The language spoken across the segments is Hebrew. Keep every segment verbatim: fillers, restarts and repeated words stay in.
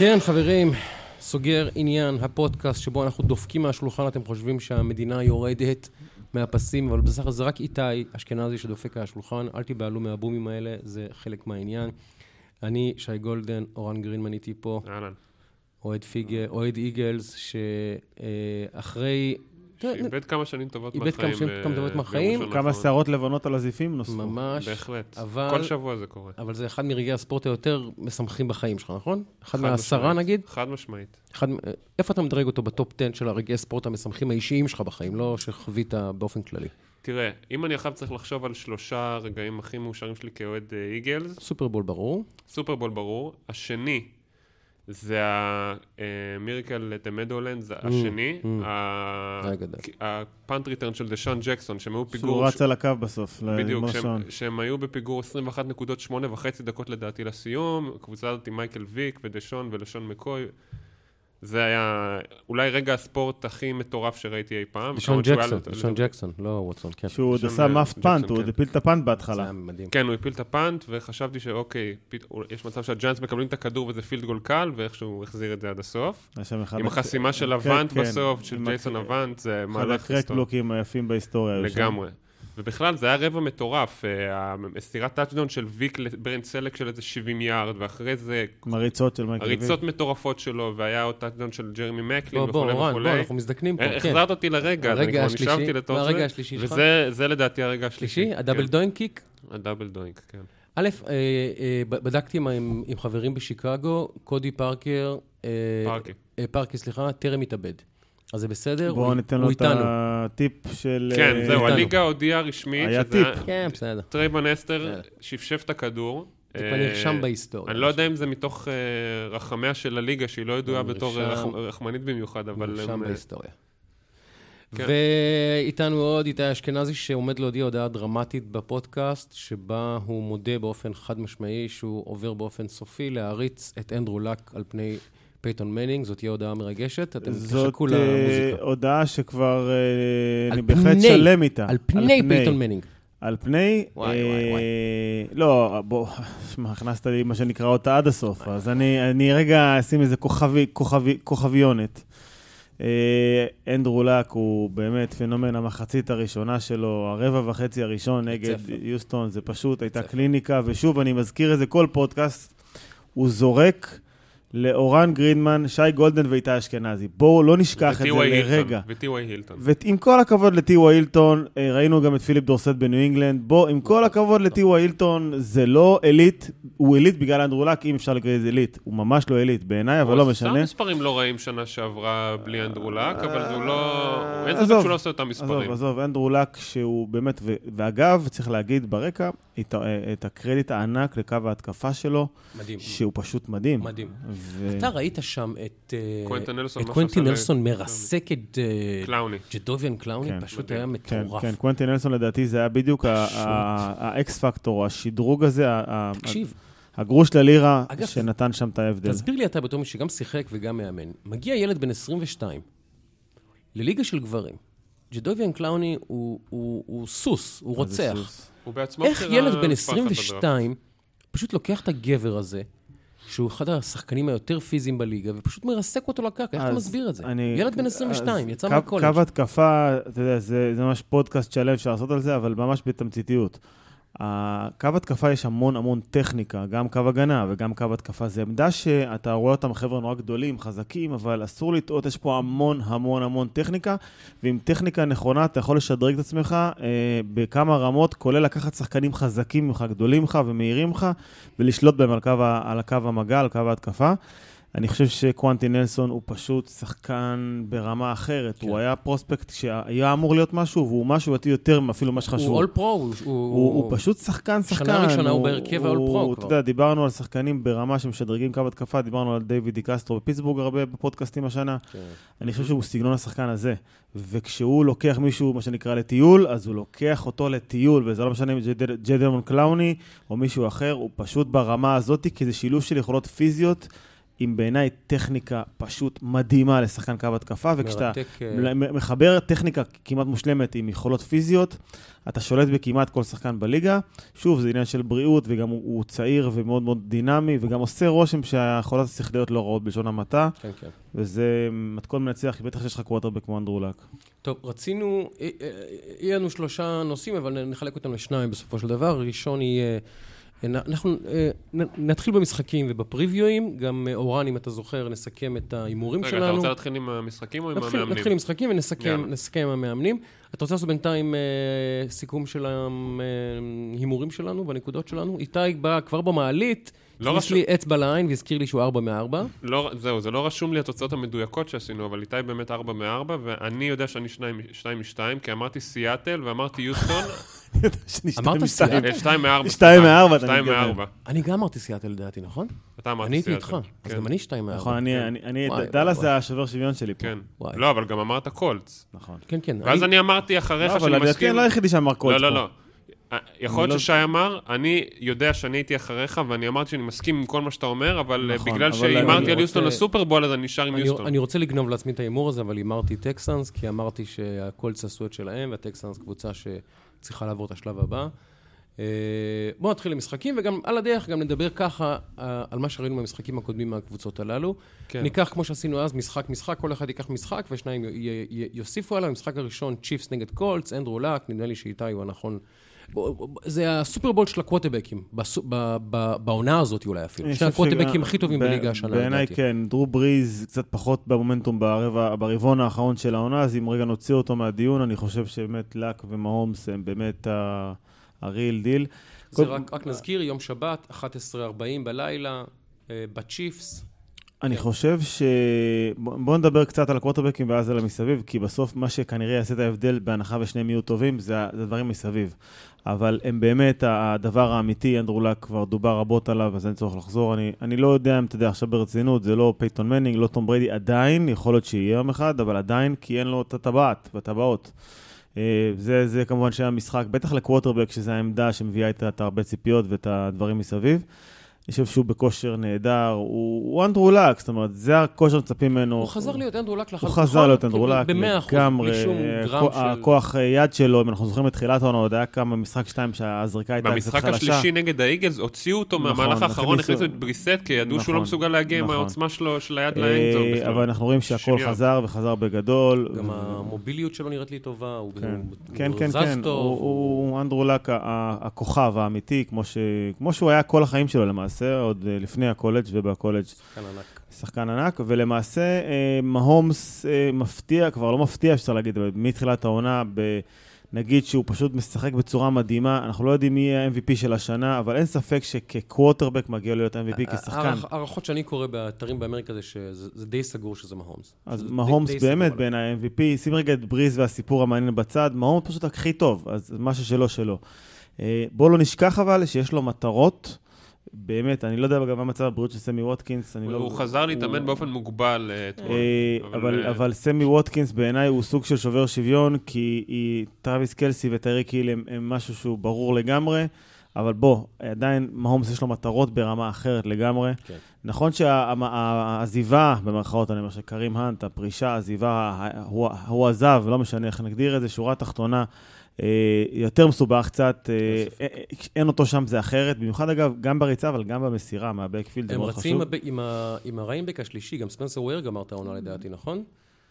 כן, חברים, סוגר עניין הפודקאסט שבו אנחנו דופקים מהשולחן, אתם חושבים שהמדינה יורדת מהפסים, אבל בסך הכל זה רק איתי אשכנזי שדופק מהשולחן, אל תיבהלו מהבומים האלה, זה חלק מהעניין. אני, שי גולדן, אורן גרינמן איתי פה, אוהד פיגל, אוהד איגלס, שאחרי... איבד כמה שנים טובות מהחיים. איבד כמה שנים טובות מהחיים. כמה שערות לבנות על הזיפים נוספו. ממש. בהחלט. כל שבוע זה קורה. אבל זה אחד מרגעי הספורט היותר משמחים בחיים שלך, נכון? אחד מהעשרה נגיד? חד משמעית. איפה אתה מדרג אותו בטופ עשר של הרגעי הספורט המשמחים האישיים שלך בחיים, לא שחווית באופן כללי? תראה, אם אני עכשיו צריך לחשוב על שלושה רגעים הכי מאושרים שלי כאוהד איגלס. סופרבול ברור. סופרבול ברור. השני, זה המיריקל את המדולנד, זה השני, הפאנט ריטרן של דשון ג'קסון, שהם היו פיגור... שהוא רץ על הקו בסוף, בדיוק, שהם היו בפיגור עשרים ואחת נקודות שמונה וחצי דקות לדעתי לסיום, הקבוצה הזאת עם מייקל ויק ודשון ולשון מקוי, זה היה אולי רגע הספורט הכי מטורף שראיתי אי פעם. דשון ג'קסון, דשון ג'קסון, לא ווטסון, כן. שהוא עוד עשה מאפט פאנט, הוא עוד הפיל את הפאנט בהתחלה. כן, הוא הפיל את הפאנט, וחשבתי שאוקיי, יש מצב שהג'יינטס מקבלים את הכדור וזה פילד גול קל, ואיכשהו הוא החזיר את זה עד הסוף. עם החסימה של אבנט בסוף, של ג'ייסון אבנט, זה מהלך היסטורי. אחד הקרקלוקים היפים בהיסטוריה. לגמרי. ובכלל זה היה רבע מטורף, הסתירת טאצ'דאון של ויק לברנד סלק של איזה שבעים יארד, ואחרי זה... מריצות של מייקל ויק. הריצות מטורפות שלו, והיה עוד טאצ'דאון של ג'רמי מקלין וכו' וכו'. בוא, בוא, אנחנו מזדקנים פה. החזרת אותי לרגע, אני כבר נשארתי לתוך זה. הרגע השלישי שלך. וזה לדעתי הרגע השלישי. הדאבל דוינק קיק? הדאבל דוינק, כן. א', בדקתי עם חברים בשיקגו, קודי פארקר, פארקי. פארקי, סליחה, טרם התאבד. אז זה בסדר, בואו ניתן לו את הטיפ של... כן, זהו, הליגה הודיעה רשמית. היה טיפ. כן, בסדר. טרייבן אסטר שפשף את הכדור. זה כבר נרשם בהיסטוריה. אני לא יודע אם זה מתוך רחמיה של הליגה, שהיא לא ידועה בתור רחמנית במיוחד, אבל... נרשם בהיסטוריה. ואיתנו עוד איתי אשכנזי, שעומד להודיע הודעה דרמטית בפודקאסט, שבה הוא מודה באופן חד משמעי, שהוא עובר באופן סופי להריץ את אנדרו לק על פני... פייטון מנינג, זאת תהיה הודעה מרגשת, אתם תחכו למוזיקה. זאת הודעה שכבר אני בהחלט שלם איתה. על פני פייטון מנינג. על פני... וואי, וואי, וואי. לא, בוא, שמה, הכנסת לי מה שנקרא אותה עד הסוף, אז אני רגע אשים איזה כוכביונת. אנדרו לק הוא באמת פנומן המחצית הראשונה שלו, הרבע וחצי הראשון נגד יוסטון, זה פשוט הייתה קליניקה, ושוב אני מזכיר איזה כל פודקאסט, הוא זורק לאורן גרינמן, שי גולדן ואיתי אשכנזי. בואו לא נשכח את זה לרגע. וטי.וואי הילטון. ועם כל הכבוד לטי.וואי הילטון, ראינו גם את פיליפ דורסט בניו אינגלנד. בואו, עם כל הכבוד לטי.וואי הילטון, זה לא אליט, הוא אליט בגלל אנדרו לק, אם אפשר לקרוא את זה אליט. הוא ממש לא אליט בעיניי, אבל לא משנה. סתם מספרים לא רעים שנה שעברה בלי אנדרו לק, אבל הוא לא... אין ספק שהוא לא עושה אותם מספרים. עזוב, עזוב, אנדרו לק שהוא באמת, ואגב, צריך להגיד ברקע, את הקרדיט הענק לקו ההתקפה שלו, מדהים. שהוא פשוט מדהים. מדהים. אתה ראית שם את קוונטין קוונטין נלסון מרסק את קלאוני. ג'דוביאן קלאוני, פשוט היה מטורף. כן, קוונטין נלסון לדעתי זה היה בדיוק האקס פקטור, השדרוג הזה, תקשיב. הגרוש ללירה שנתן שם את ההבדל. תסביר לי אתה בתור מי שגם שיחק וגם מאמן. מגיע ילד בן עשרים ושתיים לליגה של גברים. ג'דוביאן קלאוני הוא סוס, הוא רוצח. איך ילד בן עשרים ושתיים פשוט לוקח את הגבר הזה, שהוא אחד השחקנים היותר פיזיים בליגה, ופשוט מרסק אותו לקרקע. איך אתה מסביר את זה? ילד בן עשרים ושתיים, יצא מהקולג'. קו התקפה, אתה יודע, זה ממש פודקאסט שלם אפשר לעשות על זה, אבל ממש בתמציתיות. הקו התקפה יש המון המון טכניקה, גם קו הגנה וגם קו התקפה. זה עמדה שאתה רואה אותם חבר'ה נורא גדולים, חזקים, אבל אסור לטעות, יש פה המון המון המון טכניקה, ועם טכניקה נכונה אתה יכול לשדרג את עצמך אה, בכמה רמות, כולל לקחת שחקנים חזקים ממך, גדולים ממך ומהירים ממך, ולשלוט בהם על הקו, על הקו המגע, על קו ההתקפה. אני חושב שקוונטין נלסון הוא פשוט שחקן ברמה אחרת. כן. הוא היה פרוספקט שהיה אמור להיות משהו, והוא משהו יותר אפילו מה שחשוב. הוא אול פרו. הוא, הוא, הוא פשוט שחקן, שחקן. שנה ראשונה הוא, הוא בהרכב האול פרו. אתה יודע, דיברנו על שחקנים ברמה שמשדרגים קו התקפה, דיברנו על דיוויד די קסטרו בפיטסבורג הרבה בפודקאסטים השנה. כן. אני חושב שהוא סגנון השחקן הזה. וכשהוא לוקח מישהו, מה שנקרא, לטיול, אז הוא לוקח אותו לטיול, וזה לא משנה אם זה ג'דוביאן קלאוני או מישהו אחר, הוא פשוט ברמה הזאת, כי זה שילוב של יכולות פיזיות, עם בעיניי טכניקה פשוט מדהימה לשחקן קו התקפה, וכשאתה מחבר טכניקה כמעט מושלמת עם יכולות פיזיות, אתה שולט בכמעט כל שחקן בליגה. שוב, זה עניין של בריאות, וגם הוא, הוא צעיר ומאוד מאוד דינמי, וגם עושה רושם שהיכולות השכליות לא רעות בלשון המעטה, כן, כן. וזה מתכון מנצח, בטח שיש לך קווטרבק כמו אנדרו לק. טוב, רצינו, יהיה לנו שלושה נושאים, אבל נחלק אותם לשניים בסופו של דבר. ראשון יהיה, אנחנו נתחיל במשחקים ובפריוויואים, גם אורן, אם אתה זוכר, נסכם את האימורים שלנו. רגע, אתה רוצה להתחיל עם המשחקים או עם המאמנים? נתחיל עם המשחקים ונסכם עם המאמנים. אתה רוצה לעשות בינתיים סיכום של ההימורים שלנו והנקודות שלנו? איתי בא כבר במעלית, יש לי אצבע לעין והזכיר לי שהוא ארבע מארבע. זהו, זה לא רשום לי התוצאות המדויקות שעשינו, אבל איתי באמת ארבע מארבע, ואני יודע שאני שתיים משתיים, כי אמרתי סיאטל ואמרתי יוסטון. אמרת סיאטל? שתיים מארבע. שתיים מארבע. שתיים מארבע. אני גם אמרתי סיאטל לדעתי, נכון? אתה אמרתי סיאטל. אני הייתי איתך, אז גם אני שתיים מארבע. נכון, אני, דאלאס זה השובר שוויון שלי פה. כן. לא, אבל גם אמרת קולטס. נכון. כן, כן. ואז אני אמרתי אחריך שאני מסכים. אבל לדעתי אני לא היחידי שאמר קולטס פה. לא, לא, לא. יכול להיות ששי אמר, אני יודע שאני הייתי אחריך, ואני אמרתי שאני מסכים עם כל מה שאתה אומר, אבל בגלל שאימרתי על יוסטון לסופרבול, אז אני נשאר עם יוסטון. אני רוצה לגנוב לעצמי את האימור הזה, אבל אימרתי טקסנס, כי אמרתי שהקולטס עשו את שלהם, והטקסנס קבוצה שצריכה לעבור את השלב הבא. בואו נתחיל למשחקים, וגם על הדרך גם נדבר ככה על מה שראינו במשחקים הקודמים מהקבוצות הללו. ניקח, כמו שעשינו אז, משחק משחק, כל אחד ייקח משחק, ושניים יוסיפו עליו. המשחק הראשון, צ'יפס נגד קולטס, אנדרו לק, נדמה לי שאיתי הוא הנכון. זה הסופרבול של הקווטרבקים, בעונה הזאת אולי אפילו. שני הקווטרבקים הכי טובים בליגה השנה. בעיניי כן, דרו בריז קצת פחות במומנטום ברבעון האחרון של העונה, אז אם רגע נוציא אותו מהדיון, אני חושב שבאמת לק ומהומס הם באמת הריל דיל. זה רק נזכיר, יום שבת, אחת עשרה ארבעים בלילה, בצ'יפס. אני חושב ש... בואו נדבר קצת על הקווטרבקים ואז על המסביב, כי בסוף מה שכנראה יעשה את ההבדל בהנחה ושניהם יהיו טובים, זה הדברים מסביב. אבל הם באמת הדבר האמיתי, אנדרו לק כבר דובר רבות עליו, אז אין צורך לחזור. אני, אני לא יודע אם אתה יודע עכשיו ברצינות, זה לא פייטון מנינג, לא תום בריידי, עדיין, יכול להיות שיהיה יום אחד, אבל עדיין, כי אין לו את הטבעת והטבעות. זה, זה כמובן שהיה משחק, בטח לקווטרבק, שזה העמדה שמביאה את הרבה ציפיות ואת הדברים מסביב. אני חושב שהוא בכושר נהדר, הוא, הוא אנדרו לק, זאת אומרת, זה הכושר מצפים ממנו. הוא חזר להיות אנדרו לק לחלוטין. הוא חזר להיות אנדרו לק, במאה אחוז, בלי שום גרם של... הכוח יד שלו, אם אנחנו זוכרים את תחילת העונה, עוד היה כמה משחק שתיים שהזריקה הייתה קצת חלשה. במשחק השלישי נגד האיגלס, הוציאו אותו מהמהלך האחרון, הכניסו את בריסט, כי ידעו שהוא לא מסוגל להגיע עם העוצמה שלו, של היד לאנדזון. אבל אנחנו רואים שהכל חזר וחזר בגדול. גם המוביליות שלו נראית לי טובה, הוא זז טוב. הוא אנדרו לק הכוכב האמיתי, כמו שהוא היה כל החיים שלו למעשה, עוד לפני הקולג' ובקולג' שחקן ענק. שחקן ענק, ולמעשה מהומס מפתיע, כבר לא מפתיע אפשר להגיד, מתחילת העונה, נגיד שהוא פשוט משחק בצורה מדהימה, אנחנו לא יודעים מי יהיה ה-אם וי פי של השנה, אבל אין ספק שכקווטרבק מגיע להיות ה-אם וי פי כשחקן. הערכות שאני קורא באתרים באמריקה זה שזה די סגור שזה מהומס. אז מהומס באמת בין ה-אם וי פי, שים רגע את בריז והסיפור המעניין בצד, מהומס פשוט הכי טוב, אז משהו שלו שלו. בואו לא נשכח אבל שיש לו מטרות, באמת, אני לא יודע גם מה מצב הבריאות של סמי ווטקינס. הוא חזר להתאמן באופן מוגבל אתמול. אבל סמי ווטקינס בעיניי הוא סוג של שובר שוויון, כי טראביס קלסי וטייריק היל הם משהו שהוא ברור לגמרי, אבל בוא, עדיין מהומס יש לו מטרות ברמה אחרת לגמרי. נכון שהעזיבה, במרכאות אני אומר שקרים האנט, הפרישה, העזיבה, הוא עזב, לא משנה איך נגדיר את זה, שורה תחתונה, יותר מסובך קצת, אין אותו שם, זה אחרת, במיוחד אגב, גם בריצה, אבל גם במסירה, מהבקפילד, זה מאוד חשוב. הם רצים עם הריינבק השלישי, גם ספנסר וויר גמר את העונה לדעתי, נכון?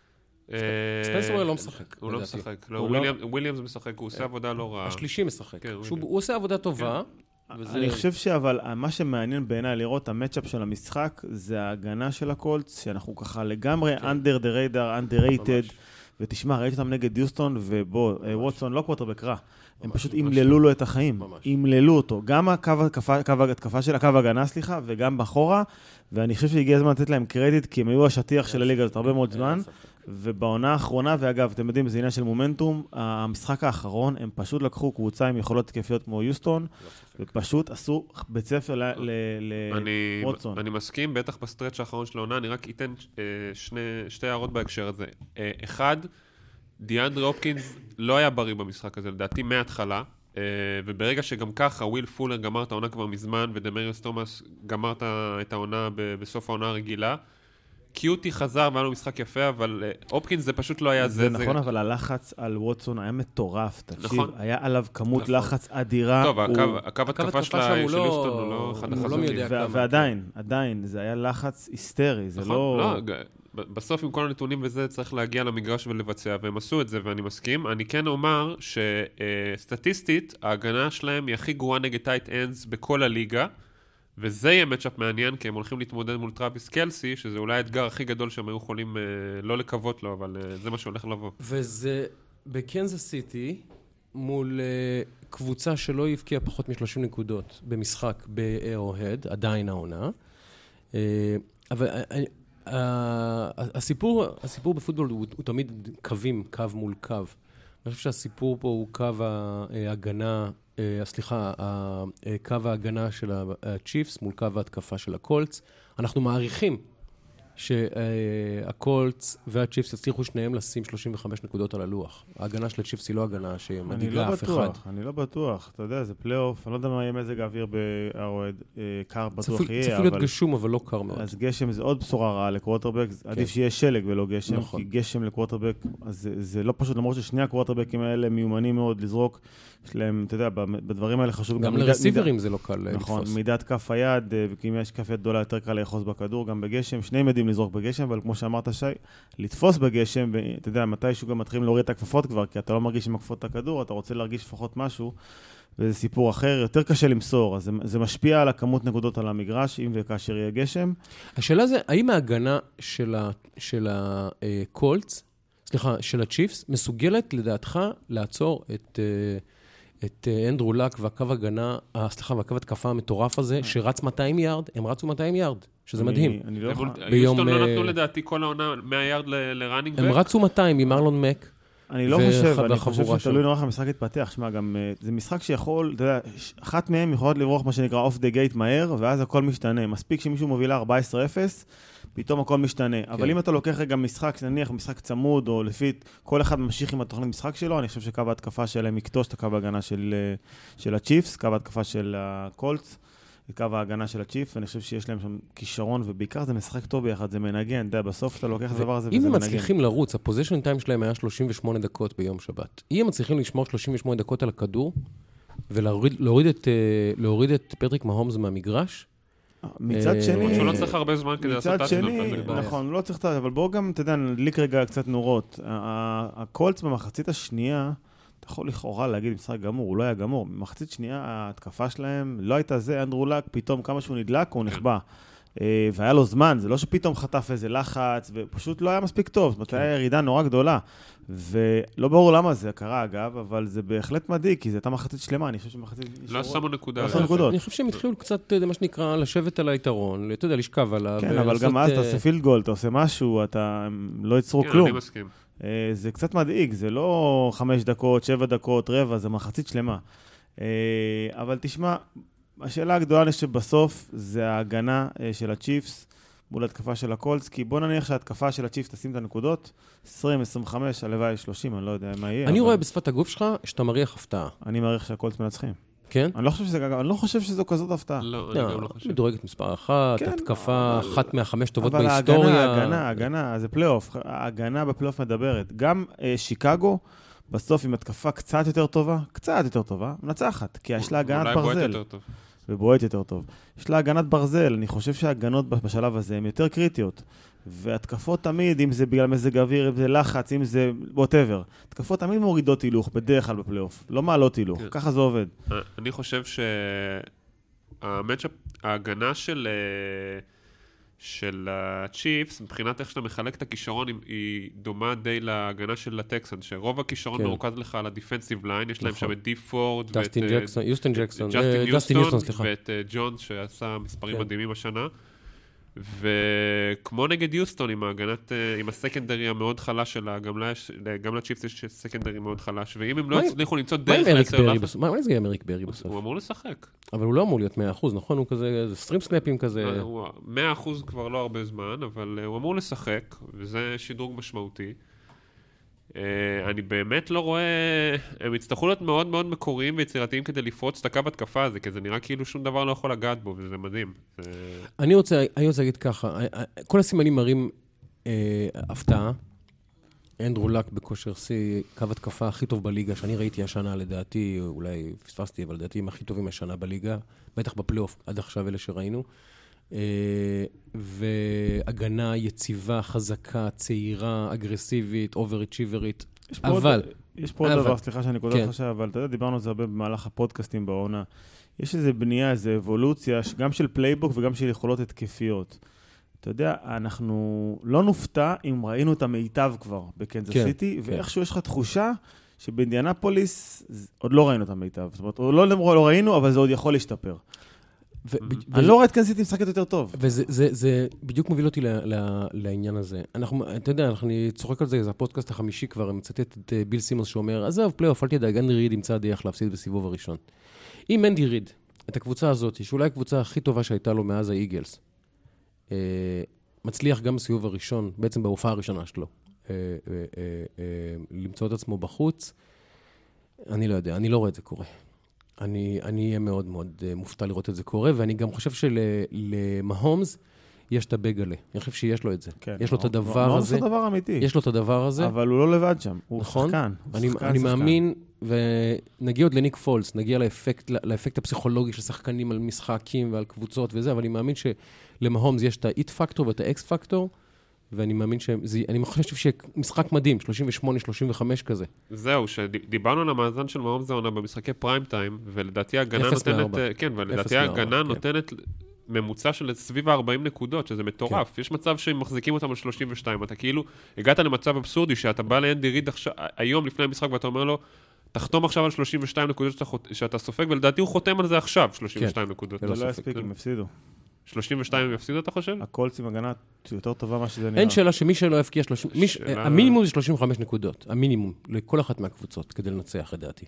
ספנסר וויר לא משחק. הוא לא משחק, וויליאמס משחק, הוא עושה עבודה לא רעה. השלישי משחק, הוא עושה עבודה טובה. אני חושב שאבל, מה שמעניין בעיניי לראות המצ'אפ של המשחק, זה ההגנה של הקולטס, שאנחנו ככה לגמרי under the radar, underrated, ותשמע, ראיתי אותם נגד יוסטון, ובוא, ווטסון לא קווטרבק רע. הם פשוט ימללו לו את החיים. ימללו אותו. גם הקו התקפה של הקו הגנה, סליחה, וגם בחורה, ואני חושב שהגיע הזמן לתת להם קרדיט, כי הם היו השטיח של הליגה הזאת הרבה מאוד זמן, ובעונה האחרונה, ואגב, אתם יודעים, זה עניין של מומנטום, המשחק האחרון, הם פשוט לקחו קבוצה עם יכולות תקפיות כמו יוסטון, ופשוט עשו בית ספר לווטסון. אני מסכים, בטח בסטרץ' האחרון של העונה, אני רק אתן שתי הערות בהקשר הזה. אחד, דיאנדרי הופקינס לא היה בריא במשחק הזה, לדעתי מההתחלה, וברגע שגם ככה, וויל פולר גמר את העונה כבר מזמן, ודמריוס תומאס גמר את העונה בסוף העונה הרגילה, קיוטי חזר והיה לו משחק יפה, אבל אופקינס זה פשוט לא היה זה. זה נכון, אבל הלחץ על ווטסון היה מטורף, תקשיב, היה עליו כמות לחץ אדירה. טוב, הקו התקפה של יוסטון הוא לא אחד החזקים. ועדיין, עדיין, זה היה לחץ היסטרי, זה לא... בסוף עם כל הנתונים וזה צריך להגיע למגרש ולבצע, והם עשו את זה ואני מסכים. אני כן אומר שסטטיסטית, ההגנה שלהם היא הכי גרועה נגד טייט אנדס בכל הליגה, וזה יהיה מצ'אפ מעניין, כי הם הולכים להתמודד מול טראביס קלסי, שזה אולי האתגר הכי גדול שהם היו יכולים אה, לא לקוות לו, אבל אה, זה מה שהולך לבוא. וזה בקנזס סיטי, מול אה, קבוצה שלא יבקיע פחות מ-שלושים נקודות במשחק באירו-הד, עדיין העונה. אה, אבל אה, אה, הסיפור, הסיפור בפוטבול הוא, הוא תמיד קווים, קו מול קו. אני חושב שהסיפור פה הוא קו ההגנה, סליחה, קו ההגנה של הצ'יפס מול קו ההתקפה של הקולטס. אנחנו מעריכים שהקולטס והצ'יפס יצליחו שניהם לשים שלושים וחמש נקודות על הלוח. ההגנה של הצ'יפס היא לא הגנה שמדאיגה אף אחד. אני לא בטוח, אתה יודע, זה פלייאוף, אני לא יודע מה יהיה מזג האוויר בארועד, קר בטוח יהיה, צריך להיות גשום, אבל לא קר מאוד. אז גשם זה עוד בשורה רעה לקווטרבק, עדיף שיהיה שלג ולא גשם, כי גשם לקווטרבק, זה לא פשוט, למרות ששני הקווטרבקים האלה מיומנים מאוד לזרוק, יש להם, אתה יודע, בדברים האלה חשוב גם לרסיברים זה לא קל לתפוס. נכון, מידת כף היד, ואם יש כף יד גדולה יותר קל לאחוז בכדור, גם בגשם, שני מדעים לזרוק בגשם, אבל כמו שאמרת שי, לתפוס בגשם, ואתה יודע, מתישהו גם מתחילים להוריד את הכפפות כבר, כי אתה לא מרגיש עם הכפפות את הכדור, אתה רוצה להרגיש לפחות משהו, וזה סיפור אחר, יותר קשה למסור, אז זה, זה משפיע על הכמות נקודות על המגרש, אם וכאשר יהיה גשם. השאלה זה, האם ההגנה של ה, של הקולטס, סליחה, של הצ'יפס, מסוגלת לדעתך לעצור את... את אנדרו לק והקו הגנה, סליחה, והקו התקפה המטורף הזה, שרץ מאתיים יארד, הם רצו מאתיים יארד, שזה מדהים. יוסטון לא נתנו לדעתי כל העונה מאה יארד לרנינג בק. הם רצו מאתיים עם ארלון מק. אני לא חושב, אני חושב שתלוי נורא המשחק התפתח. שמע, גם זה משחק שיכול, אתה יודע, אחת מהם יכולות לברוח מה שנקרא אוף דה גייט מהר, ואז הכל משתנה. מספיק שמישהו מובילה ארבע עשרה אפס, פתאום הכל משתנה. אבל אם אתה לוקח רגע משחק, נניח משחק צמוד, או לפי כל אחד ממשיך עם התוכנית משחק שלו, אני חושב שקו ההתקפה שלהם יקטוש את הקו ההגנה של הצ'יפס, קו ההתקפה של הקולטס, קו ההגנה של הצ'יפס, ואני חושב שיש להם שם כישרון, ובעיקר זה משחק טוב ביחד, זה מנגן, אתה יודע, בסוף אתה לוקח את הדבר הזה וזה מנגן. אם הם מצליחים לרוץ, הפוזישן טיים שלהם היה שלושים ושמונה דקות ביום שבת. אם הם מצליחים לשמור שלושים ושמונה דקות על הכדור, ולהוריד את, להוריד את פטריק מהומס מהמגרש, מצד שני... שהוא לא צריך הרבה זמן כדי לעשות את זה. נכון, לא צריך את זה, אבל בואו גם, אתה יודע, נדליק רגע קצת נורות. הקולטס במחצית השנייה, אתה יכול לכאורה להגיד משחק גמור, הוא לא היה גמור. במחצית שנייה, ההתקפה שלהם לא הייתה זה, אנדרו לק, פתאום כמה שהוא נדלק, הוא נחבא. והיה לו זמן, זה לא שפתאום חטף איזה לחץ, ופשוט לא היה מספיק טוב. זאת אומרת, היה ירידה נורא גדולה. ולא ברור למה זה קרה, אגב, אבל זה בהחלט מדאיג, כי זה הייתה מחצית שלמה, אני חושב שמחצית... לא שמו נקודה. אני חושב שהם התחילו קצת, מה שנקרא, לשבת על היתרון, אתה יודע, לשכב עליו. כן, אבל גם אז אתה עושה פילד גול, אתה עושה משהו, אתה לא יצרו כלום. אני מסכים. זה קצת מדאיג, זה לא חמש דקות, שבע דקות, רבע, זה מחצית שלמה. אבל תשמע, השאלה הגדולה היא שבסוף זה ההגנה של הצ'יפס מול התקפה של הקולטס, כי בוא נניח שההתקפה של הצ'יפס תשים את הנקודות, עשרים, עשרים וחמש, הלוואי שלושים, אני לא יודע מה יהיה. אני רואה בשפת הגוף שלך שאתה מריח הפתעה. אני מריח שהקולטס מנצחים. כן? אני לא חושב שזה, אני לא חושב שזו כזאת הפתעה. לא, אני גם לא חושב. מדורגת מספר אחת, התקפה אחת מהחמש טובות בהיסטוריה. אבל ההגנה, ההגנה, זה פלייאוף. ההגנה בפלייאוף מדברת. גם שיקגו, בסוף עם התקפה קצת יותר טובה, קצת יותר טובה, מנצחת, כי יש לה הגנת ברזל. ובועט יותר טוב. יש לה הגנת ברזל, אני חושב שההגנות בשלב הזה הן יותר קריטיות. והתקפות תמיד, אם זה בגלל מזג אוויר, אם זה לחץ, אם זה whatever. התקפות תמיד מורידות הילוך, בדרך כלל בפלייאוף. לא מעלות הילוך, ככה זה עובד. אני חושב שההגנה של... של הצ'יפס, מבחינת איך שאתה מחלק את הכישרון, היא דומה די להגנה של הטקסן, שרוב הכישרון מרוכז לך על הדיפנסיב ליין, יש להם שם את די פורד, ג'סטין ג'קסון, יוסטון ג'קסון, ג'סטין יוסטון, ואת ג'ונס שעשה מספרים מדהימים השנה, וכמו נגד יוסטון, עם ההגנת, עם הסקנדרי המאוד חלש שלה, גם לצ'יפס יש סקנדרי מאוד חלש, ואם הם לא הצליחו למצוא דרך לייצר לחץ... מה זה עם אריק ברי בסוף? הוא אמור לשחק. אבל הוא לא אמור להיות מאה אחוז, נכון? הוא כזה, זה סטרים סנאפים כזה... מאה אחוז כבר לא הרבה זמן, אבל הוא אמור לשחק, וזה שדרוג משמעותי. אני באמת לא רואה, הם יצטרכו להיות מאוד מאוד מקוריים ויצירתיים כדי לפרוץ את הקו התקפה הזה, כי זה נראה כאילו שום דבר לא יכול לגעת בו, וזה מדהים. אני רוצה להגיד ככה, כל הסימנים מראים הפתעה, אנדרו לק בכושר סי, קו התקפה הכי טוב בליגה, שאני ראיתי השנה לדעתי, אולי פספסתי, אבל לדעתי הם הכי טובים השנה בליגה, בטח בפלייאוף, עד עכשיו אלה שראינו. והגנה יציבה, חזקה, צעירה, אגרסיבית, אובר-אצ'יברית. אבל... יש פה עוד דבר, סליחה שאני קודם חושב, אבל אתה יודע, דיברנו על זה הרבה במהלך הפודקאסטים בעונה. יש איזו בנייה, איזו אבולוציה, גם של פלייבוק וגם של יכולות התקפיות. אתה יודע, אנחנו לא נופתע אם ראינו את המיטב כבר בקנזס סיטי, ואיכשהו יש לך תחושה שבאינדיאנפוליס עוד לא ראינו את המיטב. זאת אומרת, לא ראינו, אבל זה עוד יכול להשתפר. אני לא רואה את קנזס סיטי משחקת יותר טוב. וזה בדיוק מוביל אותי לעניין הזה. אתה יודע, אני צוחק על זה, זה הפודקאסט החמישי כבר, מצטט את ביל סימונס שאומר, עזוב, פלייאוף, אל תדאג, אנדי ריד ימצא דרך להפסיד בסיבוב הראשון. אם אנדי ריד, את הקבוצה הזאת, שאולי הקבוצה הכי טובה שהייתה לו מאז האיגלס, מצליח גם בסיבוב הראשון, בעצם בהופעה הראשונה שלו, למצוא את עצמו בחוץ, אני לא יודע, אני לא רואה את זה קורה. אני אהיה מאוד מאוד מופתע לראות את זה קורה, ואני גם חושב שלמהומס יש את הבגלה. אני חושב שיש לו את זה. יש לו את הדבר הזה. זה דבר אמיתי. יש לו את הדבר הזה. אבל הוא לא לבד שם. הוא שחקן. אני מאמין, ונגיע עוד לניק פולס, נגיע לאפקט הפסיכולוגי של שחקנים על משחקים ועל קבוצות וזה, אבל אני מאמין שלמהומס יש את ה-it פקטור ואת ה-x פקטור, ואני מאמין שאני חושב שמשחק מדהים, שלושים ושמונה שלושים וחמש כזה. זהו, שדיברנו על המאזן של מהומס זה עונה במשחקי פריים טיים, ולדעתי ההגנה נותנת, כן, ולדעתי ההגנה נותנת ממוצע של סביב ה-ארבעים נקודות, שזה מטורף. יש מצב שהם מחזיקים אותם על שלושים ושתיים, אתה כאילו, הגעת למצב אבסורדי, שאתה בא לאנדי ריד היום לפני המשחק, ואתה אומר לו, תחתום עכשיו על שלושים ושתיים נקודות שאתה סופג, ולדעתי הוא חותם על זה עכשיו, שלושים ושתיים נקודות. זה לא יספיק, הם הפסידו. שלושים ושתיים הם יפסידו, אתה חושב? הקולץ עם הגנה יותר טובה מה שזה נראה. אין שאלה שמי שלא יפקיע שלושים... המינימום זה שלושים וחמש נקודות. המינימום לכל אחת מהקבוצות כדי לנצח, לדעתי.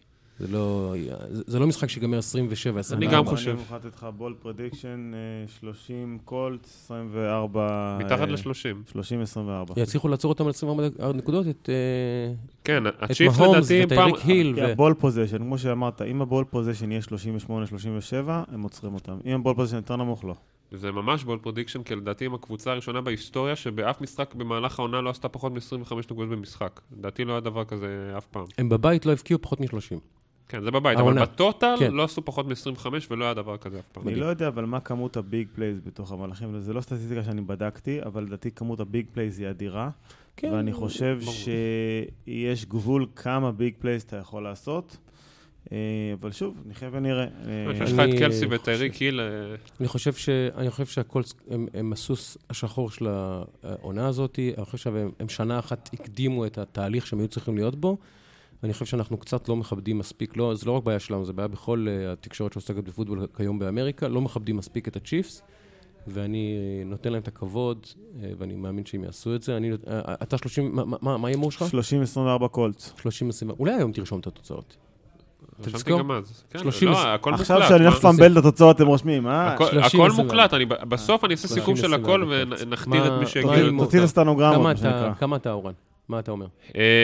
זה לא משחק שיגמר עשרים ושבע עשרים וארבע. אני גם חושב. אני מוכן לתת לך בול פרדיקשן, שלושים קולץ, עשרים וארבע... מתחת ל-שלושים. שלושים עשרים וארבע. יצליחו לעצור אותם על עשרים וארבע נקודות, את... כן, הצ'יפס לדעתי... את אריק היל ו... הבול פוזיישן, כמו שאמרת, אם הבול פוזיישן יהיה שלושים ושמונה שלושים ושבע, הם עוצרים אותם. אם הבול פוזיישן יותר נמוך, לא. זה ממש בול פרדיקשן, כי לדעתי עם הקבוצה הראשונה בהיסטוריה, שבאף משחק במהלך העונה לא עשתה פחות מ-עשרים וחמש נקודות במשחק. לדעתי לא היה דבר כזה אף פעם. הם בבית לא הפקיעו פחות מ-שלושים. כן, זה בבית, אבל בטוטל לא עשו פחות מ-עשרים וחמש, ולא היה דבר כזה אף פעם. אני לא יודע, אבל מה כמות הביג פלייז בתוך המהלכים? זה לא סטטיסטיקה שאני בדקתי, אבל לדעתי כמות הביג פלייז היא אדירה, ואני חושב שיש גבול כמה ביג פלייז אתה יכול לעשות. אבל שוב, נחיה ונראה. יש לך את קלסי ואת אריק היל. אני חושב שהקולס הם הסוס השחור של העונה הזאת. אני חושב שהם שנה אחת הקדימו את התהליך שהם היו צריכים להיות בו. ואני חושב שאנחנו קצת לא מכבדים מספיק, לא, זה לא רק בעיה שלנו, זה בעיה בכל התקשורת שעוסקת בפוטבול כיום באמריקה, לא מכבדים מספיק את הצ'יפס, ואני נותן להם את הכבוד, ואני מאמין שהם יעשו את זה. אני, אתה שלושים, מה, מה יהיה שלך? שלושים עשרים וארבע קולץ. שלושים עשרים וארבע, אולי היום תרשום את התוצאות. רשמתי גם אז. עכשיו שאני הולך לפמבל את התוצאות, אתם רושמים, אה? הכל מוקלט, בסוף אני אעשה סיכום של הכל, ונחתיר את מי שהגיע. תוציא לסטנוגרמות. כמה אתה, אורן? מה אתה אומר?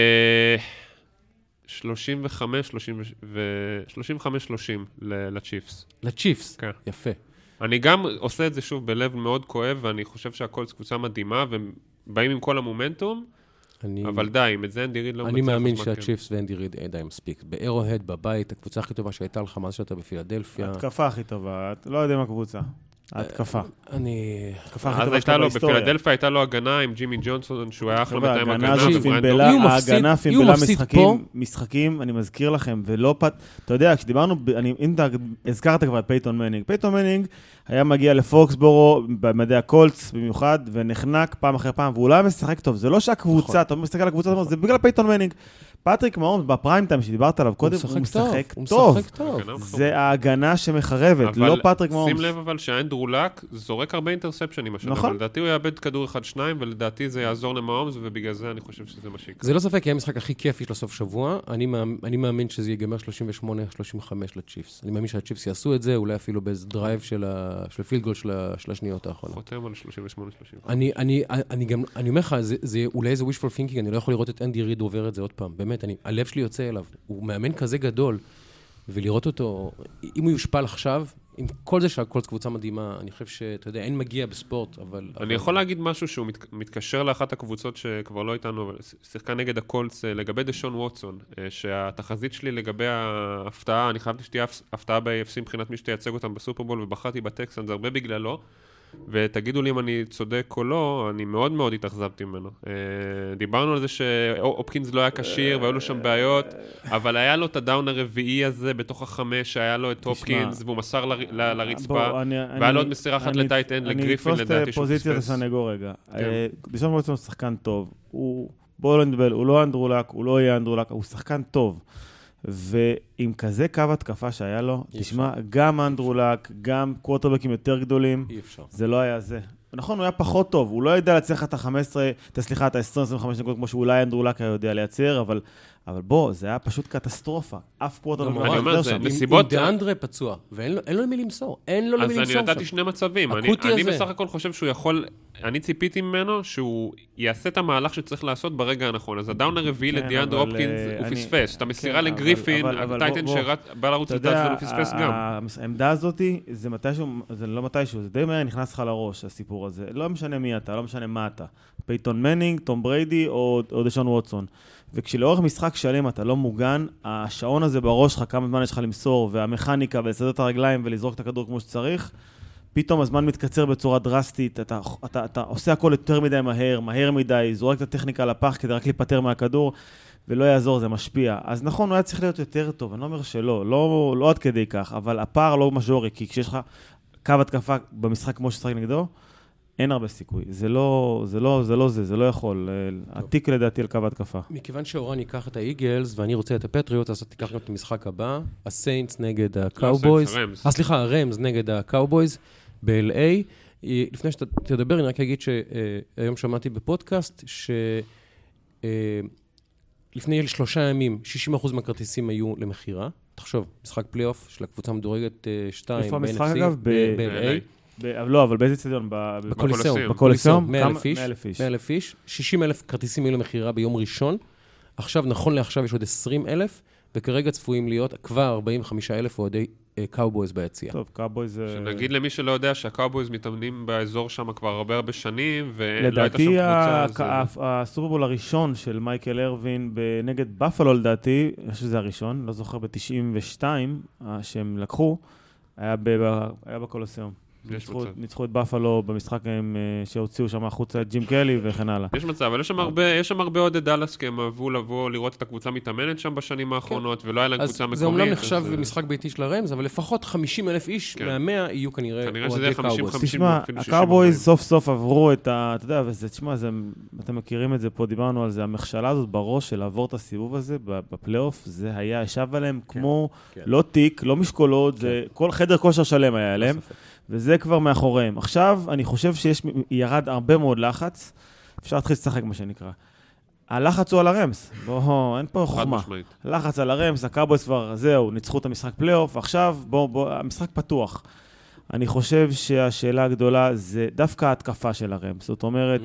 שלושים וחמש שלושים לצ'יפס. לצ'יפס? כן. יפה. אני גם עושה את זה שוב בלב מאוד כואב, ואני חושב שהכל זו קבוצה מדהימה, ובאים עם כל המומנטום, אבל די, עם את זה אנדי ריד לא מצליח. אני מאמין שהצ'יפס ואנדי ריד די מספיק. באירו-הד, בבית, הקבוצה הכי טובה שהייתה לך, מה שאתה בפילדלפיה. התקפה הכי טובה, את לא יודע מה הקבוצה. ההתקפה. אני... אז הייתה לו, בפילדלפיה הייתה לו הגנה עם ג'ימי ג'ונסון, שהוא היה אחלה מתאם הגנה. ההגנה פימבלה משחקים, משחקים, אני מזכיר לכם, ולא פת... אתה יודע, כשדיברנו, אם אתה הזכרת כבר את פייטון מנינג, פייטון מנינג היה מגיע לפוקסבורו, במדעי הקולץ במיוחד, ונחנק פעם אחרי פעם, והוא לא היה משחק טוב. זה לא שהקבוצה, אתה מסתכל על הקבוצה, זה בגלל פייטון מנינג. פטריק מהומס, בפריים טיים שדיברת עליו קודם, הוא משחק טוב. זה ההגנה שמחרבת, לא פטריק מהומס. שים לב אבל שהאנדרו אנדרו לק זורק הרבה אינטרספשנים השנה, נכון. אבל לדעתי הוא יאבד כדור אחד שניים, ולדעתי זה יעזור למהומס, ובגלל זה אני חושב שזה מה שיקרה. זה לא ספק, כי המשחק הכי כיפי של הסוף שבוע, אני, אני מאמין שזה ייגמר שלושים ושמונה שלושים וחמש לצ'יפס. אני מאמין שהצ'יפס יעשו את זה, אולי אפילו באיזה דרייב של הפילד-גול של, של השניות האחרונות. חותם על שלושים ושמונה שלושים וחמש. אני, אני, אני גם, אני אומר לך, זה, זה אולי איזה wishful thinking, אני לא יכול לראות את אנדי ריד עובר את זה עוד פעם. באמת, אני, הלב שלי יוצא אליו. הוא מאמן כזה גדול, ולראות אותו, אם הוא יושפל עכשיו, עם כל זה שהקולץ קבוצה מדהימה, אני חושב שאתה יודע, אין מגיע בספורט, אבל... אני יכול להגיד משהו שהוא מתקשר לאחת הקבוצות שכבר לא איתנו, אבל שיחקה נגד הקולץ, לגבי דשון ווטסון, שהתחזית שלי לגבי ההפתעה, אני חייבתי שתהיה הפתעה ב-איי אף סי מבחינת מי שתייצג אותם בסופרבול, ובחרתי בטקסן, זה הרבה בגללו, ותגידו לי אם אני צודק או לא, אני מאוד מאוד התאכזבתי ממנו. דיברנו על זה שאופקינס לא היה קשיר, והיו לו שם בעיות, אבל היה לו את הדאון הרביעי הזה בתוך החמש, שהיה לו את אופקינס, והוא מסר לרצפה, והיה לו עוד מסירה אחת לטייט אנד, לגריפין, לדעתי שהוא פספס. אני אתפוס את הפוזיציה לסנגור רגע. דשון ווטסון הוא שחקן טוב. בואו לא נדבר, הוא לא אנדרו לק, הוא לא יהיה אנדרו לק, הוא שחקן טוב. ועם כזה קו התקפה שהיה לו, תשמע, גם אנדרו לק, גם קווטרבקים יותר גדולים, זה לא היה זה. נכון, הוא היה פחות טוב, הוא לא ידע להצליח את ה-חמש עשרה, סליחה, את ה-עשרים עשרים וחמש נקודות, כמו שאולי אנדרו לק היה יודע לייצר, אבל אבל בוא, זה היה פשוט קטסטרופה. אף קווטרבק לא עובר שם. עם דאנדרה פצוע, ואין לו למי למסור. אין לו למי למסור שם. אז אני נתתי שני מצבים. אני בסך הכל חושב שהוא יכול, אני ציפיתי ממנו שהוא יעשה את המהלך שצריך לעשות ברגע הנכון. אז הדאון הרביעי לדיאנדרה הופקינס הוא פספס. את המסירה לגריפין, הטייטן שבא לרוץ לטייטן הוא פספס גם. העמדה הזאת, זה מתישהו, זה לא מתישהו, זה די מהר נכנס לך לראש, הסיפור הזה. לא משנה מי אתה, לא משנה מה אתה. פייטון מנינג, תום בריידי או דשון ווטסון. וכשלאורך משחק שלם אתה לא מוגן, השעון הזה בראש שלך, כמה זמן יש לך למסור, והמכניקה ולסדר את הרגליים ולזרוק את הכדור כמו שצריך, פתאום הזמן מתקצר בצורה דרסטית, אתה, אתה, אתה עושה הכל יותר מדי מהר, מהר מדי, זורק את הטכניקה לפח כדי רק להיפטר מהכדור, ולא יעזור, זה משפיע. אז נכון, הוא היה צריך להיות יותר טוב, אני לא אומר שלא, לא, לא עד כדי כך, אבל הפער לא מז'ורי, כי כשיש לך קו התקפה במשחק כמו ששחק נגדו, אין הרבה סיכוי. זה לא, זה לא, זה לא זה, זה לא יכול. עתיק לדעתי על קו התקפה. מכיוון שאורן ייקח את האיגלס, ואני רוצה את הפטריוט, אז תיקח גם את המשחק הבא, הסיינטס נגד הקאובויז. אה, סליחה, הרמס נגד הקאובויז ב-אל איי. לפני שאתה תדבר, אני רק אגיד שהיום שמעתי בפודקאסט, שלפני שלושה ימים, שישים אחוז מהכרטיסים היו למחירה. תחשוב, משחק פלייאוף של הקבוצה המדורגת שתיים. איפה המשחק אגב? ב-אל איי. לא, אבל באיזה צדיון? בקוליסיום. בקוליסיום? מאה אלף איש. שישים אלף כרטיסים היו למחירה ביום ראשון. עכשיו, נכון לעכשיו, יש עוד עשרים אלף, וכרגע צפויים להיות כבר ארבעים וחמישה אלף אוהדי קאובויז ביציאה. טוב, קאובויז... שנגיד למי שלא יודע שהקאובויז מתאמנים באזור שם כבר הרבה הרבה שנים, ולא הייתה שם קבוצה... לדעתי, הסופרבול הראשון של מייקל ארווין נגד בפלו, לדעתי, אני חושב שזה הראשון, לא זוכר ב-תשעים ושתיים, שהם לקחו, היה בקוליסיום. ניצחו את בפלו במשחק שהוציאו שם החוצה את ג'ים קלי וכן הלאה. יש מצב, אבל יש שם הרבה עוד את דלס, כי הם אהבו לבוא לראות את הקבוצה מתאמנת שם בשנים האחרונות, ולא היה להם קבוצה מקומית. זה אומנם נחשב במשחק ביתי של הרמס, אבל לפחות חמישים אלף איש מהמאה יהיו כנראה אוהדי קאובויז. תשמע, הקאובויז סוף סוף עברו את ה... אתה יודע, תשמע, אתם מכירים את זה פה, דיברנו על זה, המכשלה הזאת בראש של לעבור את הסיבוב הזה בפלייאוף, זה היה, ישב עליהם כמו לא תיק, לא משקולות, כל חדר כושר שלם היה עליהם. וזה כבר מאחוריהם. עכשיו, אני חושב שיש, ירד הרבה מאוד לחץ, אפשר להתחיל לשחק מה שנקרא. הלחץ הוא על הרמס, בוא, אין פה חוכמה. הלחץ על הרמס, הקאובויז כבר, זהו, ניצחו את המשחק פלייאוף, עכשיו, בוא, בוא, המשחק פתוח. אני חושב שהשאלה הגדולה זה דווקא ההתקפה של הרמס, זאת אומרת,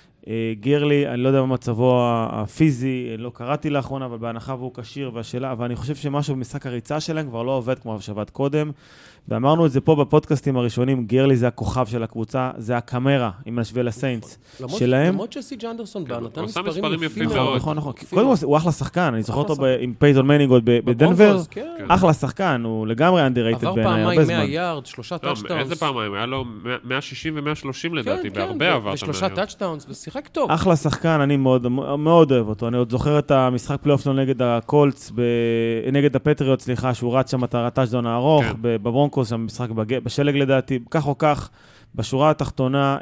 גרלי, אני לא יודע מה מצבו הפיזי, לא קראתי לאחרונה, אבל בהנחה והוא קשיר והשאלה, אבל אני חושב שמשהו במשחק הריצה שלהם כבר לא עובד כמו שעבד קודם, ואמרנו את זה פה בפודקאסטים הראשונים, גרלי זה הכוכב של הקבוצה, זה הקמרה, אם נשווה לסיינטס שלהם. למרות שסי אנדרסון בא, נתן מספרים יפים מאוד. נכון, נכון. קודם כל, הוא אחלה שחקן, אני זוכר אותו עם פייטון מנינג עוד בדנבר, אחלה שחקן, הוא לגמרי underrated בעיניי, הרבה זמן. עבר פעמיים מאה יארד, שלושה טאצ'טאונס. איזה פעמיים? היה לו מאה שישים ומאה שלושים לדעתי, בהרבה עבר. ושלושה טאצ'טאונס, ושיחק טוב. אחלה שחקן, אני מאוד אוהב אותו. אני עוד זוכר את המשחק פלייאוף שלו נגד הקולטס, נגד הפטריוט, סליחה, שהוא רץ שם את הטאצ'דאון הארוך, בברונקוס, שם משחק בשלג לדעתי, כך או כך, בשורה התחתונה,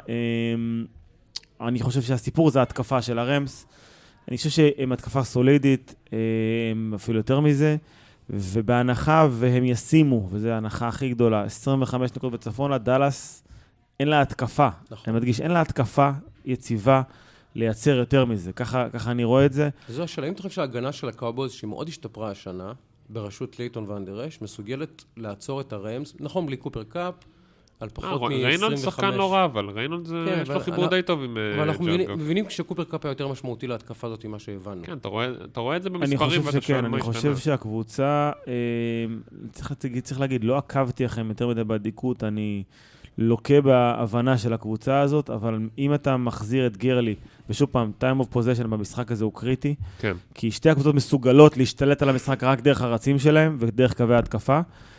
אני חושב שהסיפור זה ההתקפה של הרמס. אני חושב שהם התקפה סולידית, אפילו יותר מזה, ובהנחה והם ישימו, וזו ההנחה הכי גדולה, עשרים וחמש נקודות בצפון, לדלס אין לה התקפה. נכון. אני מדגיש, אין לה התקפה יציבה לייצר יותר מזה. ככה, ככה אני רואה את זה. וזו השאלה, אם אתה חושב שההגנה של הקאובויז, שהיא מאוד השתפרה השנה, בראשות לייטון ואנדרש, מסוגלת לעצור את הרמס, נכון, בלי קופר קאפ, על פחות מ-עשרים וחמש. ריינולד שחקן לא רע, אבל ריינולד יש לו חיבור די טוב עם ג'אנגו. אבל אנחנו מבינים שקופר קאפ היה יותר משמעותי להתקפה הזאת ממה שהבנו. כן, אתה רואה את זה במספרים, ואתה שואל מה השתנה. אני חושב שהקבוצה, צריך להגיד, לא עקבתי לכם יותר מדי בדיקות, אני לוקה בהבנה של הקבוצה הזאת, אבל אם אתה מחזיר את גרלי, ושוב פעם, time of possession במשחק הזה הוא קריטי, כן. כי שתי הקבוצות מסוגלות להשתלט על המשחק רק דרך הרצים שלהם, ודרך קווי ההתקפה,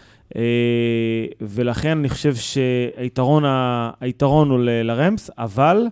ולכן אני חושב שהיתרון היתרון הוא לרמס, אבל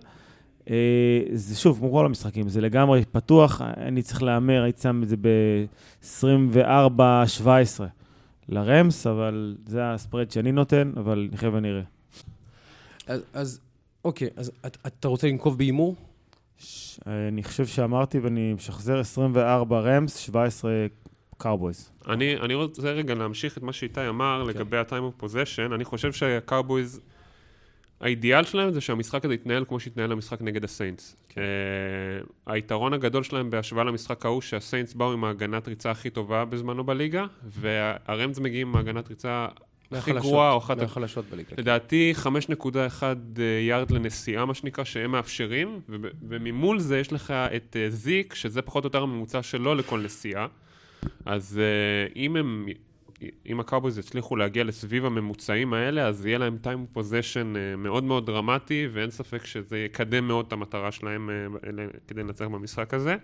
זה שוב, כמו כל המשחקים, זה לגמרי פתוח, אני צריך לאמר, הייתי שם את זה ב-עשרים וארבע שבע עשרה לרמס, אבל זה הספרד שאני נותן, אבל נחיה ונראה. אז, אז אוקיי, אז את, אתה רוצה לנקוב באימור? ש... אני חושב שאמרתי, ואני משחזר עשרים וארבע רמס, שבע עשרה קאובויז. אני, אני רוצה רגע להמשיך את מה שאיתי אמר כן. לגבי ה-time of possession. אני חושב שהקאובויז, האידיאל שלהם זה שהמשחק הזה יתנהל כמו שהתנהל המשחק נגד הסיינטס. כן. Uh, היתרון הגדול שלהם בהשוואה למשחק ההוא, שהסיינטס באו עם ההגנת ריצה הכי טובה בזמנו בליגה, והרמס מגיעים עם ההגנת ריצה הכי גרועה, או אחת מהחלשות בליגה. לדעתי, חמש נקודה אחת יארד לנסיעה, מה שנקרא, שהם מאפשרים, וממול זה יש לך את זיק, שזה פחות או יותר הממוצע שלו לכל נסיעה. אז אם הם, אם הקאובויז יצליחו להגיע לסביב הממוצעים האלה, אז יהיה להם time possession מאוד מאוד דרמטי, ואין ספק שזה יקדם מאוד את המטרה שלהם כדי לנצח במשחק הזה.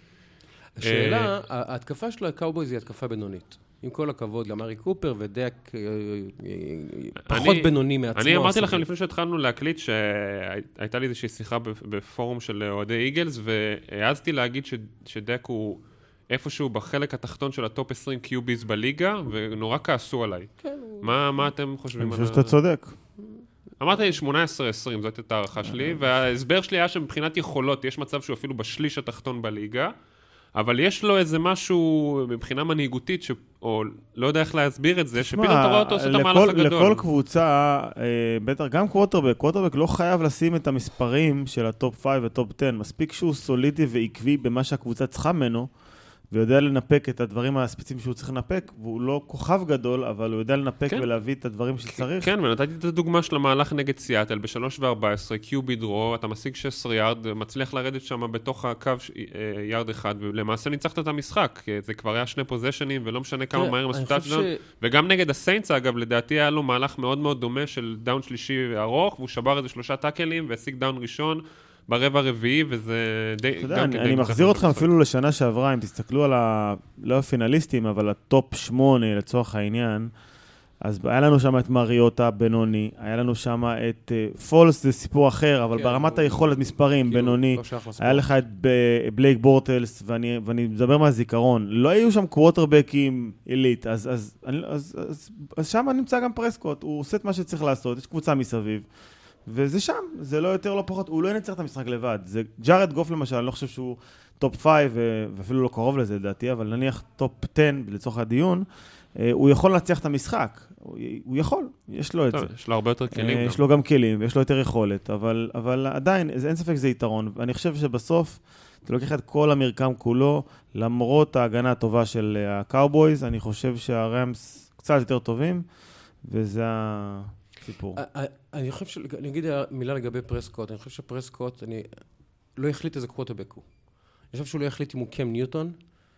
השאלה, ההתקפה של הקאובויז היא התקפה בינונית. עם כל הכבוד, גם ארי קופר ודק פחות בינוני מעצמו. אני אמרתי לכם לפני שהתחלנו להקליט שהייתה לי איזושהי שיחה בפורום של אוהדי איגלס, והעזתי להגיד שדק הוא איפשהו בחלק התחתון של הטופ עשרים קיוביז בליגה, ונורא כעסו עליי. מה אתם חושבים? אני חושב שאתה צודק. אמרתי שמונה עשרה עשרים, זאת הייתה הערכה שלי, וההסבר שלי היה שמבחינת יכולות, יש מצב שהוא אפילו בשליש התחתון בליגה, אבל יש לו איזה משהו מבחינה מנהיגותית, ש... או לא יודע איך להסביר את זה, שפתאום אתה רואה אותו עושה את המהלך הגדול. לכל קבוצה, בטח גם קווטרבק, קווטרבק לא חייב לשים את המספרים של הטופ חמש וטופ עשר, מספיק שהוא סולידי ועקבי במה שהקבוצה צריכה ממנו, ויודע לנפק את הדברים הספציפיים שהוא צריך לנפק, והוא לא כוכב גדול, אבל הוא יודע לנפק כן. ולהביא את הדברים שצריך. כן, ונתתי את הדוגמה של המהלך נגד סיאטל, ב-שלוש וארבע עשרה, קיובי דרו, אתה משיג שש עשרה יארד, מצליח לרדת שם בתוך הקו יארד אחד, ולמעשה ניצחת את המשחק, זה כבר היה שני פוזיישנים, ולא משנה כמה מהר מסוטת ש... וגם נגד הסיינטס, אגב, לדעתי היה לו מהלך מאוד מאוד דומה של דאון שלישי ארוך, והוא שבר איזה שלושה טאקלים, והשיג דאון ראשון, ברבע הרביעי, וזה די... אתה יודע, אני, אני מחזיר אתכם אפילו לשנה שעברה, אם תסתכלו על ה... לא הפינליסטים, אבל הטופ שמונה לצורך העניין, אז היה לנו שם את מריוטה, בנוני, היה לנו שם את uh, פולס, זה סיפור אחר, אבל כן, ברמת היכולת מספרים, כאילו, בנוני, לא היה לך את בלייק בורטלס, ואני, ואני מדבר מהזיכרון, לא היו שם קווטרבקים אליט, אז, אז, אז, אז, אז, אז שם נמצא גם פרסקוט, הוא עושה את מה שצריך לעשות, יש קבוצה מסביב, וזה שם, זה לא יותר לא פחות, הוא לא ינצח את המשחק לבד. זה ג'ארד גוף למשל, אני לא חושב שהוא טופ חמש, ואפילו לא קרוב לזה לדעתי, אבל נניח טופ עשר לצורך הדיון, הוא יכול להצליח את המשחק. הוא יכול, יש לו את זה. יש לו הרבה יותר כלים. יש לו גם כלים, ויש לו יותר יכולת, אבל, אבל עדיין, אין ספק זה יתרון. ואני חושב שבסוף, אתה לוקח את כל המרקם כולו, למרות ההגנה הטובה של הקאובויז, אני חושב שהרמס קצת יותר טובים, וזה ה... סיפור. אני חושב ש... אני אגיד מילה לגבי פרסקוט. אני חושב שפרסקוט, אני לא החליט איזה קווטרבק הוא. אני חושב שהוא לא החליט אם הוא קם ניוטון,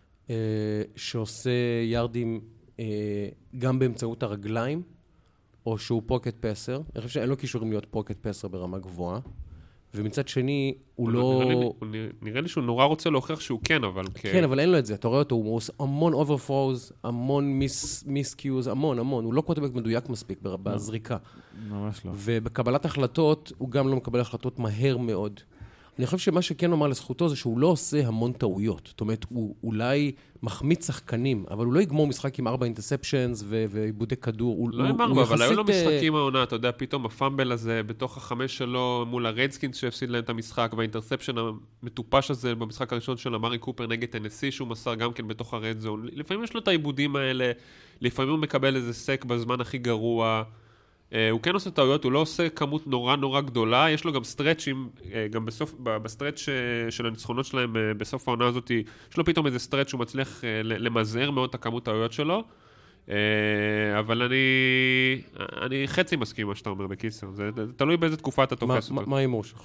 שעושה יארדים גם באמצעות הרגליים, או שהוא פוקט פסר. אני חושב שאין לו קישורים להיות פוקט פסר ברמה גבוהה. ומצד שני, הוא לא... נראה לי שהוא נורא רוצה להוכיח שהוא כן, אבל... כן, אבל אין לו את זה. אתה רואה אותו, הוא עושה המון אוברפרוז, המון מיסקיוז, המון, המון. הוא לא קווטרבק מדויק מספיק בזריקה. ממש לא. ובקבלת החלטות, הוא גם לא מקבל החלטות מהר מאוד. אני חושב שמה שכן אומר לזכותו זה שהוא לא עושה המון טעויות. זאת אומרת, הוא אולי מחמיץ שחקנים, אבל הוא לא יגמור משחק עם ארבע אינטרספשנס ועיבודי כדור. לא אמרנו, אבל היו לו משחקים העונה, אתה יודע, פתאום הפאמבל הזה בתוך החמש שלו מול הרדסקינס שהפסיד להם את המשחק, והאינטרספשן המטופש הזה במשחק הראשון של אמרי קופר נגד טנסי, שהוא מסר גם כן בתוך הרד זון. לפעמים יש לו את העיבודים האלה, לפעמים הוא מקבל איזה סק בזמן הכי גרוע. הוא כן עושה טעויות, הוא לא עושה כמות נורא נורא גדולה, יש לו גם סטרצ'ים, גם בסוף, בסטרץ' של הניצחונות שלהם בסוף העונה הזאת, יש לו פתאום איזה סטרץ' שהוא מצליח למזער מאוד את הכמות טעויות שלו, אבל אני, אני חצי מסכים מה שאתה אומר בקיצר, זה תלוי באיזה תקופה אתה תופס אותו. מה האימור שלך?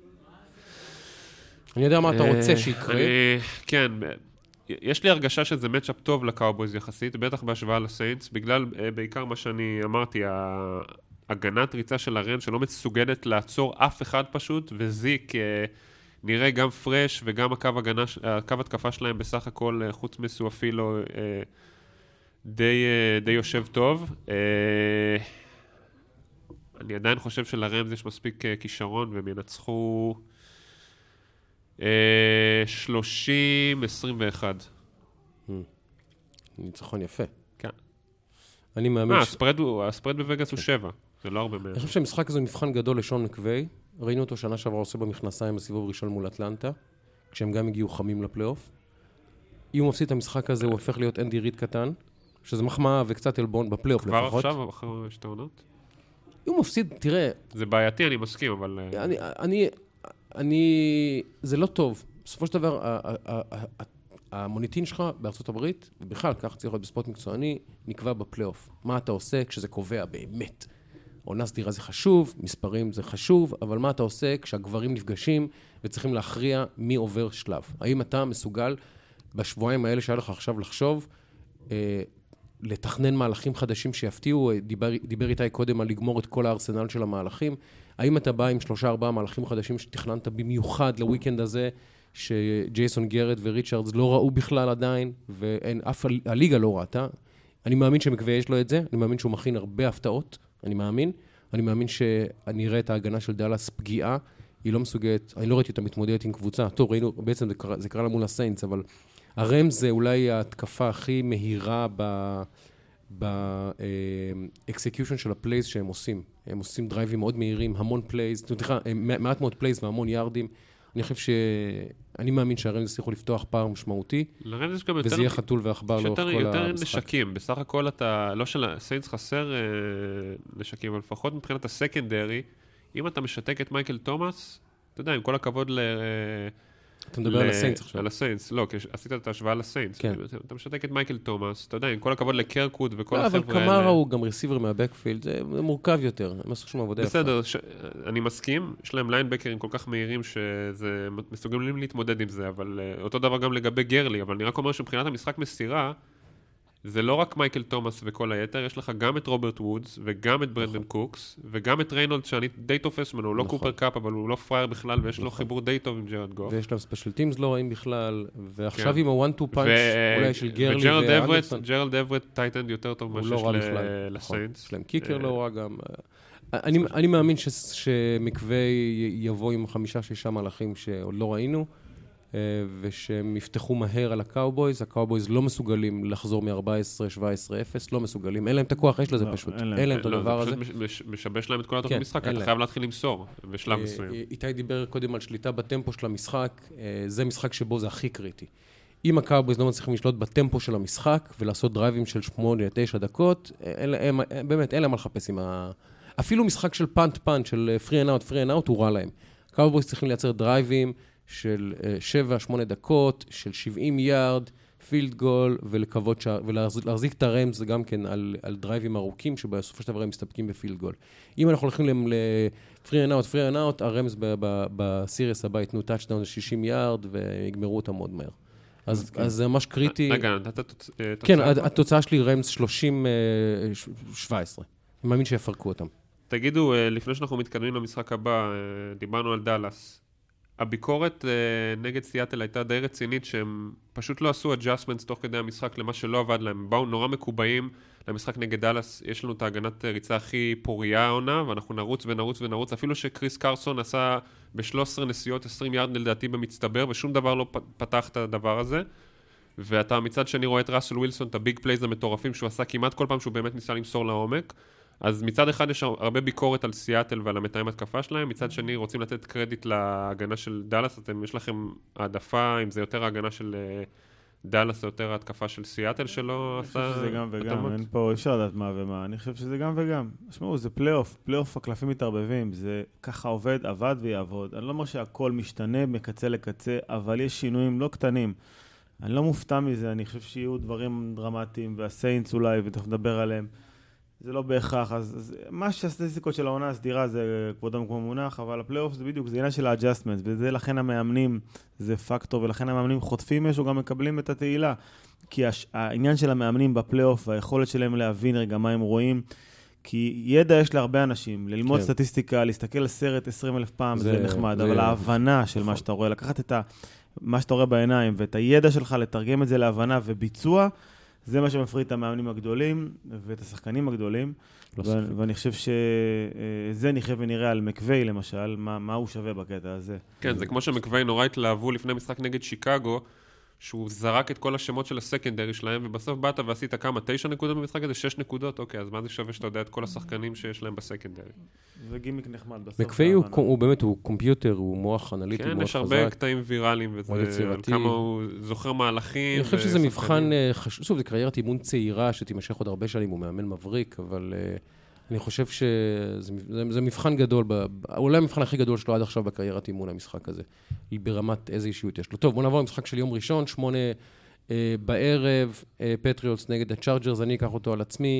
אני יודע מה אתה רוצה שיקרה. כן, יש לי הרגשה שזה מצ'אפ טוב לקאובויז יחסית, בטח בהשוואה לסיינטס, בגלל בעיקר מה שאני אמרתי, ההגנת ריצה של הרן שלא מסוגלת לעצור אף אחד פשוט, וזיק נראה גם פרש וגם הקו הגנה, הקו התקפה שלהם בסך הכל, חוץ מסו אפילו די, די יושב טוב. אני עדיין חושב שלרמז יש מספיק כישרון, והם ינצחו שלושים עשרים ואחת. ניצחון יפה. כן. אני מאמין... הספרד בווגאס הוא שבע. זה לא הרבה מעט. אני חושב שהמשחק הזה הוא מבחן גדול לשון מקווי. ראינו אותו שנה שעברה עושה במכנסיים בסיבוב ראשון מול אטלנטה, כשהם גם הגיעו חמים לפלייאוף. אם הוא מפסיד את המשחק הזה, הוא הופך להיות אנדי ריד קטן, שזה מחמאה וקצת אלבון בפלייאוף לפחות. כבר עכשיו, אחרי שתי עונות? אם הוא מפסיד, תראה... זה בעייתי, אני מסכים, אבל... אני... אני... אני... זה לא טוב. בסופו של דבר, המוניטין שלך בארצות הברית, ובכלל, כך צריך להיות בספורט מקצועני, נקבע בפלייאוף. מה אתה עושה כשזה קובע באמת? עונה סדירה זה חשוב, מספרים זה חשוב, אבל מה אתה עושה כשהגברים נפגשים וצריכים להכריע מי עובר שלב? האם אתה מסוגל בשבועיים האלה שהיה לך עכשיו לחשוב, אה, לתכנן מהלכים חדשים שיפתיעו? דיבר, דיבר איתי קודם על לגמור את כל הארסנל של המהלכים. האם אתה בא עם שלושה ארבעה מהלכים חדשים שתכננת במיוחד לוויקנד הזה, שג'ייסון גרד וריצ'רדס לא ראו בכלל עדיין, ואין אף הליגה לא ראתה? אני מאמין שמקווה יש לו את זה, אני מאמין שהוא מכין הרבה הפתעות, אני מאמין. אני מאמין שאני אראה את ההגנה של דלס פגיעה, היא לא מסוגלת, אני לא ראיתי אותה מתמודדת עם קבוצה. טוב, ראינו, בעצם זה קרה, זה קרה לה מול הסיינטס, אבל הרמז זה אולי ההתקפה הכי מהירה ב... באקסקיושן של הפלייז שהם עושים. הם עושים דרייבים מאוד מהירים, המון פלייז, תראו, מעט מאוד פלייז והמון יארדים. אני חושב ש... אני מאמין שהרמז יצליחו לפתוח פער משמעותי, וזה יהיה חתול ואחבר לאורך כל המשחק. יותר נשקים, בסך הכל אתה, לא של סיינטס חסר נשקים, אבל לפחות מבחינת הסקנדרי, אם אתה משתק את מייקל תומאס, אתה יודע, עם כל הכבוד ל... אתה מדבר על הסיינטס עכשיו. על הסיינטס, לא, כי עשית את ההשוואה לסיינטס. אתה משתק את מייקל תומאס, אתה יודע, עם כל הכבוד לקרקוד וכל החבר'ה האלה. אבל קמרה הוא גם רסיבר מהבקפילד, זה מורכב יותר, הם עשו שם עבודה יפה. בסדר, אני מסכים, יש להם ליינבקרים כל כך מהירים שמסוגלים להתמודד עם זה, אבל אותו דבר גם לגבי גרלי, אבל אני רק אומר שמבחינת המשחק מסירה, זה לא רק מייקל תומאס וכל היתר, יש לך גם את רוברט וודס, וגם את ברנדן קוקס, וגם את ריינולד, שאני די תופס ממנו, הוא לא קופר קאפ, אבל הוא לא פרייר בכלל, ויש לו חיבור די טוב עם ג'רד גוף. ויש להם ספיישל טימס לא רעים בכלל, ועכשיו עם ה-one two punch, אולי של גרלי ואנדרסון. וג'רלד אברט טייטנד יותר טוב מה שיש לסיינטס. יש להם קיקר לא רע גם. אני מאמין שמקווה יבוא עם חמישה שישה מהלכים שעוד לא ראינו, ושהם יפתחו מהר על הקאובויז. הקאובויז לא מסוגלים לחזור מ-ארבע עשרה שבע עשרה אפס, לא מסוגלים. אין להם את הכוח, יש לזה פשוט. אין להם את הדבר הזה. זה פשוט משבש להם את כל התוך המשחק, אתה חייב להתחיל למסור בשלב מסוים. איתי דיבר קודם על שליטה בטמפו של המשחק, זה משחק שבו זה הכי קריטי. אם הקאובויז לא מצליחים לשלוט בטמפו של המשחק, ולעשות דרייבים של שמונה תשע דקות, באמת, אין להם מה לחפש עם ה... אפילו משחק של פאנט פאנט, של פרי אנד אאוט, פרי אנד אאוט, הוא רע להם. הקאובויז צריכים לייצר דרייבים של שבע שמונה דקות, של שבעים יארד, פילד גול, ולקוות ש... ולהחזיק את הרמז גם כן על, על דרייבים ארוכים, שבסופו של דבר הם מסתפקים בפילד גול. אם אנחנו הולכים לפרי אנד אאוט, פרי אנד אאוט, הרמז בסיריס הבא יתנו טאצ'דאון ל-שישים יארד, ויגמרו אותם מאוד מהר. אז, אז זה ממש קריטי. רגע, נתת תוצאה? כן, התוצאה שלי רמז שלושים שבע עשרה. אני מאמין שיפרקו אותם. תגידו, לפני שאנחנו מתקדמים למשחק הבא, דיברנו על דלס. הביקורת נגד סיאטל הייתה די רצינית, שהם פשוט לא עשו adjustments תוך כדי המשחק למה שלא עבד להם. הם באו נורא מקובעים למשחק נגד דאלאס, יש לנו את ההגנת ריצה הכי פוריה העונה, ואנחנו נרוץ ונרוץ ונרוץ, אפילו שקריס קרסון עשה ב-שלוש עשרה נסיעות עשרים יארד לדעתי במצטבר, ושום דבר לא פתח את הדבר הזה. ואתה מצד שני רואה את ראסל ווילסון, את הביג פלייז המטורפים שהוא עשה כמעט כל פעם שהוא באמת ניסה למסור לעומק. אז מצד אחד יש הרבה ביקורת על סיאטל ועל המתאם התקפה שלהם, מצד שני רוצים לתת קרדיט להגנה של דאלאס, אתם, יש לכם העדפה, אם זה יותר ההגנה של דאלאס, זה יותר ההתקפה של סיאטל שלא עשה... אני חושב שזה גם וגם, אין פה, אפשר לדעת מה ומה, אני חושב שזה גם וגם. תשמעו, זה פלייאוף, פלייאוף הקלפים מתערבבים, זה ככה עובד, עבד ויעבוד. אני לא אומר שהכל משתנה מקצה לקצה, אבל יש שינויים לא קטנים. אני לא מופתע מזה, אני חושב שיהיו דברים דרמטיים, והסיינטס אולי, ותכף נדבר עליהם. זה לא בהכרח, אז, אז מה שהסטטיסטיקות של העונה הסדירה זה כבודם כמו מונח, אבל הפלייאוף זה בדיוק, זה עניין של האדג'סטמנט, וזה לכן המאמנים זה פקטור, ולכן המאמנים חוטפים משהו, גם מקבלים את התהילה, כי הש, העניין של המאמנים בפלייאוף, והיכולת שלהם להבין רגע מה הם רואים, כי ידע יש להרבה אנשים, ללמוד כן. סטטיסטיקה, להסתכל על סרט עשרים אלף פעם, זה, זה נחמד, זה... אבל ההבנה של מה שאתה רואה, לקחת את ה, מה שאתה רואה בעיניים, ואת הידע שלך, לתרגם את זה להבנה וביצוע, זה מה שמפריד את המאמנים הגדולים ואת השחקנים הגדולים, ו- ואני חושב שזה נחיה ונראה על מקווי למשל, מה, מה הוא שווה בקטע הזה. כן, זה כמו שמקווי נורא התלהבו לפני משחק נגד שיקגו, שהוא זרק את כל השמות של הסקנדרי שלהם, ובסוף באת ועשית כמה, תשע נקודות במשחק הזה, שש נקודות, אוקיי, אז מה זה שווה שאתה יודע את כל השחקנים שיש להם בסקנדרי? זה גימיק נחמד בסוף. מקווי הוא, הוא באמת, הוא קומפיוטר, הוא מוח אנליטי, כן, הוא מוח חזק. כן, יש הרבה קטעים ויראליים, וזה, על כמה הוא זוכר מהלכים. אני חושב שזה מבחן חשוב, שוב, זה קריירת אימון צעירה, שתימשך עוד הרבה שנים, הוא מאמן מבריק, אבל אני חושב שזה זה, זה מבחן גדול, אולי המבחן הכי גדול שלו עד עכשיו בקריירת אימון, המשחק הזה, ברמת איזה אישיות יש לו. טוב, בוא נעבור למשחק של יום ראשון, שמונה אה, בערב, אה, פטריוטס נגד הצ'ארג'רס, אני אקח אותו על עצמי.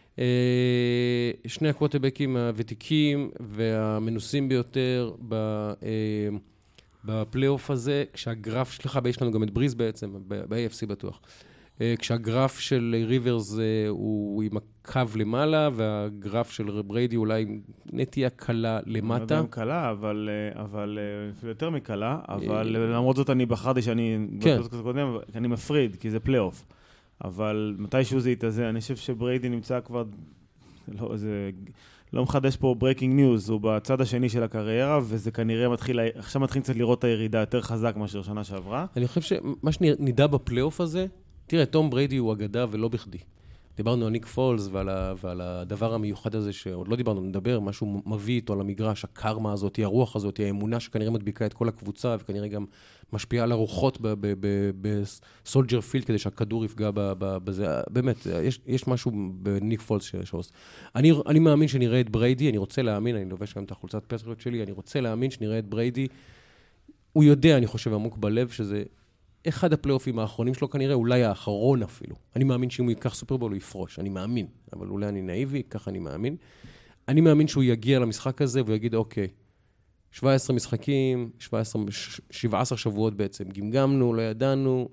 אה, שני הקווטרבקים הוותיקים והמנוסים ביותר ב, אה, בפלייאוף הזה, כשהגרף שלך, יש לנו גם את בריז בעצם, ב-איי אף סי בטוח. כשהגרף של ריברס הוא עם הקו למעלה, והגרף של בריידי אולי עם נטייה קלה למטה. לא יודע אם קלה, אבל, אבל יותר מקלה, אבל למרות זאת אני בחרתי שאני, כן. קודם, אני מפריד, כי זה פלייאוף. אבל מתישהו זה יתאזן, אני חושב שבריידי נמצא כבר, לא, זה לא מחדש פה ברייקינג ניוז, הוא בצד השני של הקריירה, וזה כנראה מתחיל, עכשיו מתחיל קצת לראות את הירידה יותר חזק מאשר שנה שעברה. אני חושב שמה שנדע בפלייאוף הזה, תראה, תום בריידי הוא אגדה ולא בכדי. דיברנו על ניק פולס ועל, ה, ועל הדבר המיוחד הזה שעוד לא דיברנו, נדבר, משהו מביא איתו על המגרש, הקרמה הזאת, הרוח הזאת, האמונה שכנראה מדביקה את כל הקבוצה, וכנראה גם משפיעה על הרוחות בסולג'ר פילד, כדי שהכדור יפגע בזה. באמת, יש, יש משהו בניק פולס שעושה. אני, אני מאמין שנראה את בריידי, אני רוצה להאמין, אני לובש גם את החולצת פטריוט שלי, אני רוצה להאמין שנראה את בריידי. הוא יודע, אני חושב, עמוק בלב, שזה אחד הפלייאופים האחרונים שלו כנראה, אולי האחרון אפילו. אני מאמין שאם הוא ייקח סופרבול הוא יפרוש, אני מאמין. אבל אולי אני נאיבי, ככה אני מאמין. אני מאמין שהוא יגיע למשחק הזה ויגיד, אוקיי, שבע עשרה משחקים, שבע עשרה, שבע עשרה שבועות בעצם, גמגמנו, לא ידענו.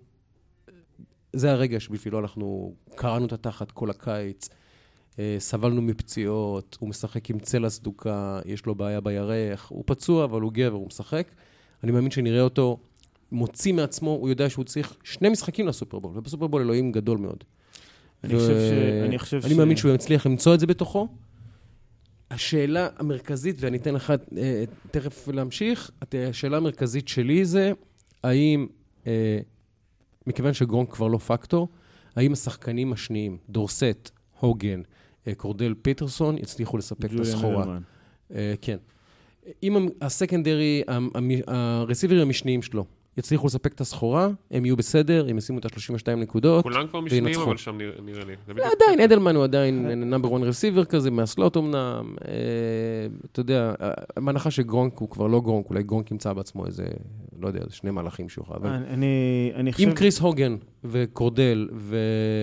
זה הרגע שבפילו אנחנו קראנו את התחת כל הקיץ, סבלנו מפציעות, הוא משחק עם צלע סדוקה, יש לו בעיה בירך, הוא פצוע, אבל הוא גבר, הוא משחק. אני מאמין שנראה אותו מוציא מעצמו, הוא יודע שהוא צריך שני משחקים לסופרבול, ובסופרבול אלוהים גדול מאוד. אני חושב ש... אני חושב ש... אני מאמין שהוא יצליח למצוא את זה בתוכו. השאלה המרכזית, ואני אתן לך תכף להמשיך, השאלה המרכזית שלי זה, האם, מכיוון שגרונק כבר לא פקטור, האם השחקנים השניים, דורסט, הוגן, קורדל פיטרסון, יצליחו לספק את הסחורה. כן. אם הסקנדרי, הרסיברים המשניים שלו, יצליחו לספק את הסחורה, הם יהיו בסדר, הם ישימו את ה-שלושים ושתיים נקודות, כולם כבר משניים, אבל שם נראה לי. עדיין, אדלמן הוא עדיין נאמבר וואן רסיבר כזה, מהסלוט אמנם, אתה יודע, המנחה שגרונק הוא כבר לא גרונק, אולי גרונק ימצא בעצמו איזה, לא יודע, שני מהלכים שיוכל. אם קריס הוגן וקורדל ו...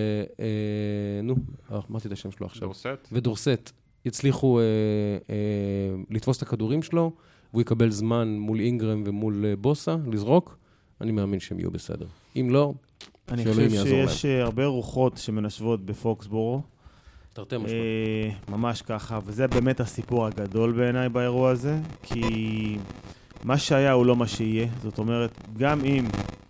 נו, אמרתי את השם שלו עכשיו. דורסט. ודורסט. יצליחו אה, אה, לתפוס את הכדורים שלו, והוא יקבל זמן מול אינגרם ומול אה, בוסה, לזרוק, אני מאמין שהם יהיו בסדר. אם לא, אני חושב שיש להם. הרבה רוחות שמנשבות בפוקסבורו. תרתי משמע. אה, ממש ככה, וזה באמת הסיפור הגדול בעיניי באירוע הזה, כי מה שהיה הוא לא מה שיהיה. זאת אומרת, גם אם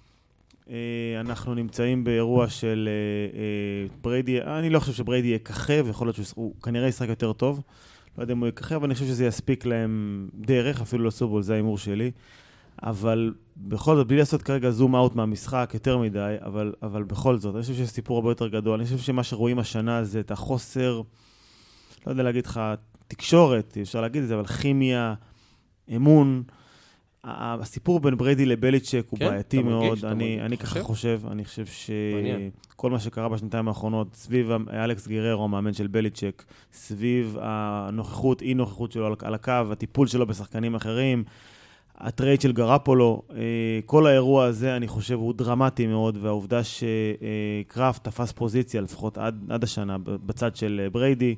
אנחנו נמצאים באירוע של בריידי, אני לא חושב שבריידי יככב, יכול להיות שהוא כנראה ישחק יותר טוב, לא יודע אם הוא יככב, אבל אני חושב שזה יספיק להם דרך, אפילו לסובול, זה האימור שלי. אבל בכל זאת, בלי לעשות כרגע זום אאוט מהמשחק יותר מדי, אבל, אבל בכל זאת, אני חושב שיש סיפור הרבה יותר גדול. אני חושב שמה שרואים השנה זה את החוסר, לא יודע להגיד לך, תקשורת, אפשר להגיד את זה, אבל כימיה, אמון, הסיפור בין בריידי לבליצ'ק הוא בעייתי מאוד, אני ככה חושב, אני חושב שכל מה שקרה בשנתיים האחרונות, סביב אלכס גיררו, המאמן של בליצ'ק, סביב הנוכחות, אי נוכחות שלו על הקו, הטיפול שלו בשחקנים אחרים, הטרייד של גראפולו, כל האירוע הזה אני חושב הוא דרמטי מאוד, והעובדה שקראפט תפס פוזיציה לפחות עד השנה בצד של בריידי,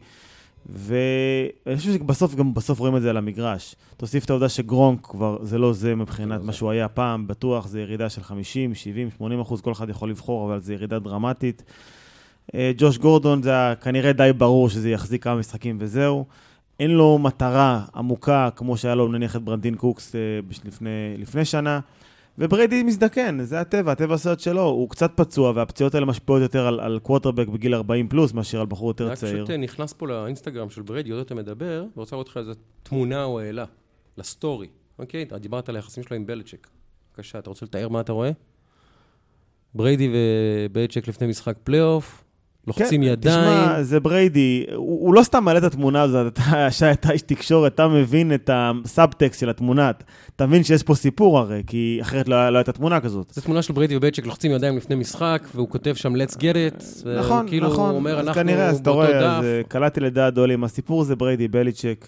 ואני חושב שבסוף, גם בסוף רואים את זה על המגרש. תוסיף את העובדה שגרונק כבר, זה לא זה מבחינת מה שהוא היה פעם, בטוח זה ירידה של חמישים, שבעים, שמונים אחוז, כל אחד יכול לבחור, אבל זה ירידה דרמטית. ג'וש גורדון, זה כנראה די ברור שזה יחזיק כמה משחקים וזהו. אין לו מטרה עמוקה, כמו שהיה לו נניח את ברנדין קוקס לפני, לפני שנה. ובריידי מזדקן, זה הטבע, הטבע הסרט שלו, הוא קצת פצוע, והפציעות האלה משפיעות יותר על, על קווטרבק בגיל ארבעים פלוס, מאשר על בחור יותר צעיר. רק פשוט נכנס פה לאינסטגרם של בריידי, עוד אתה מדבר, ורוצה לראות לך איזו תמונה או העלה, לסטורי, אוקיי? אתה דיברת על היחסים שלו עם בליצ'ק. בבקשה, אתה רוצה לתאר מה אתה רואה? בריידי ובליצ'ק לפני משחק פלייאוף, לוחצים כן, ידיים. תשמע, זה בריידי, הוא, הוא לא סתם מעלה את התמונה הזאת, אתה, אתה איש תקשורת, אתה מבין את הסאבטקסט של התמונה, אתה מבין שיש פה סיפור הרי, כי אחרת לא, לא הייתה תמונה כזאת. זו תמונה של בריידי ובליצ'ק לוחצים ידיים לפני משחק, והוא כותב שם let's get it, נכון, וכאילו נכון, הוא אומר אנחנו כנראה, באותו דף. רואה, אז קלעתי לדעת דולים, הסיפור זה בריידי, בליצ'ק,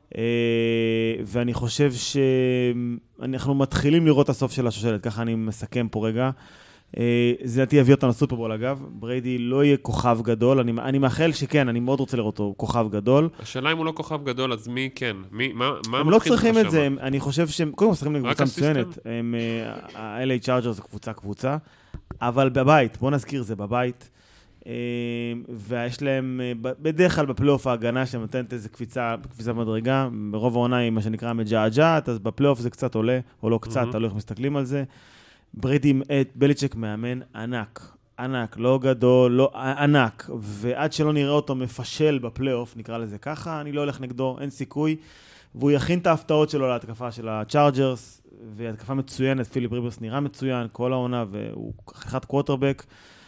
ואני חושב שאנחנו מתחילים לראות את הסוף של השושלת, ככה אני מסכם פה רגע. זה נתי יביא אותנו סופרבול אגב, בריידי לא יהיה כוכב גדול, אני, אני מאחל שכן, אני מאוד רוצה לראות אותו כוכב גדול. השאלה אם הוא לא כוכב גדול, אז מי כן? מי, מה, מה הם לא צריכים את זה, הם, אני חושב שהם, קודם כל צריכים לקבוצה מצוינת, ה-אל איי Chargers זה קבוצה קבוצה, אבל בבית, בוא נזכיר זה בבית, ויש להם, בדרך כלל בפלייאוף ההגנה שהם נותנת איזו קפיצה, קפיצה מדרגה, ברוב העונה היא מה שנקרא מג'עג'עת, אז בפלייאוף זה קצת עולה, או לא קצת, תלוי איך מסתכלים על זה. בריידי את בליצ'ק מאמן ענק, ענק, לא גדול, לא ענק, ועד שלא נראה אותו מפשל בפלייאוף, נקרא לזה ככה, אני לא הולך נגדו, אין סיכוי, והוא יכין את ההפתעות שלו להתקפה של הצ'ארג'רס, והתקפה מצוינת, פיליפ ריברס נראה מצוין, כל העונה, והוא חתיכת קווטרבק.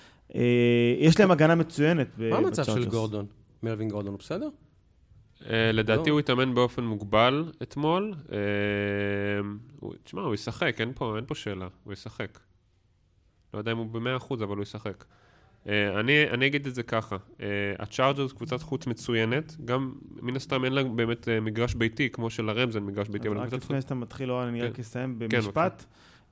יש להם הגנה מצוינת בצ'ארג'רס. מה המצב של גורדון? מלווין גורדון הוא בסדר? לדעתי הוא התאמן באופן מוגבל אתמול. תשמע, הוא ישחק, אין פה שאלה, הוא ישחק. לא יודע אם הוא ב-מאה אחוז, אבל הוא ישחק. אני אגיד את זה ככה, הצ'ארג'רס קבוצת חוץ מצוינת, גם מן הסתם אין לה באמת מגרש ביתי, כמו של הרמז אין מגרש ביתי. רק לפני שאתה מתחיל, אני רק אסיים במשפט.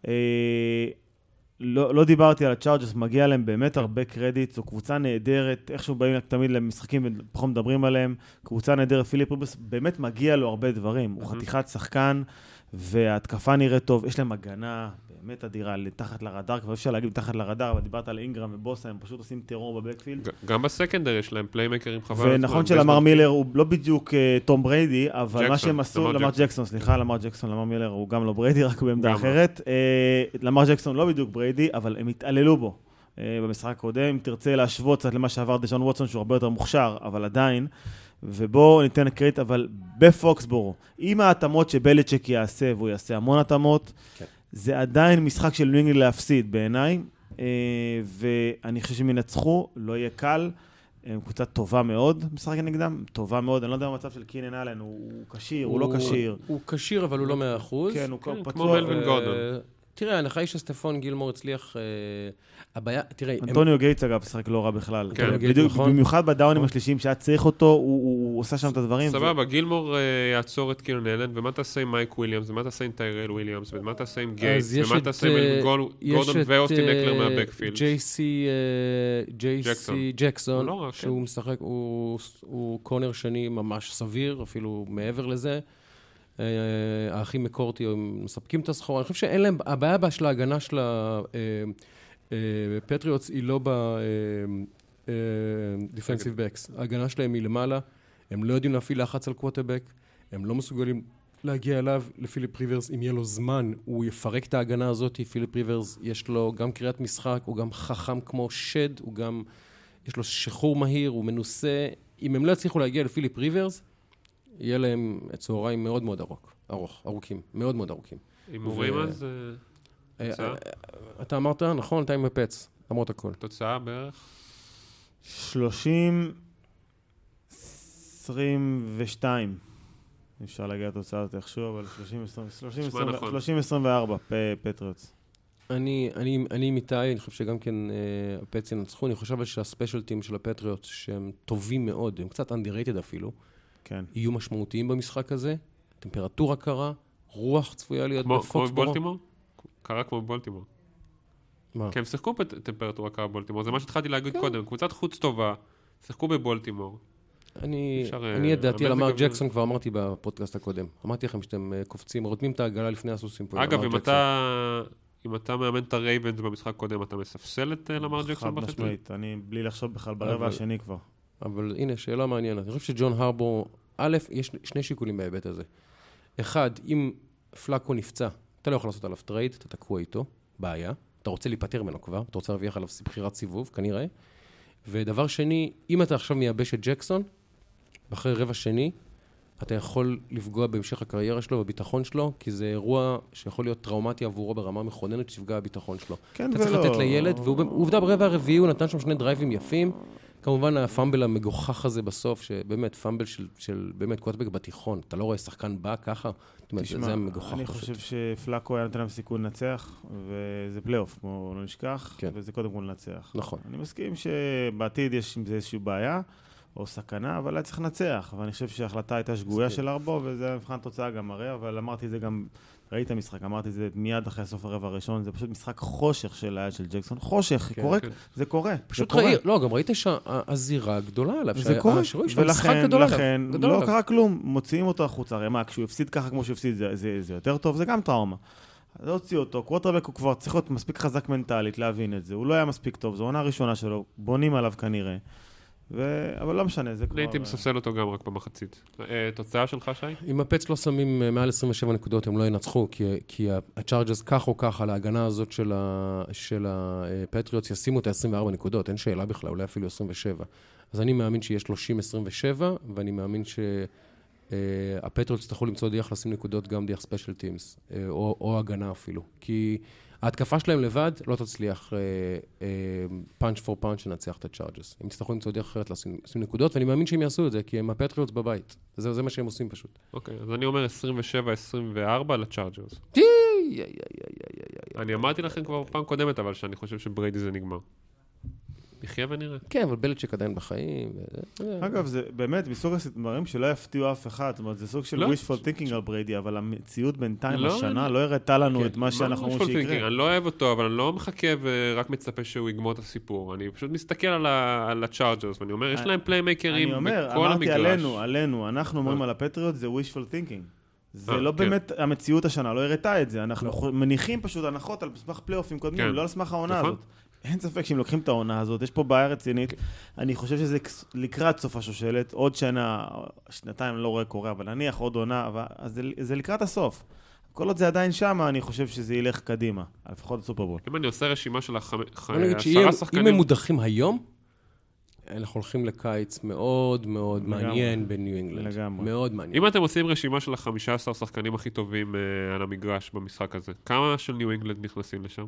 לא, לא דיברתי על הצ'ארג'רס, מגיע להם באמת הרבה קרדיט, זו קבוצה נהדרת, איכשהו באים תמיד למשחקים ופחות מדברים עליהם, קבוצה נהדרת, פיליפ ריברס באמת מגיע לו הרבה דברים, הוא חתיכת שחקן, וההתקפה נראית טוב, יש להם הגנה באמת אדירה, לתחת לרדאר, כבר אפשר להגיד תחת לרדאר, אבל דיברת על אינגרם ובוסה, הם פשוט עושים טרור בבקפילד. גם בסקנדר יש להם פליימקרים חבל. ונכון שלמר מילר הוא לא בדיוק תום בריידי, אבל מה שהם עשו, למר ג'קסון, סליחה, למר ג'קסון, למר מילר הוא גם לא בריידי, רק בעמדה אחרת. למר ג'קסון לא בדיוק בריידי, אבל הם התעללו בו במשחק הקודם. אם תרצה להשוות קצת למה שעבר דשון ווטסון, שהוא הרבה יותר מוכשר, אבל עדיין, ובואו ניתן קרדיט, אבל בפוקסבורו, עם ההתאמות שבליצ'ק יעשה, והוא יעשה המון התאמות, זה עדיין משחק של ניו אינגלנד להפסיד בעיניי, ואני חושב שהם ינצחו, לא יהיה קל, הם קבוצה טובה מאוד, משחק נגדם, טובה מאוד, אני לא יודע במצב של קינן אלן, הוא קשיר, הוא לא קשיר. הוא קשיר, אבל הוא לא מאה אחוז. כן, הוא פצוע. כמו מלווין גורדון. תראה, ההנחה היא שסטפון גילמור הצליח, הבעיה, תראה... אנטוניו גייטס אגב, שחק לא רע בכלל. במיוחד בדאונים השלישיים שהיה צריך אותו, הוא עושה שם את הדברים. סבבה, גילמור יעצור את קינן אלן, ומה תעשה עם מייק וויליאמס, ומה תעשה עם טיירל וויליאמס, ומה תעשה עם גייטס, ומה תעשה עם גורדון ואוסטין אקלר מהבקפילד. ג'יי סי ג'קסון, שהוא משחק, הוא קונר שני ממש סביר, אפילו מעבר לזה. האחים מקורטי מספקים את הסחורה. אני חושב שאין להם, הבעיה בה של ההגנה של הפטריוטס היא לא ב-defensive backs. ההגנה שלהם היא למעלה, הם לא יודעים להפעיל לחץ על קווטרבק, הם לא מסוגלים להגיע אליו, לפיליפ ריברס, אם יהיה לו זמן, הוא יפרק את ההגנה הזאת. פיליפ ריברס, יש לו גם קריאת משחק, הוא גם חכם כמו שד, הוא גם, יש לו שחרור מהיר, הוא מנוסה. אם הם לא יצליחו להגיע לפיליפ ריברס, יהיה להם צהריים מאוד מאוד ארוך, ארוך, ארוכים, מאוד מאוד ארוכים. אם אומרים אז תוצאה? אתה אמרת, נכון, אתה עם הפץ, אמרת הכל. תוצאה בערך? שלושים עשרים ושתיים. אפשר להגיע לתוצאה הזאת איכשהו, אבל שלושים עשרים וארבע פטריוטס. אני, אני, אני עם איתי, אני חושב שגם כן הפץ ינצחו, אני חושב שהספיישלטים של הפטריוטס, שהם טובים מאוד, הם קצת underrated אפילו, כן. יהיו משמעותיים במשחק הזה, טמפרטורה קרה, רוח צפויה להיות בפוקסבורו. כמו בבולטימור? קרה כמו בבולטימור. מה? כי הם שיחקו בטמפרטורה קרה בבולטימור, זה מה שהתחלתי להגיד קודם, קבוצת חוץ טובה, שיחקו בבולטימור. אני, אני ידעתי על אמר ג'קסון, כבר אמרתי בפודקאסט הקודם. אמרתי לכם שאתם קופצים, רותמים את העגלה לפני הסוסים פה. אגב, אם אתה, אם אתה מאמן את הרייבנס במשחק קודם, אתה מספסל את למר ג'קסון בחצי? חד משמעית, אני בלי לחשוב בכלל ברבע השני כבר. אבל הנה, שאלה מעניינת. אני חושב שג'ון הרבור, א', יש שני שיקולים בהיבט הזה. אחד, אם פלאקו נפצע, אתה לא יכול לעשות עליו טרייד, אתה תקוע איתו, בעיה. אתה רוצה להיפטר ממנו כבר, אתה רוצה להרוויח עליו בחירת סיבוב, כנראה. ודבר שני, אם אתה עכשיו מייבש את ג'קסון, אחרי רבע שני, אתה יכול לפגוע בהמשך הקריירה שלו, בביטחון שלו, כי זה אירוע שיכול להיות טראומטי עבורו ברמה מכוננת שתפגע בביטחון שלו. כן אתה צריך ולא. לתת לילד, ועובדה ברבע הרביעי הוא נתן שם שני דרייבים יפים, כמובן הפאמבל המגוחך הזה בסוף, שבאמת פאמבל של, של באמת קוטבק בתיכון, אתה לא רואה שחקן בא ככה, תשמע, זה המגוחך. אני חושב שפלאקו היה נותן להם סיכון לנצח, וזה פלייאוף, כמו לא נשכח, כן. וזה קודם כל לנצח. נכון. אני מסכים שבעתיד יש עם זה איזושהי בעיה, או סכנה, אבל היה צריך לנצח, ואני חושב שההחלטה הייתה שגויה של ארבו, וזה מבחן תוצאה גם מראה, אבל אמרתי את זה גם, ראית המשחק, אמרתי את זה מיד אחרי הסוף הרבע הראשון, זה פשוט משחק חושך של היד של ג'קסון, חושך, כן, קורה, כן. זה קורה. פשוט זה ראי, קורה. לא, גם ראית שהזירה גדולה עליו, זה קורה, ולכן, לכן, גדול לא עליו. קרה כלום, מוציאים אותו החוצה, הרי מה, כשהוא הפסיד ככה כמו שהוא הפסיד, זה, זה, זה יותר טוב, זה גם טראומה. אז הוציאו אותו, קווטרבק הוא כבר צריך להיות מספיק חזק מנטלית להבין את זה, הוא לא היה מספיק טוב, זו עונה הראשונה שלו, בונים עליו כנראה. ו... אבל לא משנה, זה כבר... הייתי מספסל אותו גם רק במחצית. תוצאה שלך, שי? אם הפץ לא שמים מעל עשרים ושבע נקודות, הם לא ינצחו, כי, כי הצ'ארג'רס כך או כך על ההגנה הזאת של, ה... של הפטריוטס ישימו את ה-עשרים וארבע נקודות, אין שאלה בכלל, אולי אפילו עשרים ושבע. אז אני מאמין שיש שלושים עשרים ושבע, ואני מאמין שהפטריוטס יצטרכו למצוא דרך לשים נקודות גם דרך ספיישל טימס, או, או הגנה אפילו. כי ההתקפה שלהם לבד לא תצליח פאנץ' פור פאנץ' לנצח את הצ'ארג'רס. הם יצטרכו למצוא דרך אחרת לשים נקודות, ואני מאמין שהם יעשו את זה, כי הם הפטריוטס בבית. זה, זה מה שהם עושים פשוט. אוקיי, אז אני אומר עשרים ושבע עשרים וארבע לצ'ארג'רס. אני אמרתי לכם כבר פעם קודמת, אבל שאני חושב שבריידי זה נגמר. נחיה ונראה. כן, אבל בלצ'יק עדיין בחיים. אגב, זה באמת מסוג הדברים שלא יפתיעו אף אחד. זאת אומרת, זה סוג של wishful thinking על בריידי, אבל המציאות בינתיים השנה לא הראתה לנו את מה שאנחנו אומרים שיקרה. אני לא אוהב אותו, אבל אני לא מחכה ורק מצפה שהוא יגמור את הסיפור. אני פשוט מסתכל על הצ'ארג'רס, ואני אומר, יש להם פליימייקרים בכל המגרש. אני אומר, אמרתי עלינו, עלינו, אנחנו אומרים על הפטריוט, זה wishful thinking. זה לא באמת המציאות השנה, לא הראתה את זה. אנחנו מניחים פשוט הנחות על סמך פלייאופים קודמים, לא על סמך העונה הזאת. אין ספק שאם לוקחים את העונה הזאת, יש פה בעיה רצינית. אני חושב שזה לקראת סוף השושלת, עוד שנה, שנתיים אני לא רואה קורה, אבל נניח עוד עונה, אז זה, זה לקראת הסוף. כל עוד זה עדיין שם, אני חושב שזה ילך קדימה, לפחות הסופרבול. אם אני עושה רשימה של עשרה שחקנים... אם הם מודחים היום, אנחנו הולכים לקיץ מאוד מאוד מעניין בניו אינגלנד. לגמרי. מאוד מעניין. אם אתם עושים רשימה של ה-חמישה עשר שחקנים הכי טובים על המגרש במשחק הזה, כמה של ניו אינגלנד נכנסים לשם?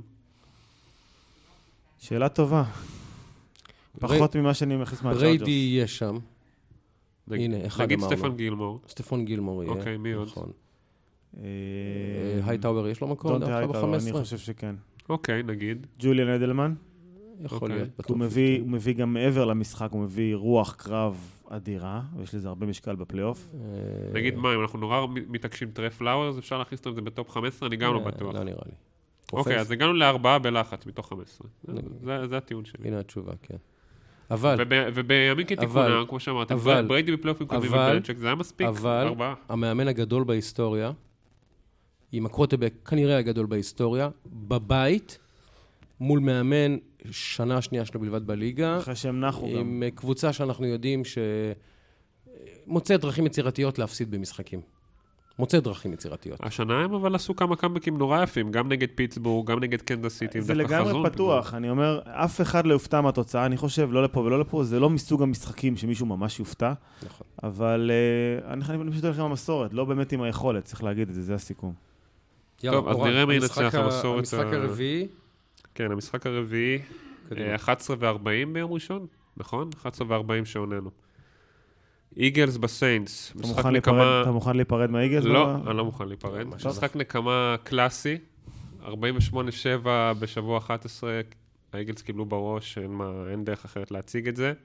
שאלה טובה. פחות ממה שאני מכניס מהצ'ארג'רס. בריידי יהיה שם. הנה, אחד אמרנו. נגיד סטפן גילמור. סטפן גילמור יהיה. אוקיי, מי עוד? נכון. הייטאוור יש לו מקום? דונטה הייטאוור, אני חושב שכן. אוקיי, נגיד. ג'וליאן אדלמן. יכול להיות. הוא מביא גם מעבר למשחק, הוא מביא רוח קרב אדירה, ויש לזה הרבה משקל בפלייאוף. נגיד מה, אם אנחנו נורא מתעקשים טרי פלאוורס, אפשר להכניס את זה בטופ חמש עשרה, אני גם לא בטוח. לא נראה לי. אוקיי, אז הגענו לארבעה בלחץ מתוך חמש עשרה. זה הטיעון שלי. הנה התשובה, כן. אבל... ובימים כתיקונה, כמו שאמרתם, בריידי בפלייאופים קודמים ובלצ'ק, זה היה מספיק, ארבעה. אבל המאמן הגדול בהיסטוריה, עם הקווטרבק כנראה הגדול בהיסטוריה, בבית, מול מאמן שנה שנייה שלו בלבד בליגה. אחרי שהם נחו גם. עם קבוצה שאנחנו יודעים שמוצא דרכים יצירתיות להפסיד במשחקים. מוצא דרכים יצירתיות. השנה הם אבל עשו כמה קאמבקים נורא יפים, גם נגד פיטסבורג, גם נגד קנזס סיטי. זה לגמרי פתוח, אני אומר, אף אחד לא יופתע מהתוצאה, אני חושב, לא לפה ולא לפה, זה לא מסוג המשחקים שמישהו ממש יופתע, אבל אני פשוט הולך עם המסורת, לא באמת עם היכולת, צריך להגיד את זה, זה הסיכום. טוב, אז נראה מי ינצח המסורת. המשחק הרביעי. כן, המשחק הרביעי, אחת עשרה וארבעים ביום ראשון, נכון? אחת עשרה וארבעים שעוננו. איגלס בסיינטס, משחק נקמה... אתה מוכן להיפרד מהאיגלס? לא, אני לא מוכן להיפרד. משחק נקמה קלאסי, ארבעים ושמונה שבע בשבוע אחת עשרה, האיגלס קיבלו בראש, אין דרך אחרת להציג את זה,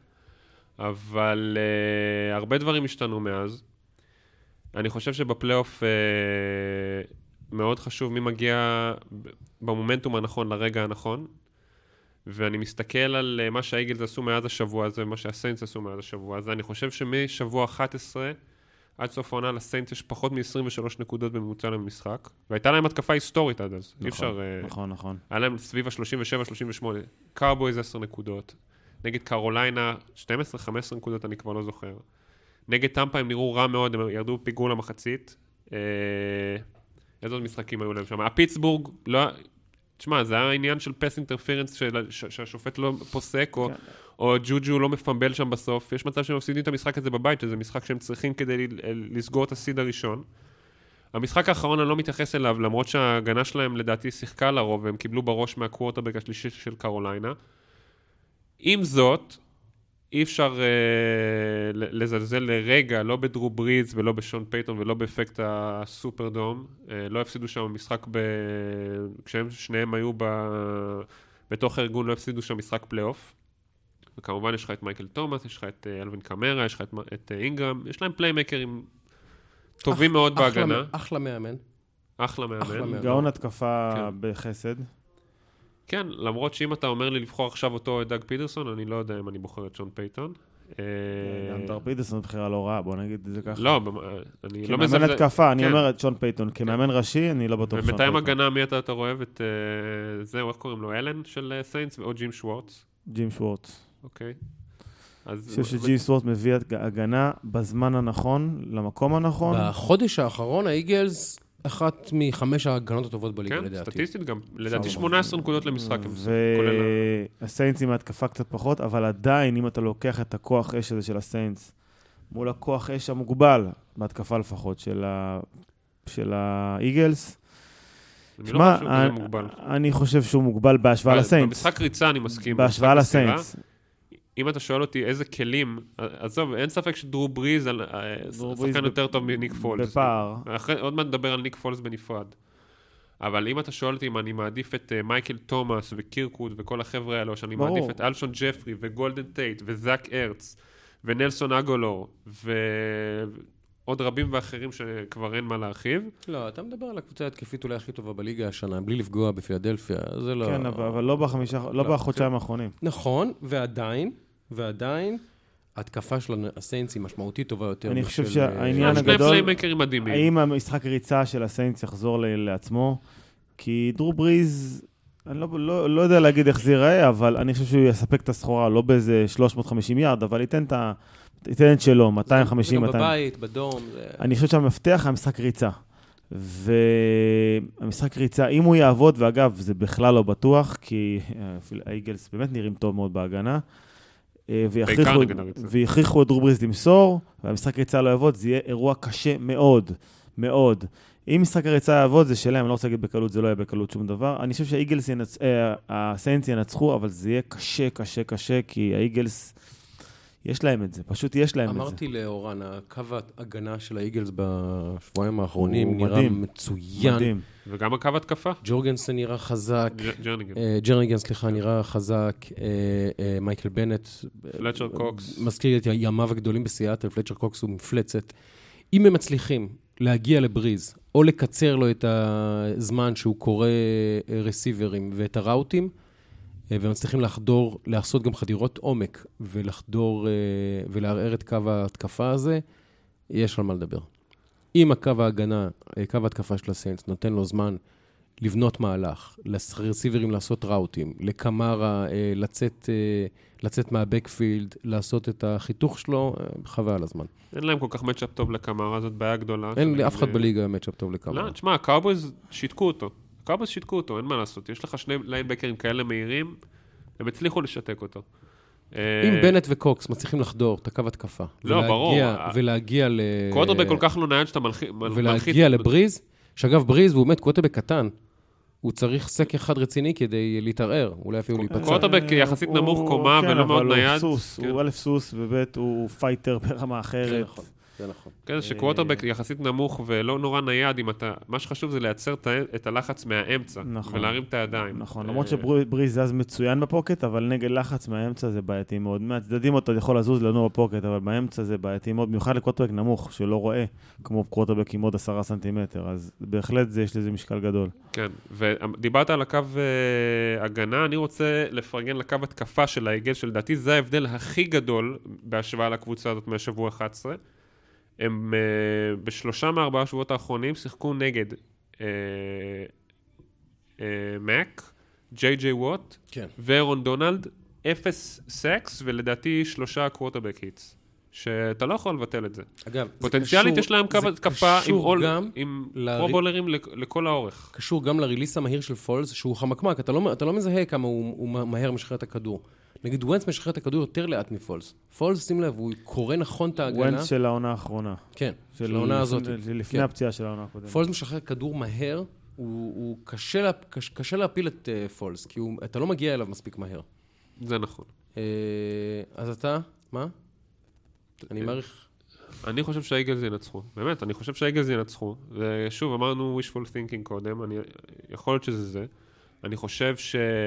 אבל uh, הרבה דברים השתנו מאז. אני חושב שבפלייאוף uh, מאוד חשוב מי מגיע במומנטום הנכון לרגע הנכון, ואני מסתכל על מה שהאיגלס עשו מאז השבוע הזה, מה שהסיינטס עשו מאז השבוע הזה. אני חושב שמשבוע אחת עשרה עד סוף העונה לסיינטס יש פחות מ-עשרים ושלוש נקודות בממוצע למשחק, והייתה להם התקפה היסטורית עד אז. נכון, אפשר, נכון, נכון. היה להם סביב ה-שלושים ושבע שלושים ושמונה. קאובויז עשר נקודות. נגד קרוליינה שתים עשרה חמש עשרה נקודות, אני כבר לא זוכר. נגד טמפה הם נראו רע מאוד, הם ירדו פיגור למחצית. איזה עוד משחקים היו להם שם? הפיטסבורג, לא... תשמע, זה היה העניין של פס אינטרפרנס שהשופט לא פוסק, או, או ג'וג'ו לא מפמבל שם בסוף. יש מצב שהם מפסידים את המשחק הזה בבית, שזה משחק שהם צריכים כדי לסגור את הסיד הראשון. המשחק האחרון אני לא מתייחס אליו, למרות שההגנה שלהם לדעתי שיחקה לרוב, והם קיבלו בראש מהקוורטרבק השלישי של קרוליינה. עם זאת, אי אפשר uh, לזלזל לרגע, לא בדרו בריז ולא בשון פייטון ולא באפקט הסופרדום. Uh, לא הפסידו שם משחק, ב... כשהם שניהם היו ב... בתוך הארגון, לא הפסידו שם משחק פלייאוף. וכמובן יש לך את מייקל תומאס, יש לך את uh, אלווין קמרה, יש לך את, את uh, אינגרם, יש להם פליימקרים טובים אח, מאוד אחלה, בהגנה. אחלה מאמן. אחלה מאמן. גאון התקפה כן. בחסד. כן, למרות שאם אתה אומר לי לבחור עכשיו אותו דאג פידרסון, אני לא יודע אם אני בוחר את שון פייטון. גם דאג פידרסון בחירה לא רעה, בוא נגיד את זה ככה. לא, אני לא מזלזל. כמאמן התקפה, אני אומר את שון פייטון, כמאמן ראשי, אני לא בטוח שון פייטון. ובינתיים הגנה, מי אתה אוהב את זה, איך קוראים לו? אלן של סיינטס, או ג'ים שוורטס? ג'ים שוורטס. אוקיי. אני חושב שג'ים שוורטס מביא את הגנה בזמן הנכון, למקום הנכון. בחודש האחרון, האיגלס... אחת מחמש ההגנות הטובות בליגה, לדעתי. כן, סטטיסטית גם. לדעתי שמונה עשרה נקודות למשחק. והסיינטס עם ההתקפה קצת פחות, אבל עדיין, אם אתה לוקח את הכוח אש הזה של הסיינטס, מול הכוח אש המוגבל, בהתקפה לפחות, של האיגלס, שמה, אני חושב שהוא מוגבל בהשוואה לסיינטס. במשחק ריצה אני מסכים. בהשוואה לסיינטס. אם אתה שואל אותי איזה כלים, עזוב, אין ספק שדרו בריז, שחקן יותר טוב מניק פולס. בפער. עוד מעט נדבר על ניק פולס בנפרד. אבל אם אתה שואל אותי אם אני מעדיף את מייקל תומאס וקירקוד וכל החבר'ה האלו, שאני מעדיף את אלשון ג'פרי וגולדן טייט וזק ארץ ונלסון אגולור ועוד רבים ואחרים שכבר אין מה להרחיב. לא, אתה מדבר על הקבוצה התקפית אולי הכי טובה בליגה השנה, בלי לפגוע בפילדלפיה, זה לא... כן, אבל לא בחמישה, לא בחודשיים האחרונים. נכון, ועדיין, ועדיין, ההתקפה של הסיינטס היא משמעותית טובה יותר. אני חושב שהעניין הגדול, האם המשחק ריצה של הסיינטס יחזור לעצמו, כי דרו בריז, אני לא, לא, לא יודע להגיד איך זה ייראה, אבל אני חושב שהוא יספק את הסחורה, לא באיזה שלוש מאות וחמישים יארד, אבל ייתן את ה... ייתן את שלו, מאתיים וחמישים, מאתיים. בבית, בדום. זה... אני חושב שהמפתח הוא המשחק ריצה. והמשחק ריצה, אם הוא יעבוד, ואגב, זה בכלל לא בטוח, כי האיגלס באמת נראים טוב מאוד בהגנה, ויכריחו את דרו בריז למסור, והמשחק ריצה לא יעבוד, זה יהיה אירוע קשה מאוד, מאוד. אם משחק הריצה יעבוד, זה שלהם, אני לא רוצה להגיד בקלות, זה לא יהיה בקלות שום דבר. אני חושב שהאיגלס ינצ... הסיינטס ינצחו, אבל זה יהיה קשה, קשה, קשה, כי האיגלס, יש להם את זה, פשוט יש להם את זה. אמרתי לאורן, הקו ההגנה של האיגלס בשבועיים האחרונים נראה מצוין. מדהים. וגם הקו התקפה. ג'ורגנסון נראה חזק. ג'רניגן. ג'רניגן, סליחה, נראה חזק. מייקל בנט. פלצ'ר קוקס. מזכיר את ימיו הגדולים בסיאטל, פלצ'ר קוקס הוא מפלצת. אם הם מצליחים להגיע לבריז, או לקצר לו את הזמן שהוא קורא רסיברים ואת הראוטים, ומצליחים לחדור, לעשות גם חדירות עומק, ולחדור ולערער את קו ההתקפה הזה, יש על מה לדבר. אם הקו ההגנה, קו ההתקפה של הסיינטס, נותן לו זמן לבנות מהלך, לרסיברים לעשות ראוטים, לקמרה לצאת, לצאת מהבקפילד, לעשות את החיתוך שלו, חווה על הזמן. אין להם כל כך מצ'אפ טוב לקמרה, זאת בעיה גדולה. אין לאף אחד בליגה מצ'אפ טוב לקמרה. לא, תשמע, הקאובויז שיתקו אותו. הקאובויז שיתקו אותו, אין מה לעשות. יש לך שני ליינבקרים כאלה מהירים, הם הצליחו לשתק אותו. אם בנט וקוקס מצליחים לחדור את הקו התקפה, לא, ברור. ולהגיע ל... קווטרבק כל כך לא נייד שאתה מלחיץ... ולהגיע לבריז, שאגב בריז הוא באמת קווטרבק קטן, הוא צריך סק אחד רציני כדי להתערער, אולי אפילו להיפצע. קווטרבק יחסית נמוך קומה ולא מאוד נייד. הוא סוס, הוא א' סוס וב' הוא פייטר ברמה אחרת. זה נכון. כן, שקווטרבק יחסית נמוך ולא נורא נייד, אם אתה... מה שחשוב זה לייצר את הלחץ מהאמצע, ולהרים את הידיים. נכון, למרות שבריז זז מצוין בפוקט, אבל נגד לחץ מהאמצע זה בעייתי מאוד. מהצדדים אותו יכול לזוז לנו בפוקט, אבל באמצע זה בעייתי מאוד, במיוחד לקווטרבק נמוך, שלא רואה, כמו קווטרבק עם עוד עשרה סנטימטר, אז בהחלט זה, יש לזה משקל גדול. כן, ודיברת על הקו הגנה, אני רוצה לפרגן לקו התקפה של האיגל, שלדעתי זה ההבדל הכי גדול בהשוואה לקבוצה הזאת מהשבוע אחד עשרה. הם uh, בשלושה מארבעה שבועות האחרונים שיחקו נגד uh, uh, מק, ג'יי ג'יי ווט, כן. ואירון דונלד, אפס סקס, ולדעתי שלושה קווטרבק היטס, שאתה לא יכול לבטל את זה. אגב, פוטנציאלית זה יש להם קו התקפה עם, עם ל... פרו-בולרים לכל האורך. קשור גם לריליס המהיר של פולס, שהוא חמקמק, אתה לא, אתה לא מזהה כמה הוא, הוא מהר משחרר את הכדור. נגיד, ווינס משחרר את הכדור יותר לאט מפולס. פולס, שים לב, הוא קורא נכון את ההגנה. ווינס של העונה האחרונה. כן, של העונה הזאת. לפני הפציעה של העונה הקודמת. פולס משחרר כדור מהר, הוא קשה, קשה להפיל את פולס, כי אתה לא מגיע אליו מספיק מהר. זה נכון. אז אתה, מה? אני מעריך... אני חושב שהאיגלס ינצחו. באמת, אני חושב שהאיגלס ינצחו. ושוב, אמרנו wishful thinking קודם, אני, יכול להיות שזה זה. אני חושב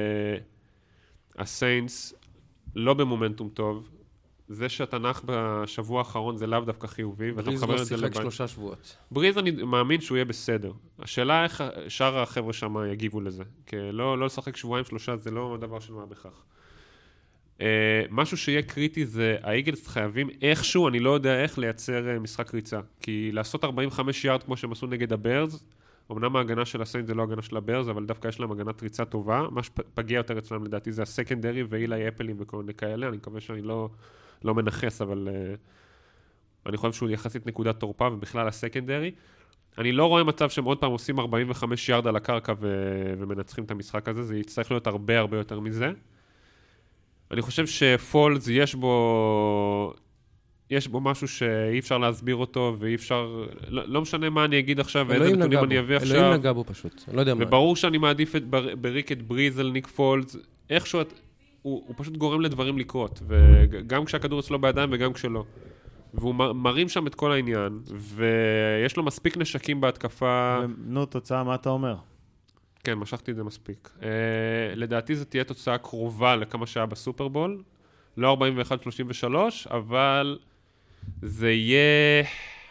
שהסיינס לא במומנטום טוב. זה שהתנ"ך בשבוע האחרון זה לאו דווקא חיובי. בריז לא שיחק שלושה שבועות. בריז אני מאמין שהוא יהיה בסדר. השאלה איך שאר החבר'ה שם יגיבו לזה. כי לא, לא לשחק שבועיים שלושה זה לא דבר של מה בכך. Uh, משהו שיהיה קריטי זה, האיגלס חייבים איכשהו, אני לא יודע איך, לייצר uh, משחק ריצה. כי לעשות ארבעים וחמש יארד כמו שהם עשו נגד הברז, אמנם ההגנה של הסיינט זה לא הגנה של הברז, אבל דווקא יש להם הגנת ריצה טובה. מה שפגיע יותר אצלם לדעתי זה הסקנדרי ואילי אפלים וכל מיני כאלה. אני מקווה שאני לא, לא מנחס, אבל uh, אני חושב שהוא יחסית נקודת תורפה, ובכלל הסקנדרי. אני לא רואה מצב שהם עוד פעם עושים ארבעים וחמש יארד על הקרקע ו- ומנצחים את המשחק הזה. זה יצטרך להיות הרבה הרבה יותר מזה. אני חושב שפולס יש בו, יש בו משהו שאי אפשר להסביר אותו, ואי אפשר, לא, לא משנה מה אני אגיד עכשיו, ואיזה נתונים אני אביא עכשיו. אלוהים נגע בו פשוט, אני לא יודע מה. וברור שאני מעדיף את בריק את בריז על ניק פולס, איכשהו, הוא, הוא פשוט גורם לדברים לקרות, וגם כשהכדור אצלו בידיים וגם כשלא. והוא מרים שם את כל העניין, ויש לו מספיק נשקים בהתקפה. נו, תוצאה, מה אתה אומר? כן, משכתי את זה מספיק. Uh, לדעתי זו תהיה תוצאה קרובה לכמה שעה בסופרבול. לא ארבעים ואחת שלושים ושלוש, אבל זה יהיה...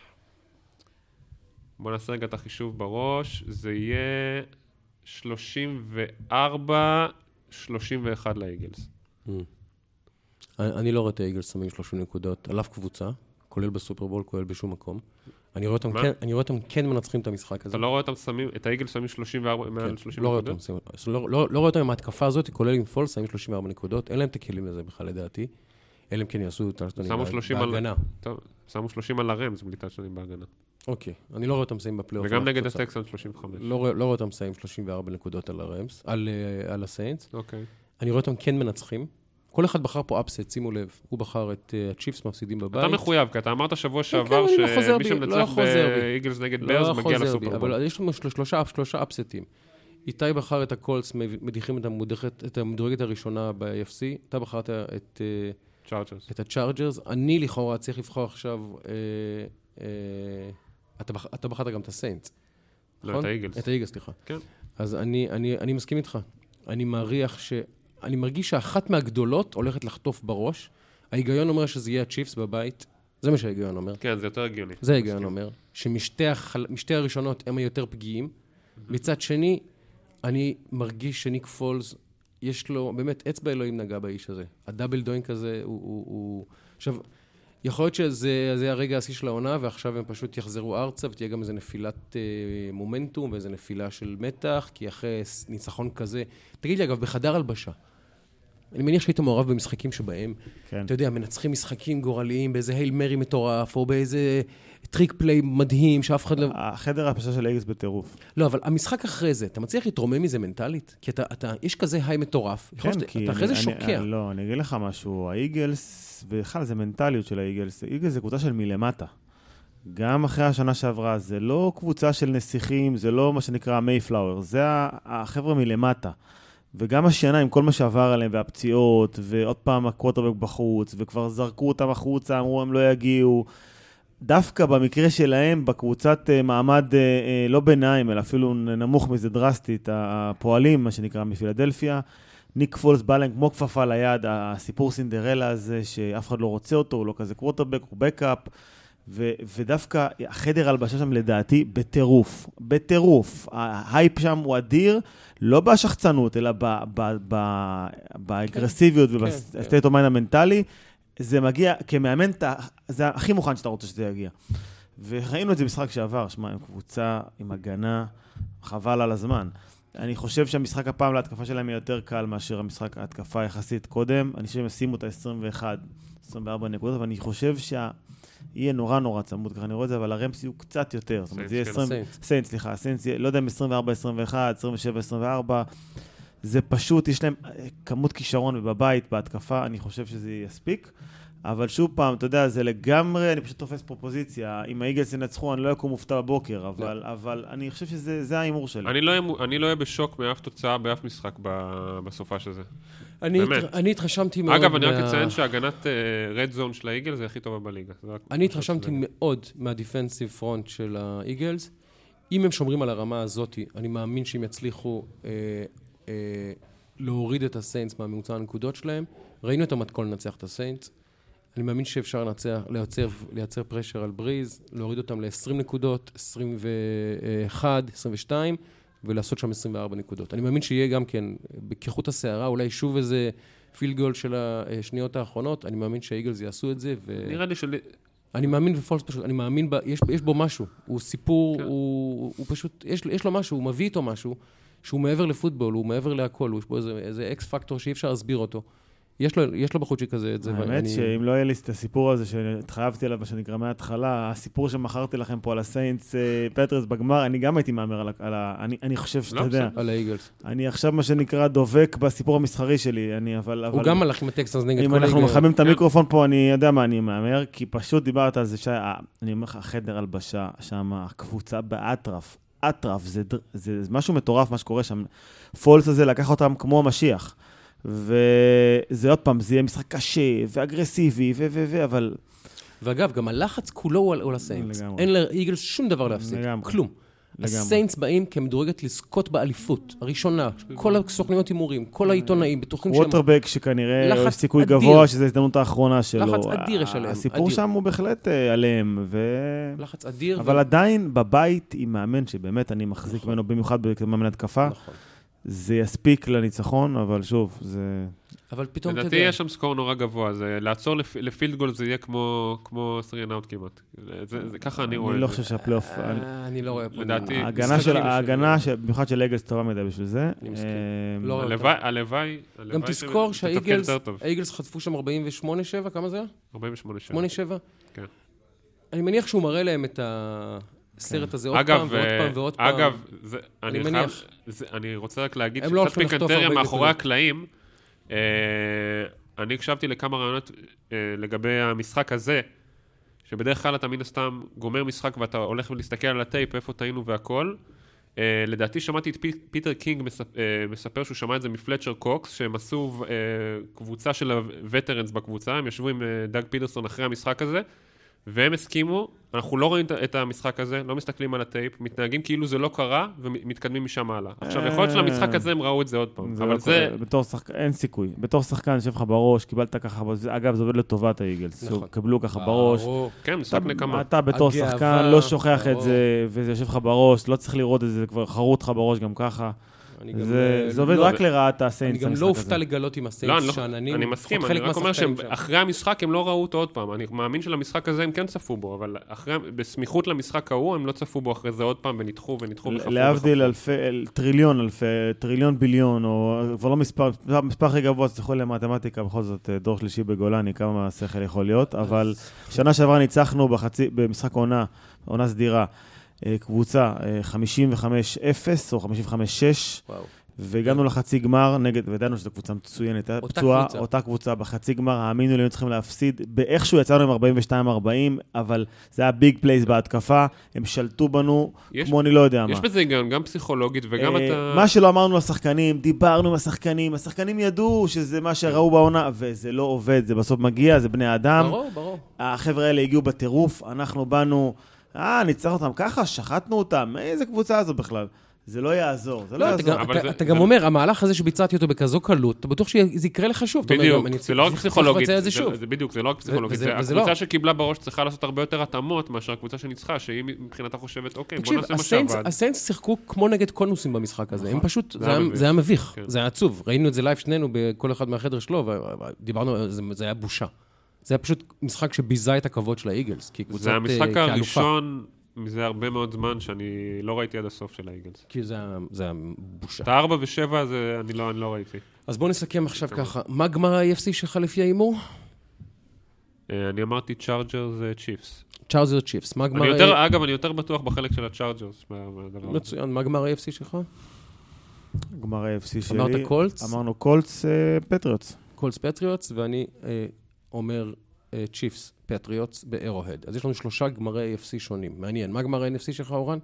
בוא נעשה רגע את החישוב בראש. זה יהיה שלושים וארבע שלושים ואחת לאיגלס. Mm. אני, אני לא רואה את האיגלס שמים שלושים נקודות על אף קבוצה, כולל בסופרבול, כולל בשום מקום. אני רואה אותם כן, אני רואה אותם כן מנצחים את המשחק הזה. אתה לא רואה אותם שמים, את האיגל שמים שלושים וארבע, מעל שלושים נקודות? לא, לא, לא רואה אותם עם ההתקפה הזאת, כולל עם פולס, שמים שלושים וארבע נקודות. אין להם את הכלים לזה בכלל, לדעתי. אלא הם כן יעשו את השתונים בהגנה. טוב, שמו שלושים על הרמז, בלי השתונים בהגנה. אוקיי, אני לא רואה אותם שמים בפלייאוף. וגם נגד הטקסן שלושים וחמש. לא רואה אותם שמים שלושים וארבע נקודות על הרמז, על הסיינטס. אוקיי. אני רואה אותם כן מנצחים. כל אחד בחר פה אפסט, שימו לב. הוא בחר את הצ'יפס מפסידים בבית. אתה מחויב, כי אתה אמרת שבוע שעבר שמי שמנצח באיגלס נגד ברז מגיע לסופרבול. אבל יש לנו שלושה אפסטים. איתי בחר את הקולס, מדיחים את המדורגת הראשונה ב-איי אף סי. אתה בחרת את הצ'ארג'רס. אני לכאורה צריך לבחור עכשיו... אתה בחרת גם את הסיינטס. לא, את האיגלס. את האיגלס, סליחה. כן. אז אני מסכים איתך. אני מעריך ש... אני מרגיש שאחת מהגדולות הולכת לחטוף בראש. ההיגיון אומר שזה יהיה הצ'יפס בבית. זה מה שההיגיון אומר. כן, זה יותר הגיוני. זה ההיגיון אומר. שמשתי החל... הראשונות הם היותר פגיעים. מצד שני, אני מרגיש שניק פולס, יש לו, באמת, אצבע אלוהים נגע באיש הזה. הדאבל דוינק הזה הוא... הוא, הוא... עכשיו, יכול להיות שזה הרגע השיא של העונה, ועכשיו הם פשוט יחזרו ארצה, ותהיה גם איזו נפילת אה, מומנטום, ואיזו נפילה של מתח, כי אחרי ניצחון כזה... תגיד לי, אגב, בחדר הלבשה, אני מניח שהיית מעורב במשחקים שבהם, כן. אתה יודע, מנצחים משחקים גורליים, באיזה הייל מרי מטורף, או באיזה טריק פליי מדהים, שאף אחד לא... החדר ההלבשה של איגלס בטירוף. לא, אבל המשחק אחרי זה, אתה מצליח להתרומם מזה מנטלית? כי אתה, אתה, יש כזה היי מטורף, כן, שאתה, כי אתה אחרי זה אני, שוקע. אני, לא, אני אגיד לך משהו, האיגלס, בכלל זה מנטליות של האיגלס, האיגלס זה קבוצה של מלמטה. גם אחרי השנה שעברה, זה לא קבוצה של נסיכים, זה לא מה שנקרא מייפלאואר, זה החבר'ה מלמטה. וגם השנה עם כל מה שעבר עליהם והפציעות, ועוד פעם הקווטרבק בחוץ, וכבר זרקו אותם החוצה, אמרו הם לא יגיעו. דווקא במקרה שלהם, בקבוצת מעמד לא ביניים, אלא אפילו נמוך מזה דרסטית, הפועלים, מה שנקרא מפילדלפיה, ניק פולס בא להם כמו כפפה ליד, הסיפור סינדרלה הזה, שאף אחד לא רוצה אותו, הוא לא כזה קווטרבק, הוא בקאפ, ו- ודווקא החדר הלבשה שם לדעתי בטירוף, בטירוף. ההייפ שם הוא אדיר, לא בשחצנות, אלא ב- ב- ב- באגרסיביות ובסטייט אוף מיינד המנטלי. זה מגיע, כמאמן, זה הכי מוכן שאתה רוצה שזה יגיע. וראינו את זה משחק שעבר, שמה, עם קבוצה, עם הגנה, חבל על הזמן. אני חושב שהמשחק הפעם להתקפה שלהם יהיה יותר קל מאשר המשחק ההתקפה יחסית קודם. אני חושב שהם ישימו את ה-עשרים ואחת עשרים וארבע נקודות, אבל אני חושב שה... יהיה נורא נורא צמוד, ככה אני רואה את זה, אבל הרמפס יהיו קצת יותר. זאת אומרת, זה יהיה עשרים... סיינט, סליחה, סיינט, לא יודע אם עשרים וארבע עשרים ואחת, עשרים ושבע עשרים וארבע, זה פשוט, יש להם כמות כישרון ובבית, בהתקפה, אני חושב שזה יספיק. אבל שוב פעם, אתה יודע, זה לגמרי, אני פשוט תופס פרופוזיציה. אם האיגלס ינצחו, אני לא אקום מופתע בבוקר, אבל, אבל אני חושב שזה האימור שלי. אני לא, אני לא אהיה בשוק מאף תוצאה, באף משחק בסופה של זה. אני, הת... אני התרשמתי מאוד... אגב, אני רק אציין שהגנת רד זון של האיגלס זה הכי טובה בליגה. אני התרשמתי מאוד מהדיפנסיב פרונט של האיגלס. אם הם שומרים על הרמה הזאת, אני מאמין שהם יצליחו אה, אה, להוריד את הסיינטס מהממוצע הנקודות שלהם. ראינו את המתכון לנצח את הסיינטס. אני מאמין שאפשר לנצח, לייצר, לייצר פרשר על בריז, להוריד אותם ל-עשרים נקודות, עשרים ואחת, עשרים ושתיים, ולעשות שם עשרים וארבע נקודות. אני מאמין שיהיה גם כן, בכיחות הסערה, אולי שוב איזה פילד גול של השניות האחרונות, אני מאמין שהאיגלס יעשו את זה, ו... נראה לי שלי... אני מאמין בפולס פשוט, אני מאמין, ב... יש, יש בו משהו, הוא סיפור, כן. הוא, הוא פשוט, יש, יש לו משהו, הוא מביא איתו משהו, שהוא מעבר לפוטבול, הוא מעבר להכל, הוא יש בו איזה, איזה אקס פקטור שאי אפשר להסביר אותו. יש לו, יש לו בחוץ שכזה את זה. האמת שאם לא יהיה לי את הסיפור הזה שהתחייבתי עליו שנקרא מההתחלה, הסיפור שמכרתי לכם פה על הסיינטס פטרס בגמר, אני גם הייתי מאמר על ה... אני חושב שאתה יודע. על האיגלס. אני עכשיו מה שנקרא דובק בסיפור המסחרי שלי, אני אבל... הוא גם הלך עם הטקסטס נגד כל אם אנחנו מחמים את המיקרופון פה, אני יודע מה אני מאמר, כי פשוט דיברת על זה שאני אומר לך, החדר הלבשה שם, הקבוצה באטרף, אטרף, זה משהו מטורף מה שקורה שם. פולס הזה לקח אותם כמו המשיח. וזה עוד פעם, זה יהיה משחק קשה ואגרסיבי, ו... ו... ו... אבל... ואגב, גם הלחץ כולו הוא לסיינטס. אין לאיגלס שום דבר להפסיד. כלום. הסיינטס באים כמדורגת לזכות באליפות, הראשונה. כל הסוכניות הימורים, כל העיתונאים, בטוחים שהם... ווטרבק שכנראה יש סיכוי גבוה שזו הזדמנות האחרונה שלו. לחץ אדיר יש עליהם. הסיפור שם הוא בהחלט עליהם. לחץ אדיר. אבל עדיין בבית עם מאמן שבאמת אני מחזיק ממנו במיוחד במאמן התקפה. נכון. זה יספיק לניצחון, אבל שוב, זה... אבל פתאום לדעתי יש שם סקור נורא גבוה, זה לעצור לפילד גול זה יהיה כמו כמו three and out כמעט. זה ככה אני רואה. אני לא חושב שהפלייאוף... אני לא רואה פה. לדעתי... ההגנה, במיוחד של אגלס טובה מדי בשביל זה. הלוואי... גם תזכור שהאיגלס חטפו שם ארבעים ושמונה שבע, כמה זה היה? ארבעים ושמונה שבע. שמונה שבע? כן. אני מניח שהוא מראה להם את ה... הסרט הזה עוד פעם ועוד פעם ועוד פעם. אגב, אני מניח... אני רוצה רק להגיד שקצת פיקנטריה מאחורי הקלעים. אני הקשבתי לכמה רעיונות לגבי המשחק הזה, שבדרך כלל אתה מן הסתם גומר משחק ואתה הולך ולהסתכל על הטייפ, איפה טעינו והכל. לדעתי שמעתי את פיטר קינג מספר שהוא שמע את זה מפלצ'ר קוקס, שהם עשו קבוצה של הווטרנס בקבוצה, הם ישבו עם דאג פיטרסון אחרי המשחק הזה, והם הסכימו, אנחנו לא רואים את המשחק הזה, לא מסתכלים על הטייפ, מתנהגים כאילו זה לא קרה, ומתקדמים משם הלאה. עכשיו, יכול להיות שלמשחק הזה הם ראו את זה עוד פעם, אבל זה... בתור שחקן, אין סיכוי. בתור שחקן, יושב לך בראש, קיבלת ככה, אגב, זה עובד לטובת האיגלס. קבלו ככה בראש. כן, משחק נקמה. אתה בתור שחקן לא שוכח את זה, וזה יושב לך בראש, לא צריך לראות את זה, זה כבר חרוט לך בראש גם ככה. זה עובד רק לרעת הסיינטס. אני גם לא הופתע לגלות עם הסיינטס שאננים. אני מסכים, אני רק אומר שאחרי המשחק הם לא ראו אותו עוד פעם. אני מאמין שלמשחק הזה הם כן צפו בו, אבל בסמיכות למשחק ההוא הם לא צפו בו אחרי זה עוד פעם, וניתחו וניתחו וחפו. להבדיל אלפי, טריליון אלפי, טריליון ביליון, או כבר לא מספר, מספר הכי גבוה, תצטרכו למתמטיקה, בכל זאת דור שלישי בגולני, כמה השכל יכול להיות, אבל שנה שעברה ניצחנו בחצי, במשחק עונה, עונה סדירה, קבוצה חמישים וחמש אפס או חמישים וחמש שש, והגענו לחצי גמר נגד, וידענו שזו קבוצה מצוינת, אותה קבוצה. אותה קבוצה בחצי גמר, האמינו לי, היינו צריכים להפסיד, באיכשהו יצאנו עם ארבעים ושתיים ארבעים, אבל זה היה ביג פלייס בהתקפה, הם שלטו בנו, יש, כמו אני לא יודע יש מה. יש בזה גם, גם פסיכולוגית וגם אה, אתה... מה שלא אמרנו לשחקנים, דיברנו עם השחקנים, השחקנים ידעו שזה מה שראו בעונה, וזה לא עובד, זה בסוף מגיע, זה בני אדם. ברור, ברור. החבר'ה האלה הגיעו בטירוף, אנחנו באנו, אה, ניצח אותם ככה, שחטנו אותם, איזה קבוצה הזו בכלל? זה לא יעזור, זה לא יעזור. אתה גם אומר, המהלך הזה שביצעתי אותו בכזו קלות, אתה בטוח שזה יקרה לך שוב. בדיוק, זה לא רק פסיכולוגית, זה בדיוק, זה לא רק פסיכולוגית, זה הקבוצה שקיבלה בראש צריכה לעשות הרבה יותר התאמות מאשר הקבוצה שניצחה, שהיא מבחינתה חושבת, אוקיי, בוא נעשה מה שעבד. הסיינטס שיחקו כמו נגד קונוסים במשחק הזה, הם פשוט, זה היה מביך, זה היה עצוב, ראינו את זה לייב שנינו בכל אחד מהחדר שלו, ודיברנו, זה היה בושה. זה היה פשוט משחק שביזה את הכבוד של האיגלס, כי קבוצת כאלופה. זה המשחק הראשון מזה הרבה מאוד זמן שאני לא ראיתי עד הסוף של האיגלס. כי זה היה בושה. את הארבע ושבע אני לא ראיתי. אז בואו נסכם עכשיו ככה. מה גמר ה-אי אף סי שלך לפי האימור? אני אמרתי צ'ארג'רס צ'יפס. צ'ארג'רס צ'יפס. מה גמר... אגב, אני יותר בטוח בחלק של הצ'ארג'רס. מצוין. מה גמר ה-אי אף סי שלך? גמר ה-אי אף סי שלי. אמרת קולטס? אמרנו קולטס פטריוטס. קולטס פטריוטס, ואני אומר צ'יפס. פטריוטס באירו-הד. אז יש לנו שלושה גמרי אי אף סי שונים. מעניין. מה גמר ה-אן אף סי שלך, אורן?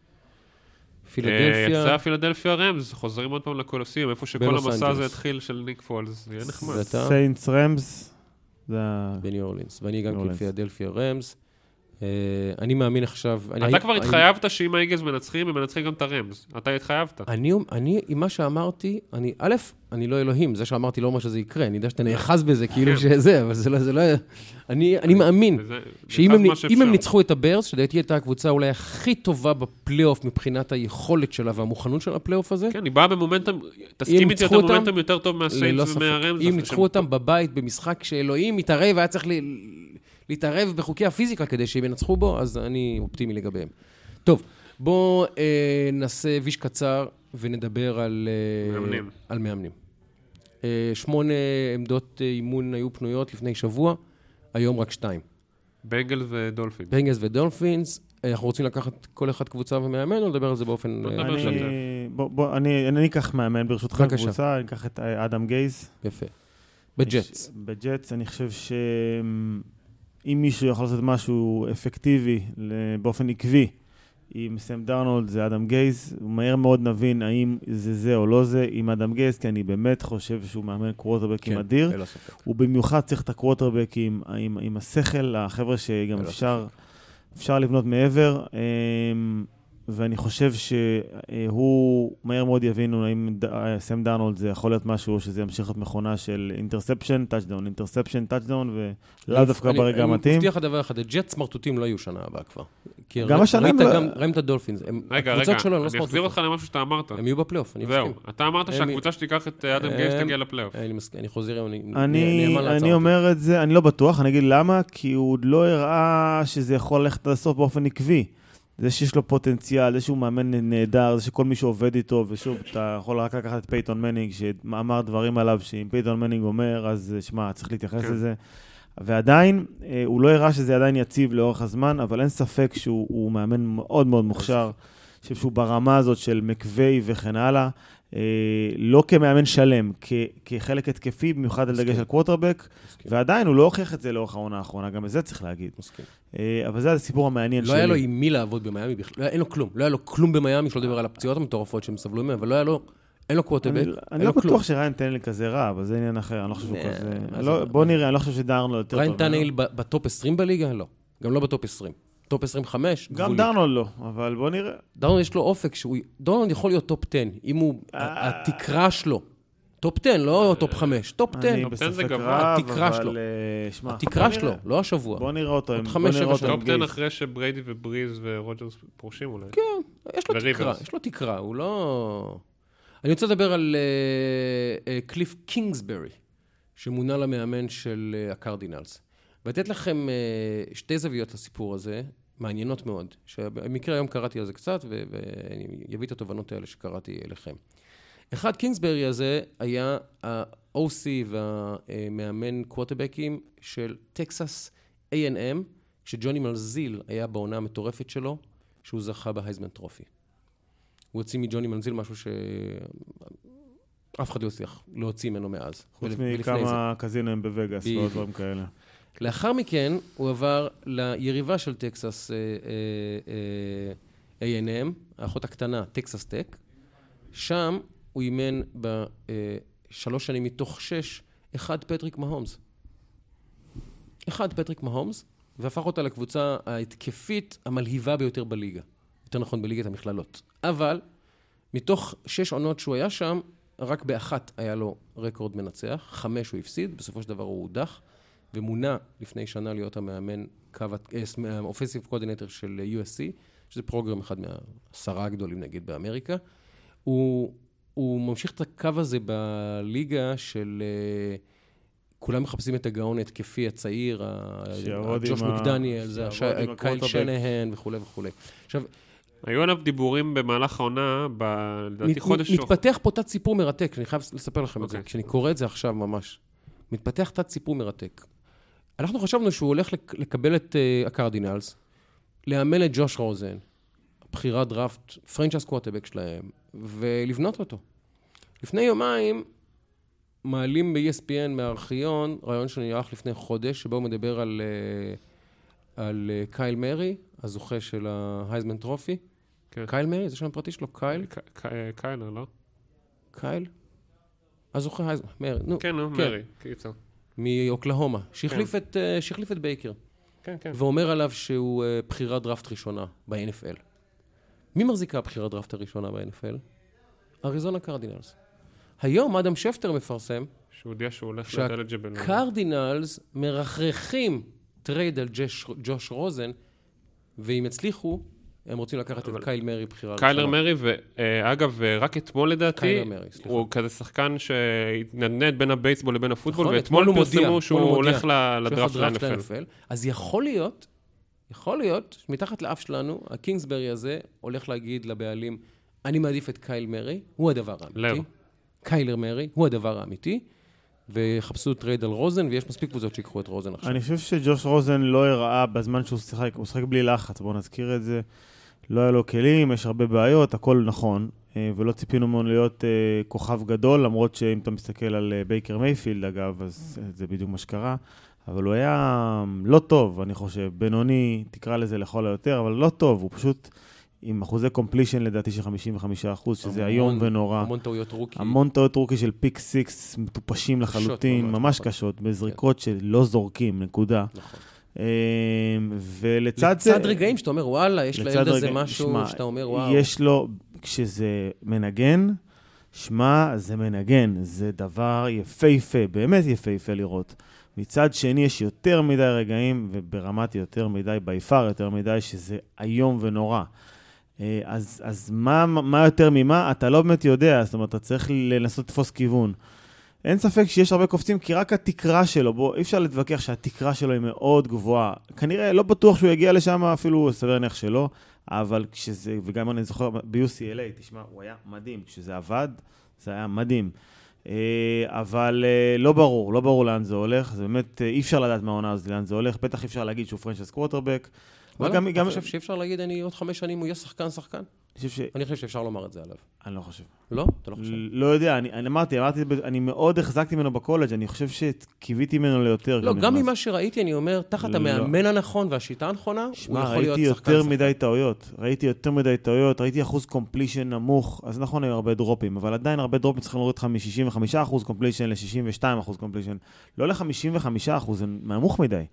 פילדלפיה... יצא פילדלפיה רמז, חוזרים עוד פעם לקולוסים, איפה שכל המסע הזה התחיל של ניק פולס. זה יהיה נחמד. סיינטס רמז. בניו אורלינס. ואני גם כפילדלפיה רמז. אני מאמין עכשיו... אתה כבר התחייבת שאם האיגלס מנצחים, הם מנצחים גם את הרמז. אתה התחייבת. אני, עם מה שאמרתי, אני, א', אני לא אלוהים, זה שאמרתי לא אומר שזה יקרה, אני יודע שאתה נאחז בזה, כאילו שזה, אבל זה לא, זה לא... אני מאמין שאם הם ניצחו את הברס, שדעתי הייתה הקבוצה אולי הכי טובה בפלייאוף מבחינת היכולת שלה והמוכנות של הפלייאוף הזה. כן, היא באה במומנטום, תסכים איתי, אתה מומנטום יותר טוב מהסיינטס ומהרמז. אם ניצחו אותם בבית, במשחק שאלוהים מתערב, היה צריך להתערב בחוקי הפיזיקה כדי שהם ינצחו בו, אז אני אופטימי לגביהם. טוב, בואו אה, נעשה ויש קצר ונדבר על אה, מאמנים. על מאמנים. אה, שמונה עמדות אימון היו פנויות לפני שבוע, היום רק שתיים. בנגלס ודולפינס. בנגלס ודולפינס. אנחנו רוצים לקחת כל אחד קבוצה ומאמן, או לדבר על זה באופן... אני, בוא, בוא, אני, אני אקח מאמן ברשותך קבוצה, אני אקח את אדם גייז. יפה. בג'טס. בג'טס, אני חושב ש... אם מישהו יכול לעשות משהו אפקטיבי באופן עקבי עם סם דרנולד, זה אדם גייז. הוא מהר מאוד נבין האם זה זה או לא זה עם אדם גייז, כי אני באמת חושב שהוא מאמן קווטרבקים אדיר. הוא במיוחד צריך את הקווטרבקים עם, עם השכל, החבר'ה שגם אפשר, אפשר לבנות מעבר. ואני חושב שהוא מהר מאוד יבינו האם סם דרנולד זה יכול להיות משהו שזה ימשיך להיות מכונה של אינטרספשן, טאצ'דאון, אינטרספשן, טאצ'דאון, ולאו דווקא ברגע המתאים. אני מבטיח הדבר אחד, הג'ט סמרטוטים לא יהיו שנה הבאה כבר. גם השנה הם... ראים את הדולפינס. רגע, רגע, אני אחזיר אותך למשהו שאתה אמרת. הם יהיו בפלייאוף, אני מסכים. זהו, אתה אמרת שהקבוצה שתיקח את אדם גייז תגיע לפלייאוף. אני חוזר, אני אומר את זה, אני לא בטוח, אני אגיד למה, כי הוא עוד לא הראה שזה יכול ללכת לסוף באופן עקבי. זה שיש לו פוטנציאל, זה שהוא מאמן נהדר, זה שכל מי שעובד איתו, ושוב, אתה יכול רק לקחת את פייטון מנינג, שאמר דברים עליו, שאם פייטון מנינג אומר, אז שמע, צריך להתייחס לזה. ועדיין, הוא לא הראה שזה עדיין יציב לאורך הזמן, אבל אין ספק שהוא מאמן מאוד מאוד מוכשר, שהוא ברמה הזאת של מקווי וכן הלאה, לא כמאמן שלם, כחלק התקפי, במיוחד על דגש על קווטרבק, ועדיין הוא לא הוכיח את זה לאורך העונה האחרונה, גם את זה צריך להגיד. אבל זה הסיפור המעניין שלי. לא היה לו עם מי לעבוד במיימי, אין לו כלום, לא היה לו כלום במיימי, שלא לדבר על הפציעות המטורפות שהם סבלו מהם, אבל לא היה לו, אין לו קווטרבק, אני לא בטוח שריין טנל כזה רע, אבל זה עניין אחר, אני לא חושב שהוא כזה... בוא נראה, אני לא חושב שדארנו יותר טוב. ריין טנל בטופ עשרים בליגה? לא. גם לא בטופ עשרים. טופ עשרים וחמש, גם דרנולד לא, אבל בוא נראה. דרנולד יש לו אופק, דרנולד יכול להיות טופ עשר, אם הוא, התקרה שלו, טופ עשר, לא טופ חמש, טופ עשר. אני בספק רב, אבל... התקרה שלו, לא השבוע. בוא נראה אותו. טופ עשר אחרי שבריידי ובריז ורוג'רס פורשים אולי. כן, יש לו תקרה, יש לו תקרה, הוא לא... אני רוצה לדבר על קליף קינגסברי, שמונה למאמן של הקרדינלס. ולתת לכם שתי זוויות לסיפור הזה, מעניינות מאוד, שבמקרה היום קראתי על זה קצת, ואני אביא את התובנות האלה שקראתי אליכם. אחד, קינגסברי הזה היה ה-או סי והמאמן קווטרבקים של טקסס איי אנד אם, כשג'וני מלזיל היה בעונה המטורפת שלו, שהוא זכה בהייזמן טרופי. הוא הוציא מג'וני מלזיל משהו שאף אחד לא הצליח להוציא ממנו מאז. חוץ מכמה קזינואים בווגאס ועוד דברים כאלה. לאחר מכן הוא עבר ליריבה של טקסס איי אנד אם, האחות הקטנה, טקסס טק. שם הוא אימן בשלוש שנים מתוך שש, אחד פטריק מהומס. אחד פטריק מהומס, והפך אותה לקבוצה ההתקפית המלהיבה ביותר בליגה. יותר נכון, בליגת המכללות. אבל מתוך שש עונות שהוא היה שם, רק באחת היה לו רקורד מנצח, חמש הוא הפסיד, בסופו של דבר הוא הודח, ומונה לפני שנה להיות המאמן, האופנסיב קואורדינטור של יו אס סי, שזה פרוגרם אחד מהעשרה הגדולים נגיד באמריקה. הוא, הוא ממשיך את הקו הזה בליגה של... כולם מחפשים את הגאון התקפי הצעיר, ג'וש מקדניאל, קייל שנהן וכו' וכו'. עכשיו, היו עליו דיבורים במהלך העונה, לדעתי חודש... מתפתח פה תת סיפור מרתק, שאני חייב לספר לכם את זה, כשאני קורא את זה עכשיו ממש. מתפתח תת סיפור מרתק. אנחנו חשבנו שהוא הולך לקבל את הקרדינלס, לאמן את ג'וש רוזן, בחירת דראפט, פרנצ'ייז קווטרבק שלהם, ולבנות אותו. לפני יומיים, מעלים ב-אי אס פי אן מהארכיון, רעיון שנערך לפני חודש, שבו הוא מדבר על, על קייל מרי, הזוכה של ההייזמן טרופי. כן. קייל מרי, זה שם הפרטי שלו, קייל? קיילר, לא? קייל? הזוכה הייזמן, מרי. נו, כן, נו, כן. מרי, קיצר. מאוקלהומה, שהחליף, כן. את, שהחליף את בייקר. כן, כן. ואומר עליו שהוא בחירת דראפט ראשונה ב-אן אף אל. מי מחזיקה בחירת דראפט הראשונה ב-אן אף אל? אריזונה קרדינלס. היום אדם שפטר מפרסם שהוא יודע שהוא הולך לדלג'בל. שהקרדינלס מרחרחים טרייד על ג'וש רוזן, ואם הצליחו, הם רוצים לקחת את קייל מרי בחירה. קיילר מרי, ואגב, רק אתמול לדעתי, הוא כזה שחקן שהתנדנד בין הבייסבול לבין הפוטבול, ואתמול פרסמו שהוא הולך לדראפט ל-אן אף אל. אז יכול להיות, יכול להיות, מתחת לאף שלנו, הקינגסברי הזה הולך להגיד לבעלים, אני מעדיף את קייל מרי, הוא הדבר האמיתי. קיילר מרי, הוא הדבר האמיתי, וחפשו טרייד על רוזן, ויש מספיק קבוצות שיקחו את רוזן עכשיו. אני חושב שג'וש רוזן לא הראה בזמן שהוא שיחק, הוא שיחק בלי לחץ, בואו נזכיר את זה. לא היה לו כלים, יש הרבה בעיות, הכל נכון, ולא ציפינו ממנו להיות כוכב גדול, למרות שאם אתה מסתכל על בייקר מייפילד, אגב, אז זה בדיוק מה שקרה, אבל הוא היה לא טוב, אני חושב, בינוני, תקרא לזה לכל היותר, אבל לא טוב, הוא פשוט... עם אחוזי קומפלישן לדעתי של חמישים וחמישה אחוז, שזה היום ונורא. המון טעויות רוקי. המון טעויות רוקי של פיק סיקס, מטופשים לחלוטין, ממש קשות, בזריקות שלא זורקים, נקודה. נכון. ולצד זה... לצד רגעים שאתה אומר, וואלה, יש לילד הזה משהו שאתה אומר, וואו. יש לו, כשזה מנגן, שמה, זה מנגן. זה דבר יפהפה, באמת יפהפה לראות. מצד שני, יש יותר מדי רגעים, וברמת יותר מדי, ביפר יותר מדי, שזה היום ונורא. אז, אז מה, מה יותר ממה? אתה לא באמת יודע, זאת אומרת, אתה צריך לנסות לתפוס כיוון. אין ספק שיש הרבה קופצים, כי רק התקרה שלו, בוא, אי אפשר להתווכח שהתקרה שלו היא מאוד גבוהה. כנראה לא בטוח שהוא יגיע לשם, אפילו סבר נח שלו, אבל כשזה, וגם אני זוכר, ב-יו סי אל איי, תשמע, הוא היה מדהים. כשזה עבד, זה היה מדהים. אבל לא ברור, לא ברור לאן זה הולך. זה באמת, אי אפשר לדעת מהעונה הזאת לאן זה הולך. בטח אי אפשר להגיד שהוא פרנצ'ייז קווטרבק. אני חושב שאפשר להגיד, אני עוד חמש שנים הוא יהיה שחקן, שחקן? אני חושב שאפשר לומר את זה עליו. אני לא חושב. לא? אתה לא חושב? לא יודע, אני אמרתי, אני מאוד החזקתי ממנו בקולג', אני חושב שקיוויתי ממנו ליותר. לא, גם ממה שראיתי, אני אומר, תחת המאמן הנכון והשיטה הנכונה, הוא יכול להיות שחקן. ראיתי יותר מדי טעויות, ראיתי יותר מדי טעויות, ראיתי אחוז קומפלישן נמוך, אז נכון, היו הרבה דרופים, אבל עדיין הרבה דרופים צריכים להוריד לך מ-שישים וחמישה אחוז קומפלישן ל-שישים ושתיים אחוז קומפלישן, לא ל-חמישים וחמישה אחוז, זה נמוך מדי.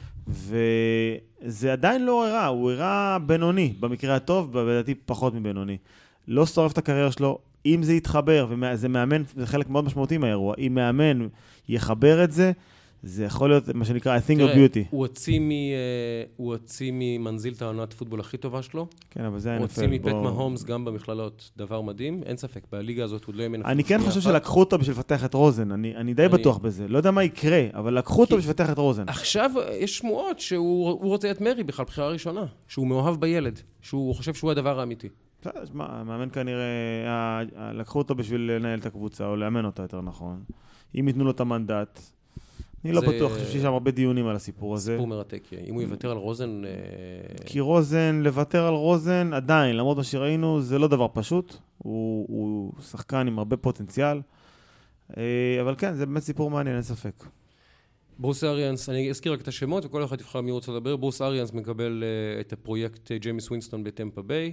וזה עדיין לא הראה, הוא הראה בינוני, במקרה הטוב, בדעתי פחות מבינוני. לא שורף את הקריירה שלו, אם זה יתחבר, וזה מאמן, זה חלק מאוד משמעותי מהאירוע, אם מאמן יחבר את זה, זה יכול להיות מה שנקרא, I think of beauty. הוא הוציא ממנזיל את העונת פוטבול הכי טובה שלו. כן, אבל זה היה הוא נפל. הוציא מפט מהומס גם במכללות, דבר מדהים. אין ספק, בליגה הזאת הוא לא ימין... אני כן חושב שלקחו אותו בשביל לפתח את רוזן. אני די בטוח בזה. לא יודע מה יקרה, אבל לקחו אותו בשביל לפתח את רוזן. עכשיו יש שמועות שהוא רוצה את מרי בכלל בחירה ראשונה. שהוא מאוהב בילד. שהוא חושב שהוא הדבר האמיתי. מאמן כנראה, לקחו אותו בשביל לנהל את הקבוצה, או לאמן אותה יותר נכון. אם ייתנו לו את המנדט, אני לא בטוח, חושב שיש שם הרבה דיונים על הסיפור הזה. סיפור מרתק, אם הוא יוותר על רוזן... כי רוזן, לוותר על רוזן, עדיין, למרות מה שראינו, זה לא דבר פשוט. הוא שחקן עם הרבה פוטנציאל. אבל כן, זה באמת סיפור מעניין, אין ספק. ברוס אריאנס, אני אזכיר רק את השמות, וכל אחד יבחר מי רוצה לדבר. ברוס אריאנס מקבל את הפרויקט ג'יימיס ווינסטון בטמפה ביי.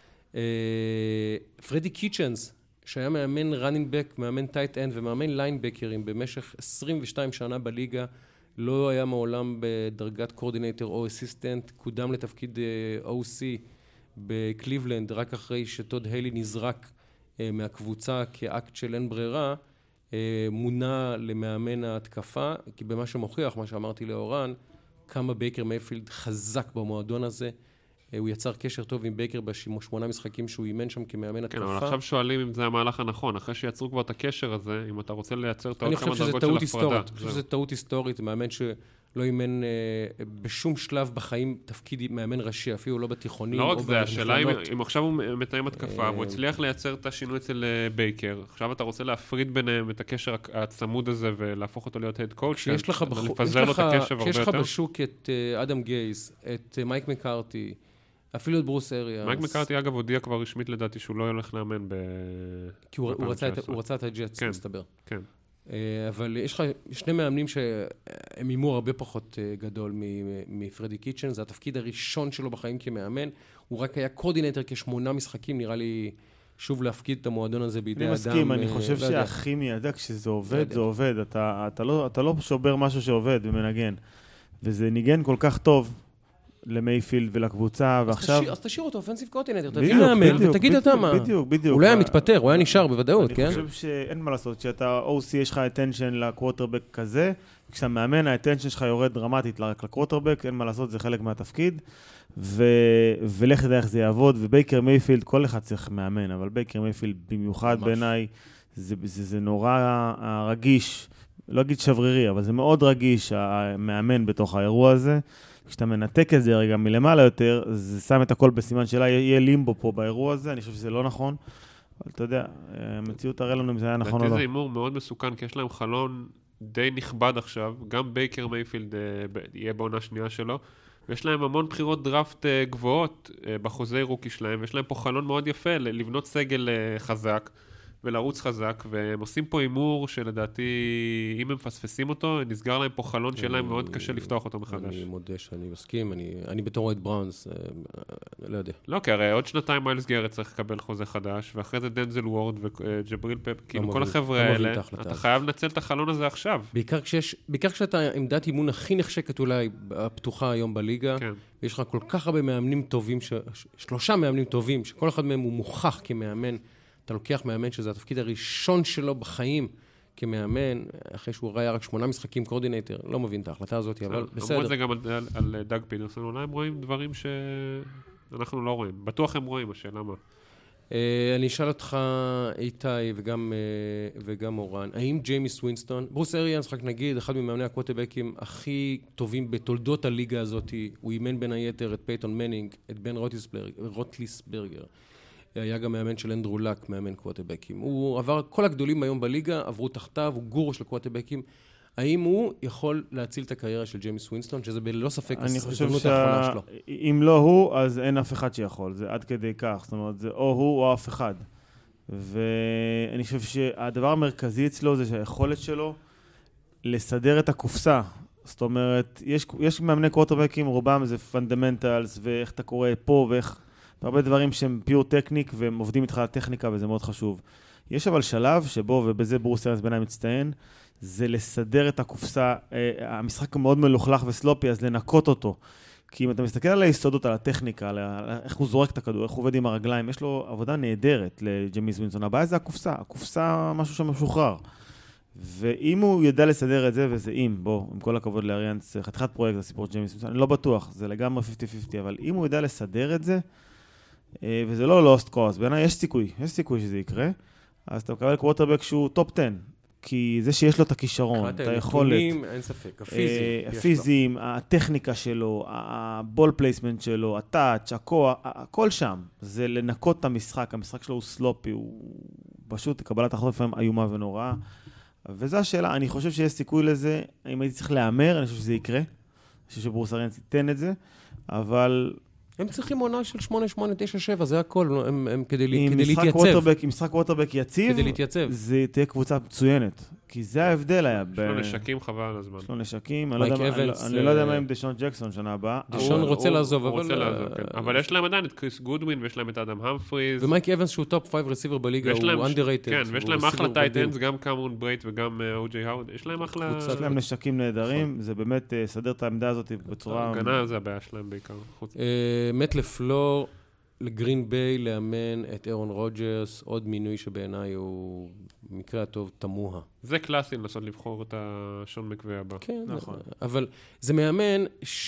פרדי קיצ'נס, שהיה מאמן running back, מאמן tight end ומאמן ליינבקרים במשך עשרים ושתיים שנה בליגה, לא היה מעולם בדרגת קורדינטור או אסיסטנט, קודם לתפקיד או סי בקליבלנד, רק אחרי שטוד היילי נזרק מהקבוצה כאקט של אין ברירה, מונה למאמן ההתקפה, כי במה שמוכיח, מה שאמרתי לאורן, כמה בייקר מייפילד חזק במועדון הזה, הוא יצר קשר טוב עם בייקר בשמונה משחקים שהוא אימן שם כמאמן התקפה. כן, אבל עכשיו שואלים אם זה המהלך הנכון, אחרי שיצרו כבר את הקשר הזה, אם אתה רוצה לייצר את עוד כמה דרגות של הפרדה. אני חושב שזו טעות היסטורית, מאמן שלא אימן בשום שלב בחיים תפקיד מאמן ראשי, אפילו לא בתיכונים. לא רק זה, השאלה אם עכשיו הוא מתאם התקפה, והוא הצליח לייצר את השינוי אצל בייקר, עכשיו אתה רוצה להפריד ביניהם את הקשר הצמוד הזה ולהפוך אותו להיות הד קואוץ', לפזר לו את הקשר הרבה יותר. כשיש לך בשוק את אדם גייס, את מייק מקארתי, אפילו את ברוס אריאנס. מייק מקארתי, אגב, הודיע כבר רשמית לדעתי שהוא לא הולך לאמן ב... כי הוא רצה את הג'טס, מסתבר. כן. אבל יש לך שני מאמנים שהם אימור הרבה פחות גדול מפרדי קיצ'ן, זה התפקיד הראשון שלו בחיים כמאמן, הוא רק היה קורדינטור כשמונה משחקים, נראה לי שוב להפקיד את המועדון הזה בידי אדם. אני מסכים, אני חושב שהכימיה, אתה יודע, כשזה עובד, זה עובד, אתה לא שובר משהו שעובד ומנגן, וזה ניגן כל כך טוב, למייפילד ולקבוצה, ועכשיו... אז תשאיר אותו, אופנסיב קורדינטור, תביא מאמן, ותגיד אתה מה. בדיוק, בדיוק. הוא לא היה מתפטר, הוא היה נשאר בוודאות, כן? אני חושב שאין מה לעשות, שאתה או סי יש לך אטנשן לקווטרבק כזה, כשאתה מאמן, האטנשן שלך יורד דרמטית רק לקווטרבק, אין מה לעשות, זה חלק מהתפקיד, ולך לדעת איך זה יעבוד, ובייקר מייפילד, כל אחד צריך מאמן, אבל בייקר מייפילד במיוחד בעיניי, זה נורא רגיש, לא אגיד שברירי, אבל זה מאוד רגיש, המאמן בתוך האירוע הזה. כשאתה מנתק את זה רגע מלמעלה יותר, זה שם את הכל בסימן שלה, יהיה לימבו פה באירוע הזה, אני חושב שזה לא נכון, אבל אתה יודע, המציאות תראה לנו אם זה היה נכון או לא. זה אימור מאוד מסוכן, כי יש להם חלון די נכבד עכשיו, גם בייקר מייפילד יהיה בעונה שנייה שלו, ויש להם המון בחירות דראפט גבוהות בחוזי רוקי שלהם, ויש להם פה חלון מאוד יפה לבנות סגל חזק, ולרוץ חזק, והם עושים פה אימור שלדעתי, אם הם מפספסים אותו, נסגר להם פה חלון שיהיה להם מאוד קשה לפתוח אותו מחדש. אני מודה שאני מסכים, אני בתור אוהד בראונס, לא יודע. לא, כי הרי עוד שנתיים מיילס גארט צריך לקבל חוזה חדש, ואחרי זה דנזל וורד וג'בריל פפ, כאילו כל החבר'ה האלה, אתה חייב לנצל את החלון הזה עכשיו. בעיקר כשאתה עמדת אימון הכי נחשקת אולי הפתוחה היום בליגה, ויש לך כל כך הרבה מאמנים טובים, שלושה מאמנים טובים, שכל אחד מהם הוא מוכח כמאמן, אתה לוקח מאמן שזה התפקיד הראשון שלו בחיים כמאמן, אחרי שהוא היה רק שמונה משחקים קורדינטור, לא מבין את ההחלטה הזאת, אבל בסדר. אמרו את זה גם על דאג פיטרסון, אולי הם רואים דברים שאנחנו לא רואים. בטוח הם רואים, השאלה מה. אני אשאל אותך, איתי וגם אורן, האם ג'יימיס ווינסטון, ברוס אריאנס, רק נגיד, אחד ממאמני הקווטרבקים הכי טובים בתולדות הליגה הזאת, הוא אימן בין היתר את פייטון מנינג, את בן רוטליסברגר, היה גם מאמן של אנדרו לק, מאמן קווטרבקים. הוא עבר, כל הגדולים היום בליגה עברו תחתיו, הוא גורו של קווטרבקים. האם הוא יכול להציל את הקריירה של ג'יימיס ווינסטון, שזה בלא ספק הזדמנות האחרונה שלו? אם לא הוא, אז אין אף אחד שיכול. זה עד כדי כך. זאת אומרת, זה או הוא או אף אחד. ואני חושב שהדבר המרכזי אצלו זה שהיכולת שלו לסדר את הקופסה. זאת אומרת, יש, יש מאמני קווטרבקים, רובם זה פונדמנטלס, ואיך אתה קורא פה ואיך... הרבה דברים שהם פיור טכניק, והם עובדים איתך על טכניקה, וזה מאוד חשוב. יש אבל שלב שבו, ובזה ברוס אריאנס בעיניי מצטיין, זה לסדר את הקופסה, המשחק מאוד מלוכלך וסלופי, אז לנקות אותו. כי אם אתה מסתכל על היסודות, על הטכניקה, על איך הוא זורק את הכדור, איך הוא עובד עם הרגליים, יש לו עבודה נהדרת לג'יימיס ווינסטון. הבעיה זה הקופסה, הקופסה משהו שם משוחרר. ואם הוא ידע לסדר את זה, וזה אם, בוא, עם כל הכבוד לאריאנס, חתיכת פרויקט, הסיפור ג'יימס, אני לא בטוח, זה לגמרי חמישים חמישים, אבל אם הוא ידע לסדר את זה, וזה לא lost cause, בעיניי יש סיכוי, יש סיכוי שזה יקרה, אז אתה מקבל קווטרבק שהוא טופ עשר, כי זה שיש לו את הכישרון, את היכולת. הנתונים, אין ספק, הפיזיים. הפיזיים, הטכניקה שלו, הבול פלייסמנט שלו, הטאץ', הכוח, הכל שם. זה לנקות את המשחק, המשחק שלו הוא סלופי, הוא פשוט קבלת החלטות לפעמים איומה ונוראה. וזו השאלה, אני חושב שיש סיכוי לזה, אם הייתי צריך להאמר, אני חושב שזה יקרה. אני חושב שברוס אריאנס ייתן את זה, אבל... הם צריכים עונה של שמונה שמונה תשע שבע, זה הכל, הם, הם כדי, כדי להתייצב. אם משחק ווטרבק יציב, כדי להתייצב. זה תהיה קבוצה מצוינת. כי זה ההבדל היה. יש לו נשקים חבל על הזמן. יש לו נשקים, אני לא יודע מה עם דשון ג'קסון שנה הבאה. דשון רוצה לעזוב, אבל... אבל יש להם עדיין את קריס גודווין, ויש להם את אדם המפריז. ומייק אבנס שהוא טופ חמש רסיבר בליגה, הוא underrated. כן, ויש להם אחלה טייטנס, גם קמרון ברייט וגם או-ג'יי האווד. יש להם אחלה... יש להם נשקים נהדרים, זה באמת סדר את העמדה הזאת בצורה... הגנה זה הבעיה שלהם בעיקר. מת לפלור, לגרין ביי, לאמן את אירון רוג'רס, עוד מינוי שבעיניי הוא במקרה הטוב תמוה. זה קלאסי לנסות לבחור את השון מקווי הבא. כן, נכון. אבל זה מאמן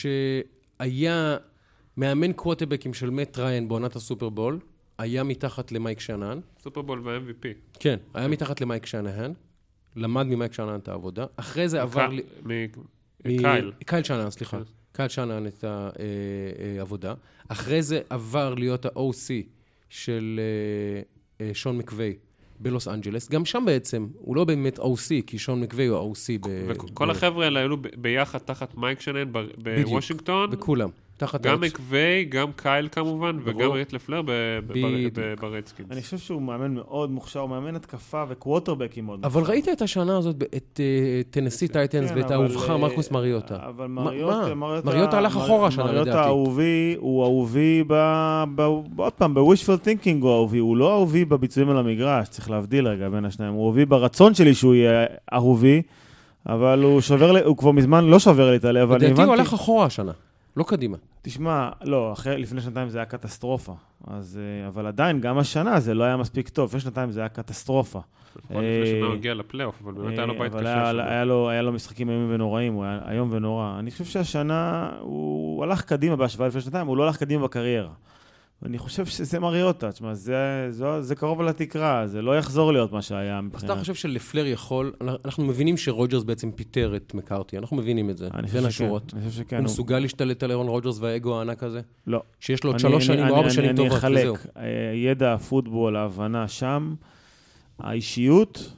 שהיה מאמן קווטרבקים של מט ריין בעונת הסופרבול, היה מתחת למייק שנהן. סופרבול וה-אם וי פי. כן, היה מתחת למייק שנהן, למד ממייק שנהן את העבודה. אחרי זה עבר... מקייל. קייל שנהן, סליחה. קייל שנהן את העבודה. אחרי זה עבר להיות ה-או סי של שון מקווי בלוס אנג'לס. גם שם בעצם, הוא לא באמת או סי, כי שון מקווי הוא ה-או סי. וכל החבר'ה האלה היו ביחד תחת מייק שנהן בוושינגטון. בכולם. גם מקווי, גם קייל כמובן, וגם ריט לפלר ברדסקינס. אני חושב שהוא מאמן מאוד מוכשר, הוא מאמן התקפה וקווטרבקים מאוד מוכשר. אבל ראית את השנה הזאת, את טנסי טייטנס ואת האהובך מרקוס מריוטה. אבל מריוטה... מריוטה הלך אחורה השנה, לדעתי. מריוטה האהובי, הוא אהובי, עוד פעם, בווישפול טינקינג הוא אהובי, הוא לא אהובי בביצועים על המגרש, צריך להבדיל רגע בין השניים. הוא אהובי ברצון שלי שהוא יהיה אהובי, אבל הוא שובר, הוא כבר מזמן לא שובר לי את הלב, אבל אני הבנתי... לדעתי הוא הלך אחורה השנה. לא קדימה. תשמע, לא, אחרי, לפני שנתיים זה היה קטסטרופה. אז, אבל עדיין, גם השנה זה לא היה מספיק טוב. לפני שנתיים זה היה קטסטרופה. לפני שנה הוא הגיע לפלייאוף, אבל באמת היה לו בית קשה שם. היה לו, היה לו משחקים איומים ונוראים, הוא היה איום ונורא. אני חושב שהשנה הוא הלך קדימה בהשוואה לפני שנתיים, הוא לא הלך קדימה בקריירה. ואני חושב שזה מריוטה, תשמע, זה, זה, זה קרוב על התקרה, זה לא יחזור להיות מה שהיה מבחינת. אז אתה חושב שלפלר יכול, אנחנו מבינים שרוג'רס בעצם פיטר את מקארתי, אנחנו מבינים את זה, בין השורות. אני חושב שכן. הוא מסוגל להשתלט על אירון רוג'רס והאגו הענק הזה? לא. שיש לו עוד שלוש שנים או ארבע שנים טובות, וזהו. אני אחלק, ידע הפוטבול, ההבנה שם, האישיות,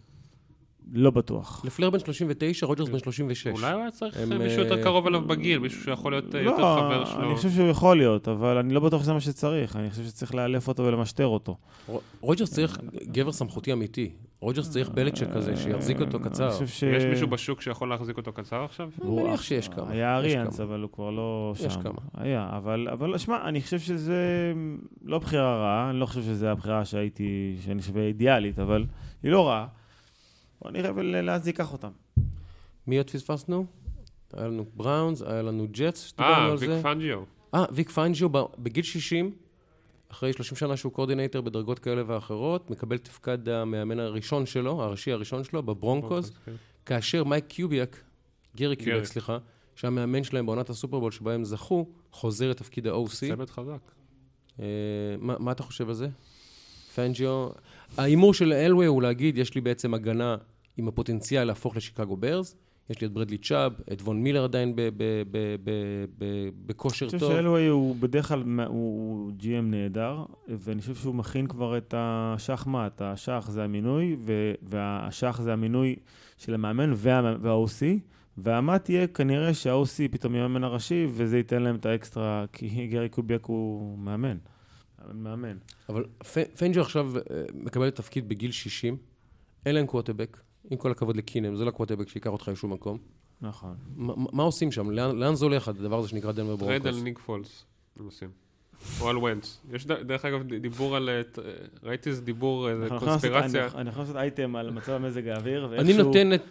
לא בטוח. לפלר בן שלושים ותשע, רוג'רס בן שלושים ושש. אולי הוא היה צריך מישהו יותר קרוב אליו בגיל, מישהו שיכול להיות יותר חבר שלו. לא, אני חושב שהוא יכול להיות, אבל אני לא בטוח שזה מה שצריך. אני חושב שצריך לאלף אותו ולמשטר אותו. רוג'רס צריך גבר סמכותי אמיתי. רוג'רס צריך בלצ'ק כזה, שיחזיק אותו קצר. יש מישהו בשוק שיכול להחזיק אותו קצר עכשיו? אני מניח שיש כמה. היה אריאנס, אבל הוא כבר לא שם. יש כמה. היה, אבל שמע, אני חושב שזה לא בחירה רעה. אני לא חושב שזה הבחירה שהייתי, שאני חושב אידיאלית, אבל היא לא רעה. בוא נראה ולאן זה ייקח אותם. מי עוד פספסנו? היה לנו בראונס, היה לנו ג'טס. אה, ויק פנג'יו. אה, ויק פנג'יו בגיל שישים, אחרי שלושים שנה שהוא קורדינטור בדרגות כאלה ואחרות, מקבל תפקד המאמן הראשון שלו, הראשי הראשון שלו, בברונקוס, כאשר מייק קיוביאק, גרי קיוביאק, סליחה, שהמאמן שלהם בעונת הסופרבול שבהם זכו, חוזר לתפקיד ה-או סי. צוות חזק. מה אתה חושב על זה? פנג'יו, האימור של אלווי הוא להגיד, יש לי בעצם הגנה עם הפוטנציאל להפוך לשיקגו ברז, יש לי את ברדלי צ'אב, את וון מילר עדיין בכושר טוב. אני חושב שאלווי הוא בדרך כלל, הוא ג'י אם נהדר, ואני חושב שהוא מכין כבר את השחמט, השח זה המינוי, והשח זה המינוי של המאמן וה-או סי, והמת יהיה כנראה שה-או סי פתאום יהיה מאמן הראשי, וזה ייתן להם את האקסטרה, כי גרי קוביאק הוא מאמן. מאמן. אבל פנג'ו עכשיו מקבל את תפקיד בגיל שישים, אין להם קווטרבק, עם כל הכבוד לקינם, זה לא קווטרבק שיקח אותך לשום מקום. נכון. מה עושים שם? לאן זה הולך הדבר הזה שנקרא דנבר ברונקוס? טרייד על ניק פולס, הם עושים. או על ונץ. יש דרך אגב דיבור על, ראיתי איזה דיבור, איזה קונספירציה. אני יכול לעשות אייטם על מצב המזג האוויר, אני נותן את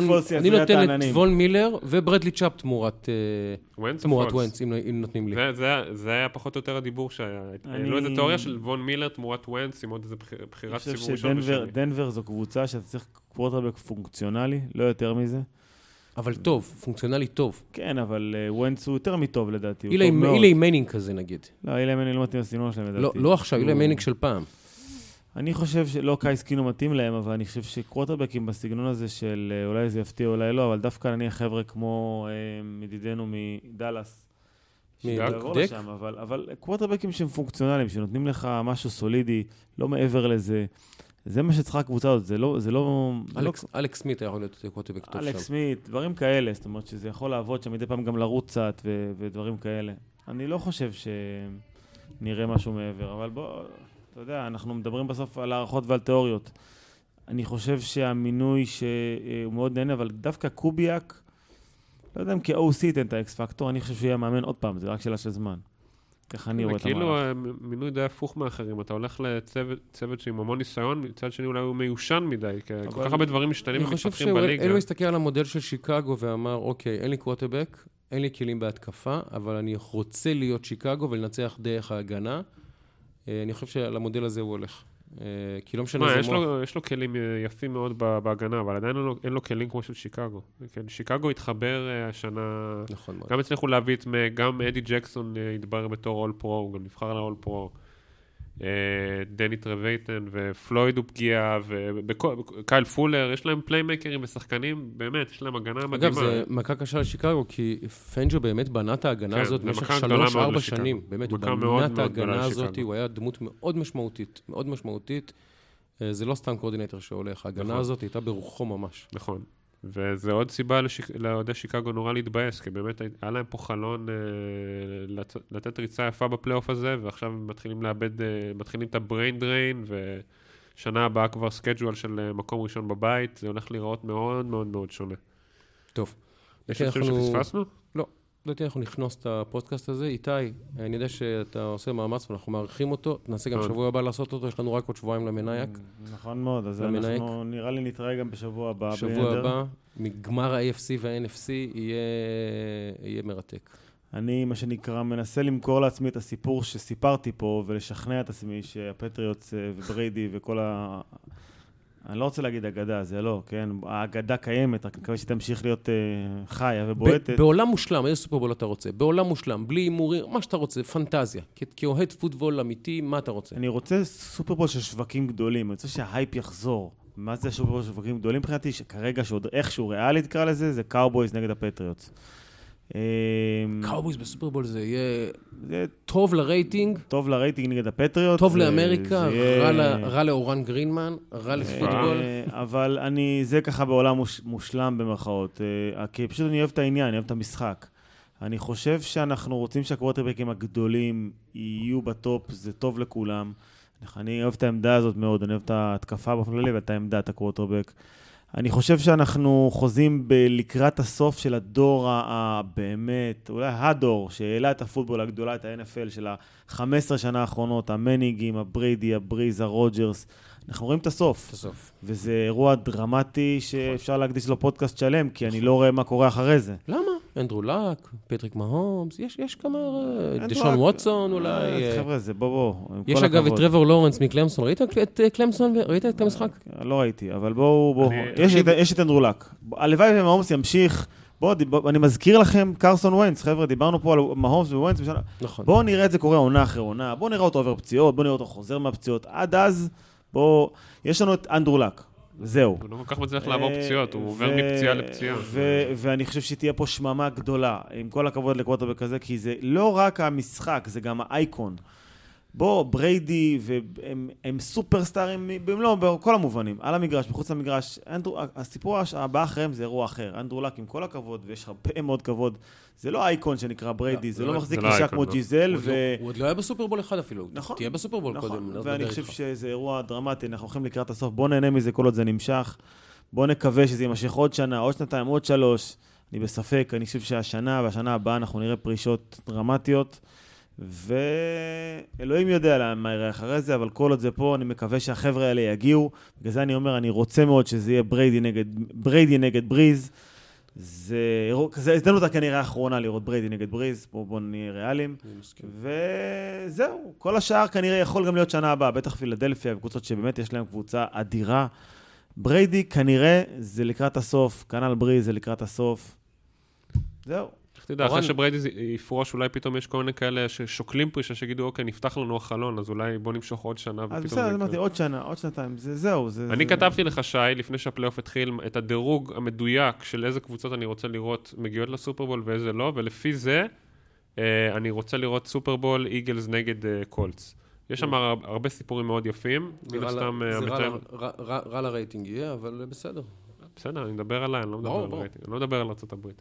וון מילר וברדלי צ'אפ תמורת ונץ, אם נותנים לי. זה היה פחות או יותר הדיבור שהיה. לא איזה תיאוריה של וון מילר תמורת ונץ, עם עוד איזה בחירת סיבוב ראשון. אני חושב שדנבר זו קבוצה שאתה צריך קוורטרבק פונקציונלי, לא יותר מזה. אבל טוב, פונקציונלי טוב. כן, אבל ונץ הוא יותר מטוב לדעתי. אילי מיינינג כזה נגיד. לא, אילי מיינינג לא מתאים לסינון שלהם לדעתי. לא עכשיו, אילי מיינינג של פעם. אני חושב שלא קייס קינו מתאים להם, אבל אני חושב שקווטרבקים בסגנון הזה של אולי זה יפתיע, אולי לא, אבל דווקא אני החבר'ה כמו מדידנו מדלס. מדק? אבל קווטרבקים שהם פונקציונליים, שנותנים לך משהו סולידי, לא מעבר לזה. זה מה שצריכה הקבוצה הזאת, זה לא... זה לא אלכס סמית היה יכול להיות קווטרבק טוב שם. אלכס סמית, דברים כאלה, זאת אומרת שזה יכול לעבוד שם מדי פעם גם לרוץ קצת ודברים כאלה. אני לא חושב שנראה משהו מעבר, אבל בוא, אתה יודע, אנחנו מדברים בסוף על הערכות ועל תיאוריות. אני חושב שהמינוי שהוא מאוד נהנה, אבל דווקא קוביאק, לא יודע אם כ-או סי תן את האקס פקטור, אני חושב שיהיה מאמן עוד פעם, זה רק שאלה של זמן. ככה אני רואה את המהלך. כאילו מינוי די הפוך מאחרים, אתה הולך לצוות שעם המון ניסיון, מצד שני אולי הוא מיושן מדי, כי כל כך הרבה דברים משתנים ומתפתחים בליגה. אני חושב שאלו הסתכל על המודל של שיקגו ואמר, אוקיי, אין לי קווטרבק, אין לי כלים בהתקפה, אבל אני רוצה להיות שיקגו ולנצח דרך ההגנה. אני חושב שעל המודל הזה הוא הולך. כי לא משנה זה מוח. יש לו כלים יפים מאוד בהגנה, אבל עדיין אין לו כלים כמו של שיקגו. שיקגו התחבר השנה, גם הצליחו להביא את, גם אדי ג'קסון התברר בתור אול פרו, הוא גם נבחר לאול פרו, דני טרווייטן ופלויד הוא פגיעה, וקייל פולר, יש להם פליימקרים ושחקנים, באמת, יש להם הגנה מדהימה. אגב, זה מכה קשה לשיקגו, כי פנג'ו באמת בנה את ההגנה הזאת במשך שלוש ארבע שנים. באמת, הוא בנה את ההגנה הזאת, הוא היה דמות מאוד משמעותית, מאוד משמעותית. זה לא סתם קורדינטור שהולך, ההגנה הזאת הייתה ברוחו ממש. נכון. וזה עוד סיבה לעודי שיקגו נורא להתבאס, כי באמת היה להם פה חלון לתת ריצה יפה בפלייאוף הזה, ועכשיו מתחילים לאבד, מתחילים את הבריין דריין, ושנה הבאה כבר סקייג'ואל של מקום ראשון בבית, זה הולך לראות מאוד מאוד מאוד שונה. טוב. יש משהו שפספסנו? לא. לדעתי אנחנו נכנוס את הפודקאסט הזה. איתי, אני יודע שאתה עושה מאמץ ואנחנו מעריכים אותו, ננסה גם שבוע הבא לעשות אותו, יש לנו רק עוד שבועיים למנייק. נכון מאוד, אז אנחנו נראה לי נתראה גם בשבוע הבא. בשבוע הבא, מגמר ה-איי אף סי וה-אן אף סי יהיה מרתק. אני, מה שנקרא, מנסה למכור לעצמי את הסיפור שסיפרתי פה, ולשכנע את עצמי שהפטריוטס ובריידי וכל ה... אני לא רוצה להגיד אגדה, זה לא, כן? האגדה קיימת, רק מקווה שתמשיך להיות uh, חיה ובועטת. בעולם מושלם, איזה סופרבול אתה רוצה? בעולם מושלם, בלי אימורים, מה שאתה רוצה, פנטזיה. כאוהד פוטבול אמיתי, מה אתה רוצה? אני רוצה סופרבול של שווקים גדולים, אני רוצה שההייפ יחזור. מה זה סופרבול של שווקים גדולים? מבחינתי, שכרגע שעוד איכשהו ריאלי תקרא לזה, זה קאובויז נגד הפטריוטס. קאובויז בסופרבול זה יהיה טוב לרייטינג, טוב לרייטינג נגד הפטריוט, טוב לאמריקה, רע לאורן גרינמן, רע לפוטבול. אבל אני, זה ככה בעולם מושלם במרכאות, כי פשוט אני אוהב את העניין, אני אוהב את המשחק. אני חושב שאנחנו רוצים שהקוורטרבקים הגדולים יהיו בטופ, זה טוב לכולם. אני אוהב את העמדה הזאת מאוד, אני אוהב את ההתקפה בפללי ואת העמדת הקוורטרבק. אני חושב שאנחנו חוזים לקראת הסוף של הדור הבאמת, אולי הדור שהעלה את הפוטבול הגדולה, את ה-אן אף אל של ה-חמש עשרה שנה האחרונות, המניגים, הבריידי, הבריז, הרוג'רס, אנחנו רואים את הסוף. את הסוף. וזה אירוע דרמטי שאפשר להקדיש לו פודקאסט שלם, כי אני לא רואה מה קורה אחרי זה. למה? אנדרו לק, פטריק מהומס, יש, יש כמה... דשון ווטסון אולי... חבר'ה, זה בוא בוא. יש אגב את טרוור לורנס מקלמסון. ראית את קלמסון? ראית את המשחק? לא ראיתי, אבל בואו בואו. יש את אנדרו לק. הלוואי ומהומס ימשיך... בואו, אני מזכיר לכם, קרסון ווינס, חבר'ה, דיברנו פה על מהומס וווינס. נכון. בואו נראה את זה קורה עונה אחרי עונה. בואו נראה אותו עובר פציעות, בואו נראה אותו חוזר מהפציעות. עד אז, בואו, יש לנו את אנדרו לק. זהו. הוא לא כל כך מצליח לעבור פציעות, הוא עובר מפציעה לפציעה. ואני חוש שתהיה פה שממה גדולה, עם כל הכבוד לקווטרבק הזה, כי זה לא רק המשחק, זה גם האייקון. בוא, בריידי, והם סופרסטארים, במלוא, בכל המובנים, על המגרש, מחוץ למגרש. הסיפור הבא אחריהם זה אירוע אחר. אנדרו לק, עם כל הכבוד, ויש הרבה מאוד כבוד, זה לא אייקון שנקרא בריידי, זה לא מחזיק אישה כמו ג'יזל. הוא עוד לא היה בסופרבול אחד אפילו. נכון. תהיה בסופרבול קודם. ואני חושב שזה אירוע דרמטי, אנחנו הולכים לקראת הסוף, בוא נהנה מזה כל עוד זה נמשך, בוא נקווה שזה יימשך עוד שנה, עוד שנתיים, עוד שלוש. אני בספק, אני חושב שהשנה והשנה הבאה אנחנו נראה פרישות דרמטיות, ואלוהים יודע מה יראה אחרי זה, אבל כל עוד זה פה, אני מקווה שהחבר'ה האלה יגיעו. בגלל זה אני אומר, אני רוצה מאוד שזה יהיה בריידי נגד, בריידי נגד בריז. זה הזדמנות כנראה האחרונה לראות בריידי נגד בריז, בואו בוא נהיה ריאליים. וזהו, כל השאר כנראה יכול גם להיות שנה הבאה, בטח פילדלפיה וקבוצות שבאמת יש להם קבוצה אדירה. בריידי כנראה זה לקראת הסוף, כנ"ל בריז זה לקראת הסוף. זהו. איך תדע, אחרי שבריידי יפרוש, אולי פתאום יש כל מיני כאלה ששוקלים פרישה, שיגידו, אוקיי, נפתח לנו החלון, אז אולי בוא נמשוך עוד שנה. אז בסדר, אז אמרתי, עוד שנה, עוד שנתיים, זהו. אני כתבתי לך, שי, לפני שהפלייאוף התחיל, את הדירוג המדויק של איזה קבוצות אני רוצה לראות מגיעות לסופרבול ואיזה לא, ולפי זה, אני רוצה לראות סופרבול, איגלס נגד קולטס. יש שם הרבה סיפורים מאוד יפים. זה רע לרייטינג יהיה, אבל בסדר. בסדר, אני מדבר עליי, אני לא מדבר על רייטינג. אני לא מדבר על ארצות הברית.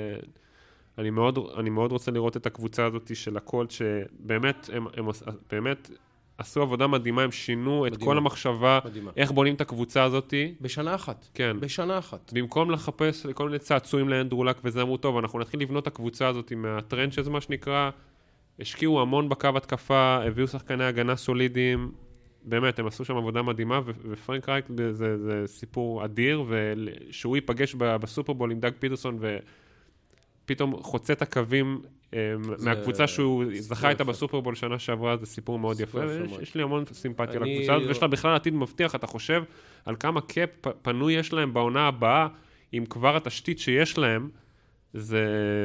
אני מאוד, אני מאוד רוצה לראות את הקבוצה הזאת של הקולט, שבאמת, הם, הם באמת עשו עבודה מדהימה, הם שינו מדהימה. את כל המחשבה, מדהימה. איך בונים את הקבוצה הזאת. בשנה אחת. כן. בשנה אחת. במקום לחפש כל מיני צעצועים לאנדרו לק, וזה אמרו, טוב, אנחנו נתחיל לבנות את הקבוצה הזאת מהטרנצ'ז, מה שנקרא, השקיעו המון בקו התקפה, הביאו שחקני הגנה סולידיים, באמת, הם עשו שם עבודה מדהימה, ופרנק רייק זה, זה סיפור אדיר, ושהוא ייפגש בסופרבול עם דאג פיטרסון, ו... פתאום חוצה את הקווים מהקבוצה שהוא זכה איתה בסופרבול שנה שעברה, זה סיפור מאוד יפה, יש לי המון סימפתיה לקבוצה, ויש לה בכלל עתיד מבטיח, אתה חושב על כמה קאפ פנוי יש להם בעונה הבאה, אם כבר התשתית שיש להם, זה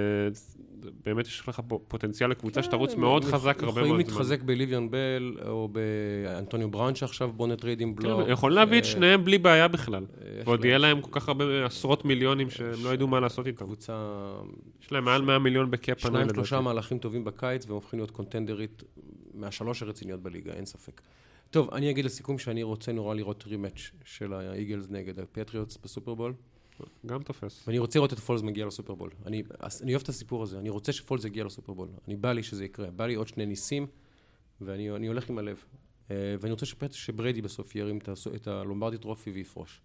באמת יש לך פוטנציאל לקבוצה שתרוץ מאוד חזק הרבה מאוד זמן. יכולים להתחזק בליביון בל, או באנטוניו בראון שעכשיו בונה טריידים בלו. יכולים להביא את שניהם בלי בעיה בכלל. ועוד יהיה להם כל כך הרבה עשרות מיליונים שהם לא ידעו מה לעשות איתם. יש להם מעל מאה מיליון בקאפ פנוי. שניים שלושה מהלכים טובים בקיץ, והם הופכים להיות קונטנדרית מהשלוש הרציניות בליגה, אין ספק. טוב, אני אגיד לסיכום שאני רוצה נורא לראות רימאץ' של האיגלס נגד הפטריוטס בסופרבול. גם תופס. ואני רוצה לראות את פולס מגיע לסופרבול. אני, אני אוהב את הסיפור הזה. אני רוצה שפולס יגיע לסופרבול. אני בא לי שזה יקרה. בא לי עוד שני ניסים, ואני אני הולך עם הלב. ואני רוצה שפט, שבריידי בסוף ירים את הלומברדי טרופי ויפרוש.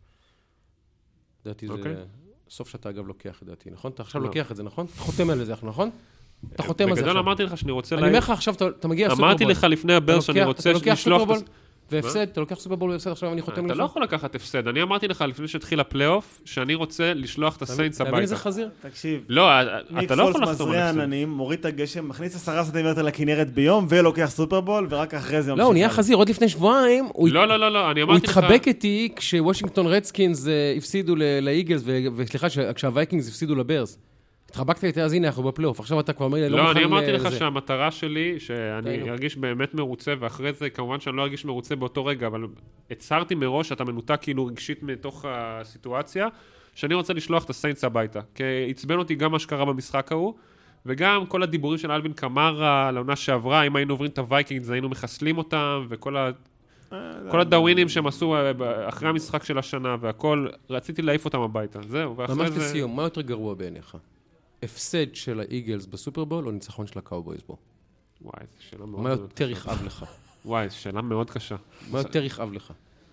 לדעתי זה סוף שאתה אגב לוקח, לדעתי, נכון? אתה עכשיו לוקח את זה, נכון? אתה חותם על זה, נכון? אתה חותם על זה עכשיו. בגדול אמרתי לך שאני רוצה... אני אומר לך עכשיו, אתה מגיע לסופרבול. אמרתי לך לפני הבר שאני רוצה לשלוח... והפסד, אתה לוקח סופרבול והפסד, עכשיו אני חותם לך. אתה לא יכול לקחת הפסד. אני אמרתי לך לפני שהתחיל הפלייאוף, שאני רוצה לשלוח את הסיינטס הביתה. תבין איזה חזיר? תקשיב. לא, אתה לא יכול לחתום על מזריע עננים, מוריד את הגשם, מכניס עשרה סנטימטר לכנרת ביום, ולוקח סופרבול, ורק אחרי זה... לא, הוא נהיה חזיר. עוד לפני שבועיים, לא, לא, לא, לא, אני אמרתי לך... הוא התחבק איתי כשוושינגטון רדסקינס הפסידו לאיגלס, וסליחה, כשהווייקינגס הפסידו לברס. התחבקת איתי, אז הנה, אנחנו בפלייאוף. עכשיו אתה כבר אומר לי, לא, אני אמרתי לך שהמטרה שלי, שאני ארגיש באמת מרוצה, ואחרי זה, כמובן שאני לא ארגיש מרוצה באותו רגע, אבל הצהרתי מראש, אתה מנותק כאילו רגשית מתוך הסיטואציה, שאני רוצה לשלוח את הסיינטס הביתה. כי עצבן אותי גם מה שקרה במשחק ההוא, וגם כל הדיבורים של אלווין קמרה, לעונה שעברה, אם היינו עוברים את הווייקינגס, היינו מחסלים אותם, וכל ה... כל הדאווינים שהם עשו אחרי המשחק של השנה, והכל, רציתי להעיף אותם הביתה. זהו, ממש לסיום, מה יותר גרוע בעיניך? הפסד של האיגלס בסופרבול או ניצחון של הקאובויז בו? וואי, זו שאלה מאוד... מה יותר יכאב לך? וואי, זו שאלה מאוד קשה. מה יותר יכאב לך?